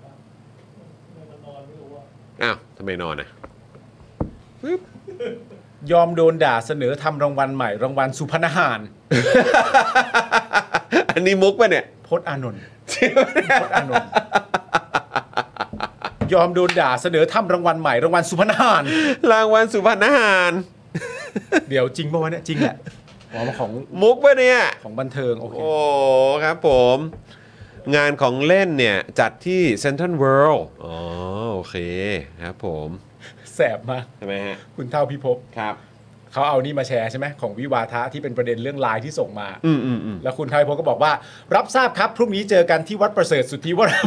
Speaker 2: อ้าวทำไมนอนอ่ะ
Speaker 5: ยอมโดนด่าเสนอทำรางวัลใหม่รางวัลสุพรรณหาร
Speaker 2: อันนี้มุกป่ะเนี่ย
Speaker 5: พจน์อานนท์พจน์อานนท์ยอมโดนด่าเสนอทำรางวัลใหม่รางวัลสุพรรณหาร
Speaker 2: รางวัลสุพรรณหาร
Speaker 5: เดี๋ยวจริงป่ะวะเนี่ยจริงแหละอ๋อของ
Speaker 2: มุกป่ะเนี่ย
Speaker 5: ของบันเทิงโอเค
Speaker 2: โอ้ครับผมงานของเล่นเนี่ยจัดที่เซ็นทรัลเวิลด์อ๋อโอเคครับผม
Speaker 5: แสบมาก
Speaker 2: ใช่ไหมฮะ
Speaker 5: คุณเท่าพิภพ
Speaker 2: ครับ
Speaker 5: เขาเอานี่มาแชร์ใช่ไหมของวิวาทะที่เป็นประเด็นเรื่องไลน์ที่ส่งมา
Speaker 2: อืมอืมอืม
Speaker 5: แล้วคุณเท่าพิภพก็บอกว่ารับทราบครับพรุ่งนี้เจอกันที่วัดประเสริฐสุทธิวราราม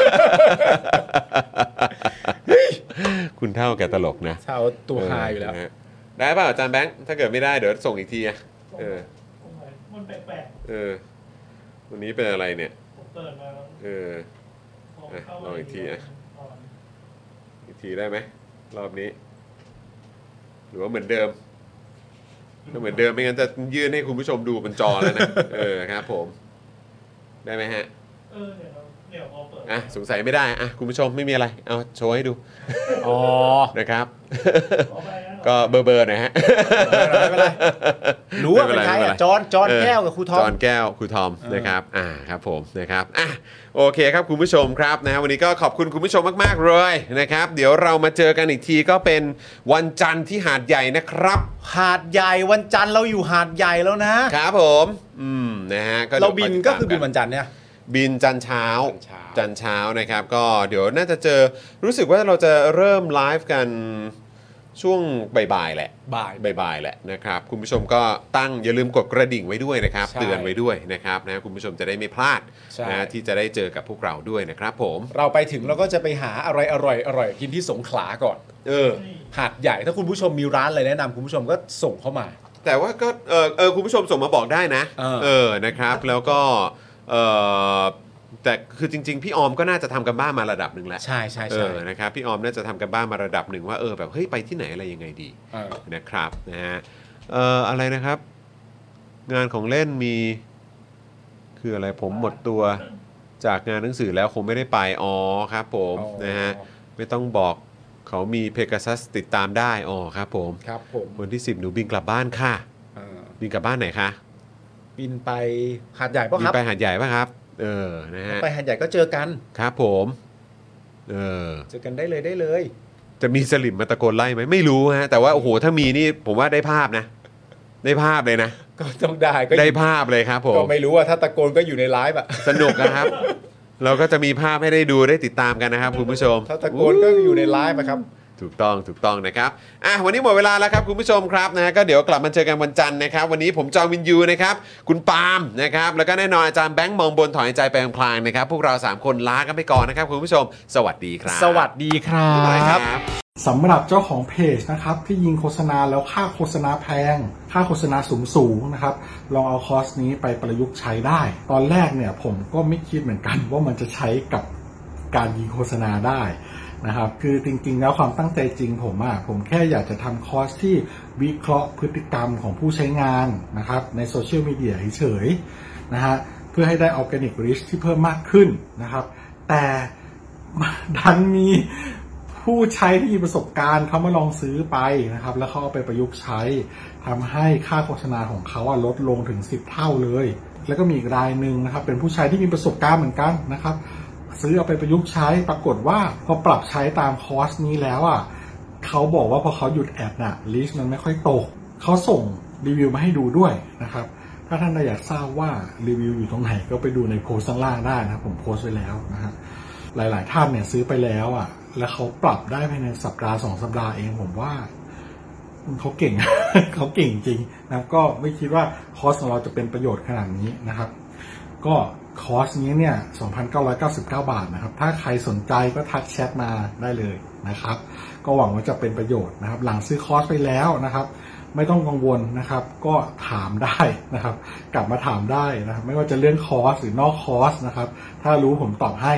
Speaker 2: คุณเท่าแกตลกนะ
Speaker 5: เท่าตัวฮาอยู่แล้ว
Speaker 2: ได้ป่ะอาจารย์แบงค์ถ้าเกิดไม่ได้เดี๋ยวส่งอีกทีอ่ะเออ
Speaker 8: มันแปลก
Speaker 2: ๆเออวันนี้เป็นอะไรเนี่ย
Speaker 8: เปิดมา
Speaker 2: เออลองอีกทีอ่ะอีกทีได้ไหมรอบนี้หรือว่าเหมือนเดิมก็เหมือนเดิมไม่งั้นจะยื่นให้คุณผู้ชมดูบนจอแล้วนะเออครับผมได้ไหมฮะ
Speaker 8: เออเดี๋ยวเดี๋ยวพอเปิด
Speaker 2: อ่ะสงสัยไม่ได้อ่ะคุณผู้ชมไม่มีอะไรเอาโชว์ให้ดู
Speaker 5: อ๋อ
Speaker 2: นะครับก็เบอร์เบอร์หน่อยฮะ
Speaker 5: ไม่เป็นไรรู้ว่าเป็นใครอ่ะจอนจอนแก้วกับครูทอม
Speaker 2: จอนแก้วครูทอมนะครับอ่าครับผมนะครับอ่ะโอเคครับคุณผู้ชมครับนะวันนี้ก็ขอบคุณคุณผู้ชมมากๆเลยนะครับเดี๋ยวเรามาเจอกันอีกทีก็เป็นวันจันทร์ที่หาดใหญ่นะครับ
Speaker 5: หาดใหญ่วันจันทร์เราอยู่หาดใหญ่แล้วนะครับ
Speaker 2: ผมอืมนะฮะ
Speaker 5: เราบินก็คือบินวันจันทร์เนี่ย
Speaker 2: บินจันเช้าจันเช้านะครับก็เดี๋ยวน่าจะเจอรู้สึกว่าเราจะเริ่มไลฟ์กันช่วงบ่ายๆแหละ
Speaker 5: บ่าย
Speaker 2: บ่ายๆแหละนะครับคุณผู้ชมก็ตั้งอย่าลืมกดกระดิ่งไว้ด้วยนะครับเตือนไว้ด้วยนะครับนะคุณผู้ชมจะได้ไม่พลาดนะที่จะได้เจอกับพวกเราด้วยนะครับผม
Speaker 5: เราไปถึงเราก็จะไปหาอะไรอร่อยอร่อยกินที่สงขลาก่อน
Speaker 2: เออ
Speaker 5: หาดใหญ่ถ้าคุณผู้ชมมีร้านอะไรแนะนำคุณผู้ชมก็ส่งเข้ามา
Speaker 2: แต่ว่าก็เออเออคุณผู้ชมส่งมาบอกได้นะเออนะครับแล้วก็เออแต่คือจริงๆพี่ออมก็น่าจะทำกันบ้านมาระดับหนึ่งแล้ว
Speaker 5: ใช่ใช่
Speaker 2: ใช่นะครับพี่ออมน่าจะทำกันบ้านมาระดับหนึ่งว่าเออแบบเฮ้ยไปที่ไหนอะไรยังไงดีนะครับนะฮะเอ่ออะไรนะครับงานของเล่นมีคืออะไรผมหมดตัวจากงานหนังสือแล้วคงไม่ได้ไปอ๋อครับผมนะฮะไม่ต้องบอกเขามีเพกาซัสติดตามได้อ๋อครับผม
Speaker 5: ครับผม
Speaker 2: วันที่สิบหนูบินกลับบ้านค่ะบินกลับบ้านไหนคะ
Speaker 5: บินไปหาดใหญ่ป่ะครับ
Speaker 2: บินไปหาดใหญ่ป่ะครับเออนะฮะ
Speaker 5: ไปหาดใหญ่ก็เจอกัน
Speaker 2: ครับผมเออ
Speaker 5: เจอกันได้เลยได้เลย
Speaker 2: จะมีสลิมมาตะโกนไล่ไหมไม่รู้ฮะแต่ว่าโอ้โหถ้ามีนี่ผมว่าได้ภาพนะได้ภาพเลยนะ
Speaker 5: ก็ต้องได้ก็
Speaker 2: ได้ภาพเลยครับผม
Speaker 5: ก็ไม่รู้ว่าถ้าตะโกนก็อยู่ในไลฟ์อะ
Speaker 2: สนุกนะครับเราก็จะมีภาพให้ได้ดูได้ติดตามกันนะครับคุณผู้ชม
Speaker 5: ถ้าตะโกนก็อยู่ในไลฟ์ครับ
Speaker 2: ถูกต้องถูกต้องนะครับอ่ะวันนี้หมดเวลาแล้วครับคุณผู้ชมครับนะก็เดี๋ยวกลับมาเจอกันวันจันทร์นะครับวันนี้ผมจอห์นวินยูนะครับคุณปาล์มนะครับแล้วก็แน่นอนอาจารย์แบงค์มองบนถอนใจไปพลางๆนะครับพวกเราสามคนลากันไปก่อนนะครับคุณผู้ชมสวัสดีครับ
Speaker 5: สวัสดีครับ
Speaker 3: สำหรับเจ้าของเพจนะครับที่ยิงโฆษณาแล้วค่าโฆษณาแพงค่าโฆษณาสูงสูงนะครับลองเอาคอร์สนี้ไปประยุกต์ใช้ได้ตอนแรกเนี่ยผมก็ไม่คิดเหมือนกันว่ามันจะใช้กับการยิงโฆษณาได้นะครับคือจริงๆแล้วความตั้งใจจริงผมอ่ะผมแค่อยากจะทำคอร์สที่วิเคราะห์พฤติกรรมของผู้ใช้งานนะครับในโซเชียลมีเดียเฉยๆนะฮะเพื่อให้ได้ออร์แกนิกริชที่เพิ่มมากขึ้นนะครับแต่ดันมีผู้ใช้ที่มีประสบการณ์เขามาลองซื้อไปนะครับแล้วเขาเอาไปประยุกต์ใช้ทำให้ค่าโฆษณาของเขาลดลงถึงสิบเท่าเลยแล้วก็มีอีกรายหนึ่งนะครับเป็นผู้ใช้ที่มีประสบการณ์เหมือนกันนะครับซื้อเอาไปประยุกต์ใช้ปรากฏว่าพอปรับใช้ตามคอร์สนี้แล้วอ่ะเขาบอกว่าพอเขาหยุดแอดน่ะลิสต์มันไม่ค่อยตกเขาส่งรีวิวมาให้ดูด้วยนะครับถ้าท่านอยากทราบว่ารีวิวอยู่ตรงไหนก็ไปดูในโพสต์ข้างล่างได้นะครับผมโพสต์ไว้แล้วนะฮะหลายๆท่านเนี่ยซื้อไปแล้วอ่ะแล้วเขาปรับได้ภายในสัปดาห์สองสัปดาห์เองผมว่าเขาเก่ง เขาเก่งจริงนะก็ไม่คิดว่าคอร์สของเราจะเป็นประโยชน์ขนาดนี้นะครับก็คอร์สนี้เนี่ย สองพันเก้าร้อยเก้าสิบเก้า บาทนะครับถ้าใครสนใจก็ทักแชทมาได้เลยนะครับก็หวังว่าจะเป็นประโยชน์นะครับหลังซื้อคอร์สไปแล้วนะครับไม่ต้องกังวลนะครับก็ถามได้นะครับกลับมาถามได้นะครับไม่ว่าจะเรื่องคอร์สหรือนอกคอร์สนะครับถ้ารู้ผมตอบให้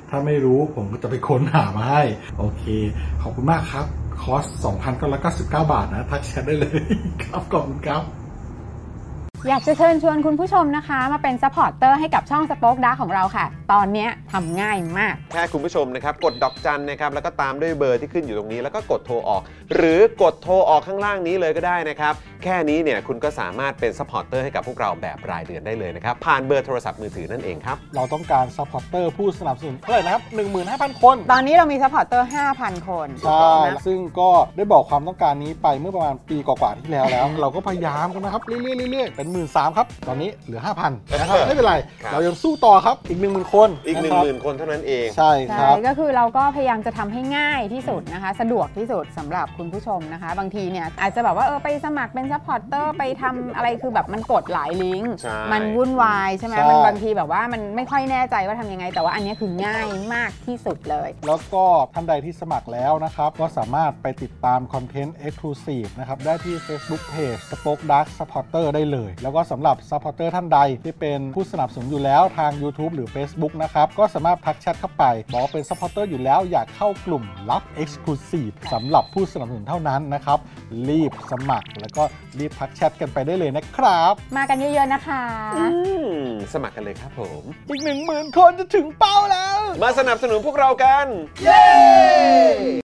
Speaker 3: ถ้าไม่รู้ผมก็จะไปค้นหามาให้โอเคขอบคุณมากครับคอร์ส สองพันเก้าร้อยเก้าสิบเก้า บาทนะทักแชทได้เลย ครับขอบคุณครับ
Speaker 1: อยากจะเชิญชวนคุณผู้ชมนะคะมาเป็นซัพพอร์ตเตอร์ให้กับช่องสป็อคดาร์กของเราค่ะตอนนี้ทำง่ายมาก
Speaker 2: แค่คุณผู้ชมนะครับกดดอกจันนะครับแล้วก็ตามด้วยเบอร์ที่ขึ้นอยู่ตรงนี้แล้วก็กดโทรออกหรือกดโทรออกข้างล่างนี้เลยก็ได้นะครับแค่นี้เนี่ยคุณก็สามารถเป็นซัพพอร์ตเตอร์ให้กับพวกเราแบบรายเดือนได้เลยนะครับผ่านเบอร์โทรศัพท์มือถือนั่นเองครับ
Speaker 3: เราต้องการซัพพอร์ตเตอร์ผู้สนับสนุนเท่าไหร่นะครับ หนึ่งหมื่นห้าพัน คน
Speaker 1: ตอนนี้เรามีซัพพอร์ตเตอร์ ห้าพัน คน
Speaker 3: ใช่ซึ่งก็ได้บอกความต้องการนี้ไปเมื่อประมาณปีกว่าๆที่แล้วแล้ว เราก็พยายามกันนะครับเรื่อยๆๆเป็น หนึ่งหมื่นสามพัน ครับตอนนี้เหลือ ห้าพัน นะครับไม่เป็นไรเรายังสู้ต่อครับอีก หนึ่งหมื่น คน
Speaker 2: อีก หนึ่งหมื่น คนเท่านั้นเอง
Speaker 3: ใช่ครับ
Speaker 1: ก็คือเราก็พยายามจะทำให้ง่ายที่สุดนะคะสะดวกที่สุดสำหรับคุณผู้ชมนะคะบางทีเนี่ยอาจจะแบบว่าเออไปสมัครเป็นซัพพอร์ตเตอร์ไปทำอะไรคือแบบมันกดหลายลิงก์มันวุ่นวายใช่ไหมมันบางทีแบบว่ามันไม่ค่อยแน่ใจว่าทำยังไงแต่ว่าอันนี้คือง่ายมากที่สุดเลย
Speaker 3: แล้วก็ท่านใดที่สมัครแล้วนะครับก็สามารถไปติดตามคอนเทนต์ Exclusive นะครับได้ที่ Facebook Page Spoke Dark Supporter ได้เลยแล้วก็สำหรับ Supporter ท่านใดที่เป็นผู้สนับสนุนอยู่แล้วทาง YouTube หรือ Facebook นะครับก็สามารถทักแชทเข้าไปบอกว่าเป็น Supporter อยู่แล้วอยากเข้ากลุ่มลับ Exclusive สำหรับผู้สนับสนุนเท่านั้นนะครับรีบสมัครแล้วก็รีบทักแชทกันไปได้เลยนะครับ
Speaker 1: มากันเยอะๆนะคะ
Speaker 2: สมัครกันเลยครับผม
Speaker 3: อีก หนึ่งหมื่น คนจะถึงเป้าแล้ว
Speaker 2: มาสนับสนุนพวกเรากันเย้